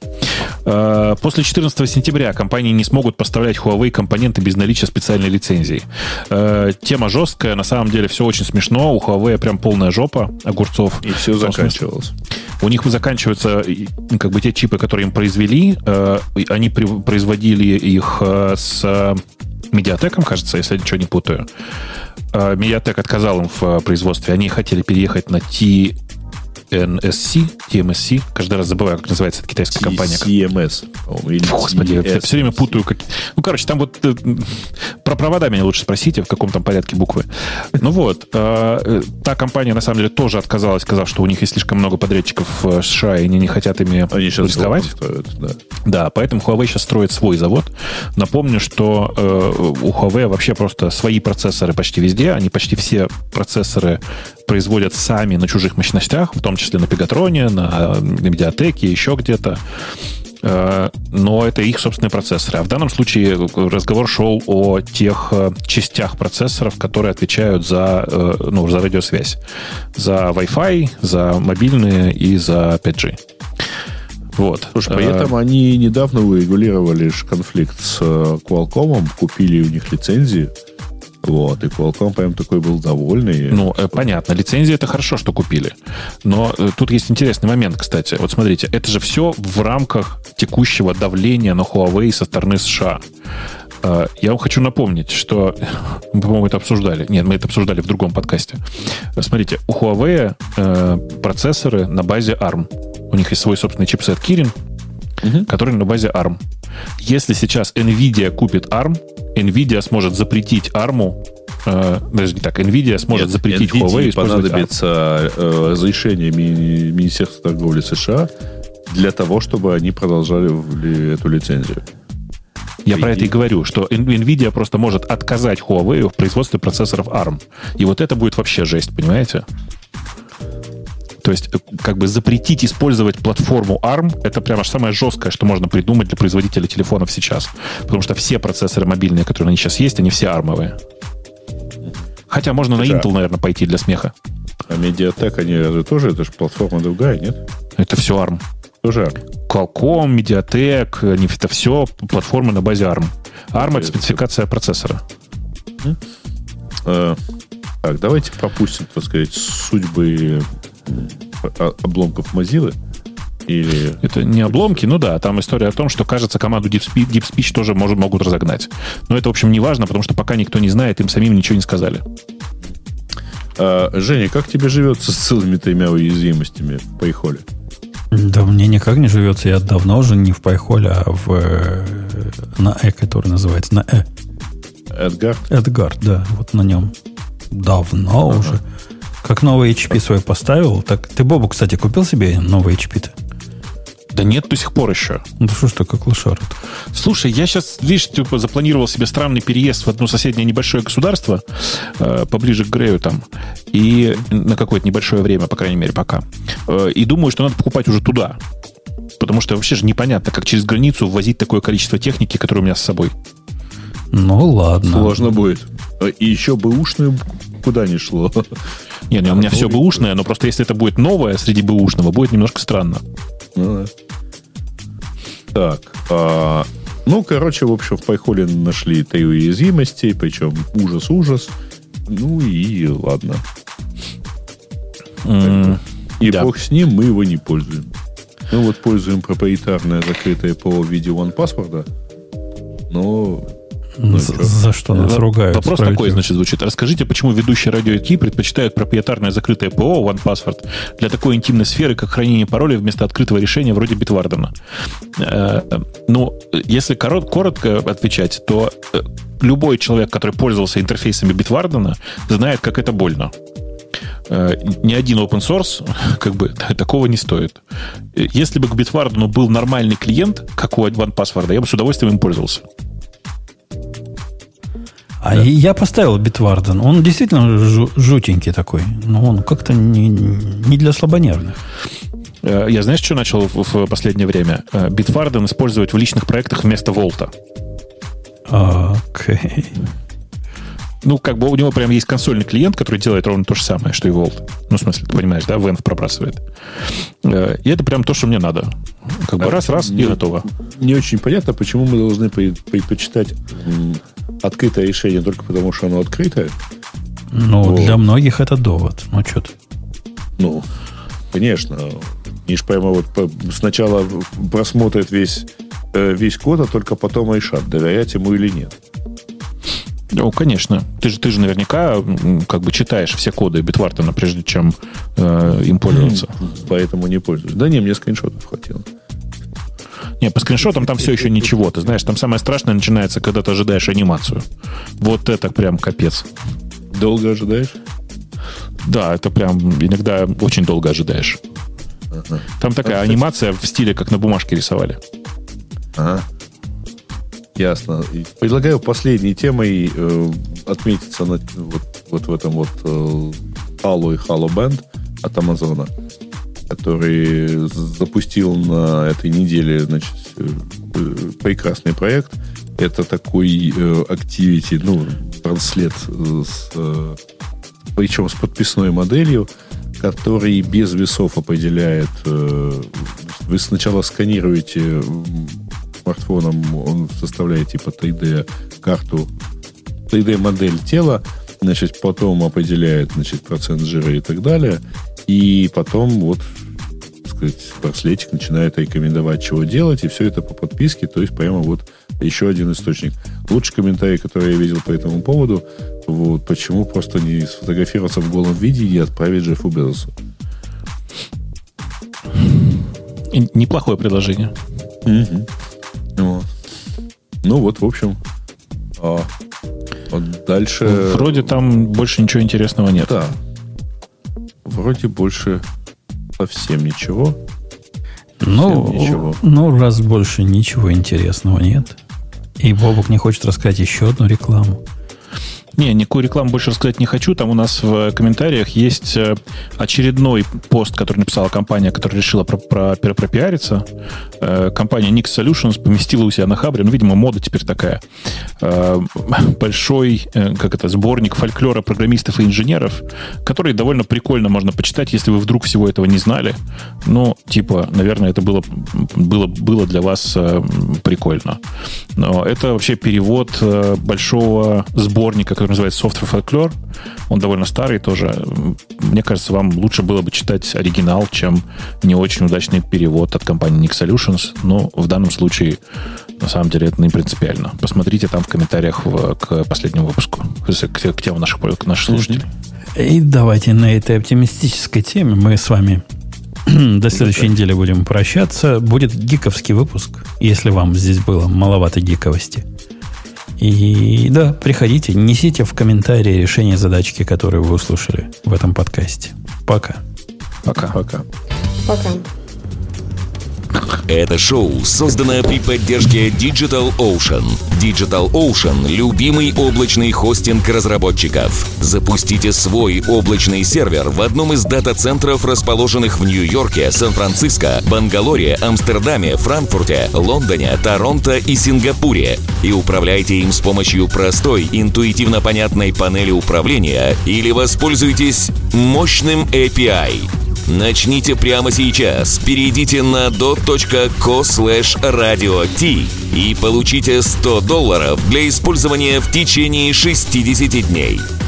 После четырнадцатого сентября компании не смогут поставлять Huawei компоненты без наличия специальной лицензии. Тема жесткая. На самом деле все очень смешно. У Huawei прям полная жопа огурцов. И все заканчивалось. У них заканчиваются как бы те чипы, которые им произвели. Они производили их с Медиатеком, кажется, если я ничего не путаю. Медиатек отказал им в производстве. Они хотели переехать на Ти Эн Эс Си, Ти Эм Эс Си. Каждый раз забываю, как называется эта китайская компания. Си Эм Эс. Господи, я все время путаю. Как... Ну, короче, там вот про провода меня лучше спросите, в каком там порядке буквы. Ну вот, та компания, на самом деле, тоже отказалась, сказав, что у них есть слишком много подрядчиков в США, и они не хотят ими они рисковать. Строят, да. Да, поэтому Huawei сейчас строит свой завод. Напомню, что э, у Huawei вообще просто свои процессоры почти везде. Они почти все процессоры производят сами на чужих мощностях, в том числе на Пегатроне, на, на Медиатеке, еще где-то. Э, но это их собственные процессоры. А в данном случае разговор шел о тех э, частях процессоров, которые отвечают за, э, ну, за радиосвязь. За Wi-Fi, за мобильные и за пять джи. Вот. Слушай, при этом они недавно урегулировали конфликт с Qualcomm, купили у них лицензии. Вот, и Qualcomm прям такой был довольный. Ну, э, понятно, лицензии это хорошо, что купили. Но э, тут есть интересный момент, кстати. Вот смотрите, это же все в рамках текущего давления на Huawei со стороны США. Э, я вам хочу напомнить, что мы, по-моему, это обсуждали. Нет, мы это обсуждали в другом подкасте. Смотрите, у Huawei э, процессоры на базе арм. У них есть свой собственный чипсет Kirin, uh-huh. который на базе арм. Если сейчас NVIDIA купит арм, NVIDIA сможет запретить арму, э, даже не так, NVIDIA сможет Нет, запретить NVIDIA Huawei использовать понадобится э, разрешение ми- Министерства торговли США для того, чтобы они продолжали эту лицензию. Я про это и говорю, что NVIDIA просто может отказать Huawei в производстве процессоров арм. И вот это будет вообще жесть, понимаете? То есть, как бы запретить использовать платформу арм, это прямо самое жесткое, что можно придумать для производителя телефонов сейчас. Потому что все процессоры мобильные, которые на них сейчас есть, они все армовые. Хотя можно Слушай, на Intel, наверное, пойти для смеха. А Mediatek, они разве тоже, это же платформа другая, нет? Это все арм. Тоже арм. Qualcomm, Mediatek, они, это все платформы на базе арм. арм — это спецификация процессора. А, так, давайте пропустим, так сказать, судьбы обломков Mozilla. Или... Это не обломки, ну да, там история о том, что, кажется, команду DeepSpeech, DeepSpeech тоже может, могут разогнать. Но это, в общем, не важно, потому что пока никто не знает, им самим ничего не сказали. А, Женя, как тебе живется с целыми тремя уязвимостями в Пайхоле? Да мне никак не живется. Я давно уже не в Пайхоле, а в на Э, который называется, на Э. Эдгард? Эдгард, да, вот на нем. Давно ага. уже. Как новый эйч пи свой поставил. Так, ты, Бобу, кстати, купил себе новый эйч пи-то? Да Да нет, до сих пор еще. Ну что ж такое клошара? Слушай, я сейчас, видишь, типа, запланировал себе странный переезд в одно соседнее небольшое государство, э, поближе к Грею там, и на какое-то небольшое время, по крайней мере, пока. Э, и думаю, что надо покупать уже туда. Потому что вообще же непонятно, как через границу ввозить такое количество техники, которое у меня с собой. Ну, ладно. Сложно будет. И еще бэушную куда ни шло. Не, ну, у меня а, все бэушное, но просто если это будет новое среди бэушного, будет немножко странно. Ну, да. Так. А, ну, короче, в общем, в Пайхоле нашли три уязвимости, причем ужас-ужас. Ну и ладно. Mm, и да. Бог с ним, мы его не пользуем. Ну, вот пользуем проприетарное закрытое ПО в виде OnePassword, но... Ну, за, за что нас ругают? Вопрос такой, значит, звучит. Расскажите, почему ведущие радио ай ти предпочитают проприетарное закрытое ПО OnePassword для такой интимной сферы, как хранение паролей вместо открытого решения вроде Bitwarden? Ну, если коротко отвечать, то любой человек, который пользовался интерфейсами Bitwarden, знает, как это больно. Ни один open source как бы такого не стоит. Если бы к Bitwarden был нормальный клиент, как у OnePassword, я бы с удовольствием им пользовался. А да. Я поставил Bitwarden. Он действительно жутенький такой. Но он как-то не, не для слабонервных. Я, знаешь, что начал в, в последнее время? Bitwarden использовать в личных проектах вместо Волта. Окей. Okay. Ну, как бы у него прям есть консольный клиент, который делает ровно то же самое, что и Volt. Ну, в смысле, ты понимаешь, да? Венв пробрасывает. И это прям то, что мне надо. Как бы раз-раз и готово. Не очень понятно, почему мы должны предпочитать открытое решение только потому, что оно открытое. Ну, вот. Для многих это довод. Ну, что ты? Ну, конечно. Они же прямо вот сначала просмотрят весь, весь код, а только потом решат, доверять ему или нет. Ну, конечно. Ты же, ты же наверняка как бы читаешь все коды Bitwarden, прежде чем э, им пользоваться. Поэтому не пользуюсь. Да не, мне скриншотов хватило. Не, по скриншотам там все еще ничего. Ты знаешь, там самое страшное начинается, когда ты ожидаешь анимацию. Вот это прям капец. Долго ожидаешь? Да, это прям иногда очень долго ожидаешь. Ага. Там такая а, анимация в стиле, как на бумажке рисовали. Ага. Ясно. Предлагаю последней темой э, отметиться на, вот, вот в этом вот э, Halo и Halo Band от Амазона, который запустил на этой неделе, значит, э, э, прекрасный проект. Это такой э, activity, ну, транслет с, э, причем с подписной моделью, который без весов определяет. Э, вы сначала сканируете смартфоном, он составляет типа три дэ-карту, три дэ-модель тела, значит, потом определяет, значит, процент жира и так далее, и потом вот, так сказать, браслетик начинает рекомендовать, чего делать, и все это по подписке, то есть прямо вот еще один источник. Лучший комментарий, который я видел по этому поводу, вот, почему просто не сфотографироваться в голом виде и отправить Джеффу Безосу. Неплохое предложение. Угу. Ну, ну вот, в общем, а, вот дальше... Вроде там больше ничего интересного нет. Да. Вроде больше совсем ничего. Ну, совсем ничего. Ну, раз больше ничего интересного нет, и Бобук не хочет рассказать еще одну рекламу. Не, никакую рекламу больше рассказать не хочу. Там у нас в комментариях есть очередной пост, который написала компания, которая решила про, про, про, пропиариться. Компания Nix Solutions поместила у себя на Хабре, ну, видимо, мода теперь такая, большой, как это, сборник фольклора программистов и инженеров, который довольно прикольно можно почитать, если вы вдруг всего этого не знали. Ну, типа, наверное, это было, было, было для вас прикольно. Но это вообще перевод большого сборника, который называется Software Folklore. Он довольно старый тоже. Мне кажется, вам лучше было бы читать оригинал, чем не очень удачный перевод от компании Nix Solutions. Но в данном случае, на самом деле, это не принципиально. Посмотрите там в комментариях в, к последнему выпуску, к, к тем наших, к наших слушателей. И давайте на этой оптимистической теме мы с вами до следующей недели будем прощаться. Будет гиковский выпуск, если вам здесь было маловато гиковости. И да, приходите, несите в комментарии решение задачки, которую вы услышали в этом подкасте. Пока. Пока. Пока. Пока. Это шоу создано при поддержке DigitalOcean. DigitalOcean – любимый облачный хостинг разработчиков. Запустите свой облачный сервер в одном из дата-центров, расположенных в Нью-Йорке, Сан-Франциско, Бангалоре, Амстердаме, Франкфурте, Лондоне, Торонто и Сингапуре. И управляйте им с помощью простой, интуитивно понятной панели управления или воспользуйтесь мощным эй пи ай. Начните прямо сейчас. Перейдите на dot.co слэш radio t и получите сто долларов для использования в течение шестьдесят дней.